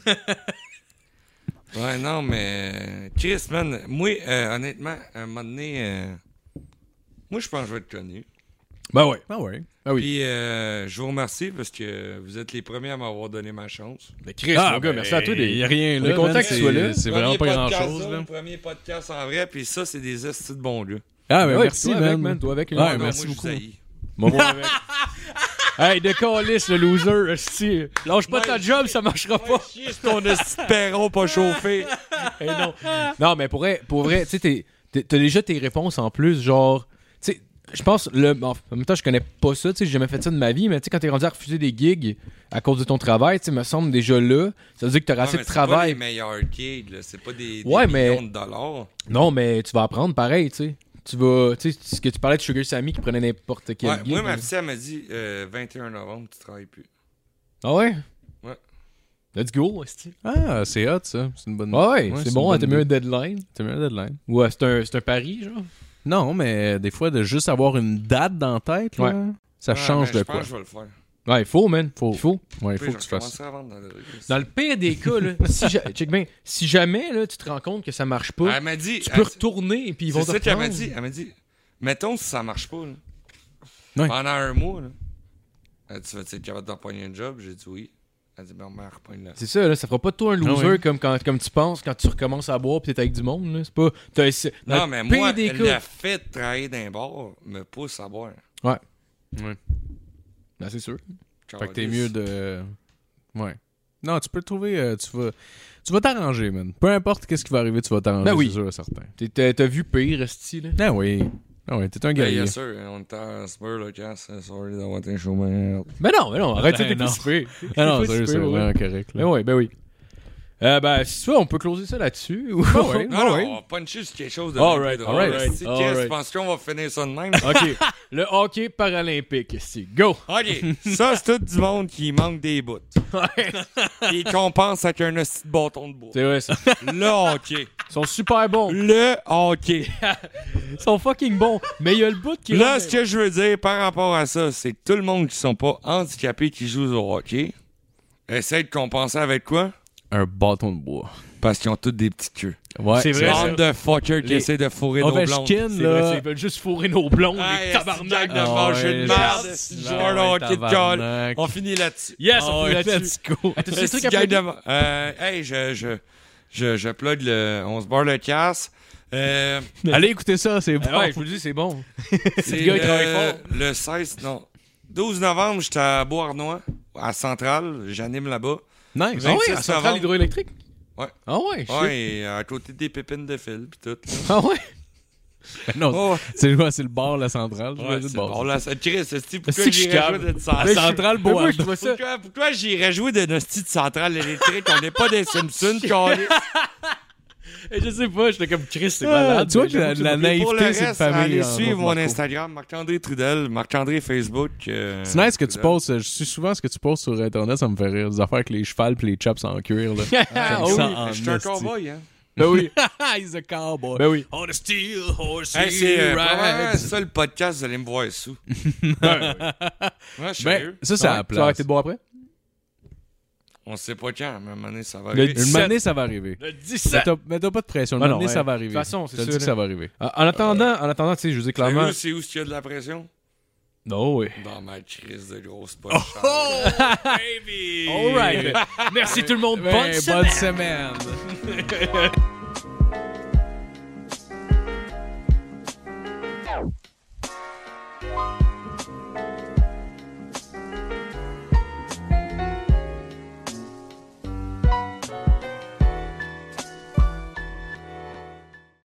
Ouais, non, mais... Chris, man, moi, honnêtement, à un moment donné... Moi, je pense que je vais être connu. Ben ouais. Ah ouais. Ah oui. Puis, je vous remercie parce que vous êtes les premiers à m'avoir donné ma chance. Ben Chris, mon gars, merci à toi. Il y a rien On est là. content man, que tu sois là. C'est vraiment pas Premier grand-chose, podcast, là. Le premier podcast en vrai, puis ça, c'est des estis de bons gars. Ah, ben Ouais, merci, toi avec, man. Toi avec. Ouais, là. Non, merci moi, beaucoup. Je vous haïs. Bon, avec. Hey, de calice, le loser, esti. Lâche pas ta job, ça marchera pas. Chier, c'est ton esti de perron pas chauffé. Hey, non. Non, mais pour vrai, tu sais, t'as déjà tes réponses en plus, genre, tu sais, je pense, en même temps, je connais pas ça, tu sais, j'ai jamais fait ça de ma vie, mais tu sais, quand t'es rendu à refuser des gigs à cause de ton travail, tu sais, me semble déjà là, ça veut dire que t'auras assez de C'est pas les travail. meilleurs gigs, là. C'est pas des Ouais, mais- millions de dollars. Non, mais tu vas apprendre pareil, tu sais. Tu vas, tu sais, ce que tu parlais de Sugar Sammy qui prenait n'importe quel Ouais, gig. moi, ma là. fille, elle m'a dit 21 novembre, tu travailles plus. Ah ouais? Ouais. Let's go, esti. Ah, c'est hot, ça. C'est une bonne... Ah ouais, c'est bon, une t'as bonne mis un idée. deadline. T'as mis un deadline. Ouais, c'est un pari, genre. Non, mais des fois, de juste avoir une date dans la tête, là, Ouais. ça Ouais, change mais de je pense quoi. que je vais le faire. Ouais, il faut, man. Faut. Il faut. Ouais, il Puis, faut je que tu vais fasses commencer à vendre dans le rue. Dans le pire des cas, là, check bien, si jamais là, tu te rends compte que ça marche pas, Elle m'a dit... tu peux retourner et puis ils vont C'est te ça qu'elle m'a reprendre. dit. Elle m'a dit, mettons si ça marche pas, là. Ouais. Pendant un mois, là. Elle dit, tu vas être capable de reprendre un job? J'ai dit oui. Elle dit, ben, on m'a reprendre là. C'est ça, là, ça fera pas de toi un loser Ah ouais. comme tu penses quand tu recommences à boire pis t'es avec du monde. Là. C'est pas. Dans Non, le mais pire moi, des le cas. fait de travailler dans un bar me pousse à boire. Ouais. Ouais. Ben, c'est sûr. Fait que t'es mieux de... Ouais. Non, tu peux le trouver... Tu vas t'arranger, man. Peu importe qu'est-ce qui va arriver, tu vas t'arranger, Ben oui. c'est sûr et certain. T'as vu pire, esti, là. Ah oui. Ah oui, t'es un Ben, guerrier. bien sûr, on était à Spur, le casse. Sorry d'avoir été chaud, mais... Ben non, arrête, Ben t'es non. pas si pire. Ah non, T'es pas si sérieux, c'est pire, ouais. vraiment correct. Là. Ben oui. Ben, si tu veux, on peut closer ça là-dessus. Ou... ouais. Non, non, on va puncher sur quelque chose de Alright, bien plus drôle. alright, Si alright. tu penses qu'on va finir ça de même? Ok. Le hockey paralympique, esti. Go! OK, ça, c'est tout du monde qui manque des bouts. Ils compensent avec un hostie de bâton de bois. C'est vrai, ça. Le hockey. Ils sont super bons. Le hockey. Ils sont fucking bons. Mais il y a le bout qui Là, rend- ce que je veux dire par rapport à ça, c'est que tout le monde qui sont pas handicapés qui jouent au hockey essaie de compenser avec quoi? Un bâton de bois. Parce qu'ils ont tous des petites queues. Ouais, C'est vrai, Bande de fuckers qui Les essaient de fourrer nos blondes. Ovechkin, C'est vrai, là... ils veulent juste fourrer nos blondes, Hey, les tabarnak. de manger de merde, yes. ce joueur de Ah ouais, hockey de colle. tabarnak. On finit là-dessus. Yes, Ah on ouais, fait là-dessus. let's go. T'as-tu des trucs à Gang plugger? de... Hey, je plug le... On se barre le casse. Allez écouter ça, c'est bon. Ah ouais, je vous le dis, c'est bon. C'est Le gars, il travaille fort. le 16... Non. 12 novembre, j'étais à Beauharnois, à Centrale. J'anime là-bas. Nice. Ah ouais, 26 à Centrale novembre. hydroélectrique? Ouais. Ah ouais, shit. Ouais, et à côté des pépines de fil, pis tout. Ah ouais? Non, Oh, c'est quoi, c'est le bar, la centrale. ouais, c'est bon, là, ça Chris, c'est pourquoi C'est que je j'irais cave. jouer de La centrale? centrale Mais moi, Bois. je trouvais ça... Pourquoi j'irais jouer de notre petite centrale électrique? On n'est pas des Simpsons, câlisse. Je sais pas, j'étais comme Chris, c'est malade. Tu vois que la Et pour le naïveté, c'est une reste, famille. allez en suivre gros, mon Marco. Instagram, Marc-André Trudel, Marc-André Facebook. C'est nice que tu postes. Je suis souvent ce que tu postes sur Internet, ça me fait rire. Des affaires avec les chevals pis les chops en cuir. Là. Ah J'aime oui, ça en je suis un esti. cowboy, hein. Ben oui, He's a cowboy. ben oui. On a steel horse, Hey, c'est he probablement rides. ça le podcast, vous allez me voir sous. Ouais, Ben, sérieux. ça, c'est à la Tu vas place. arrêter de boire après? On sait pas quand, mais à un moment donné, ça va Le arriver. Une année, ça va arriver. Le 17! Mets-toi pas de pression. Une Ah non, année, ouais. ça va arriver. De toute façon, c'est Je te ça, dis que là. ça va arriver. En attendant, tu sais, je veux dire clairement... Sérieux, c'est où qu'il y a de la pression? Non, oui. Dans ma crise de grosse poche. baby! All right. Merci tout le monde. Ouais, Bonne semaine. bonne semaine.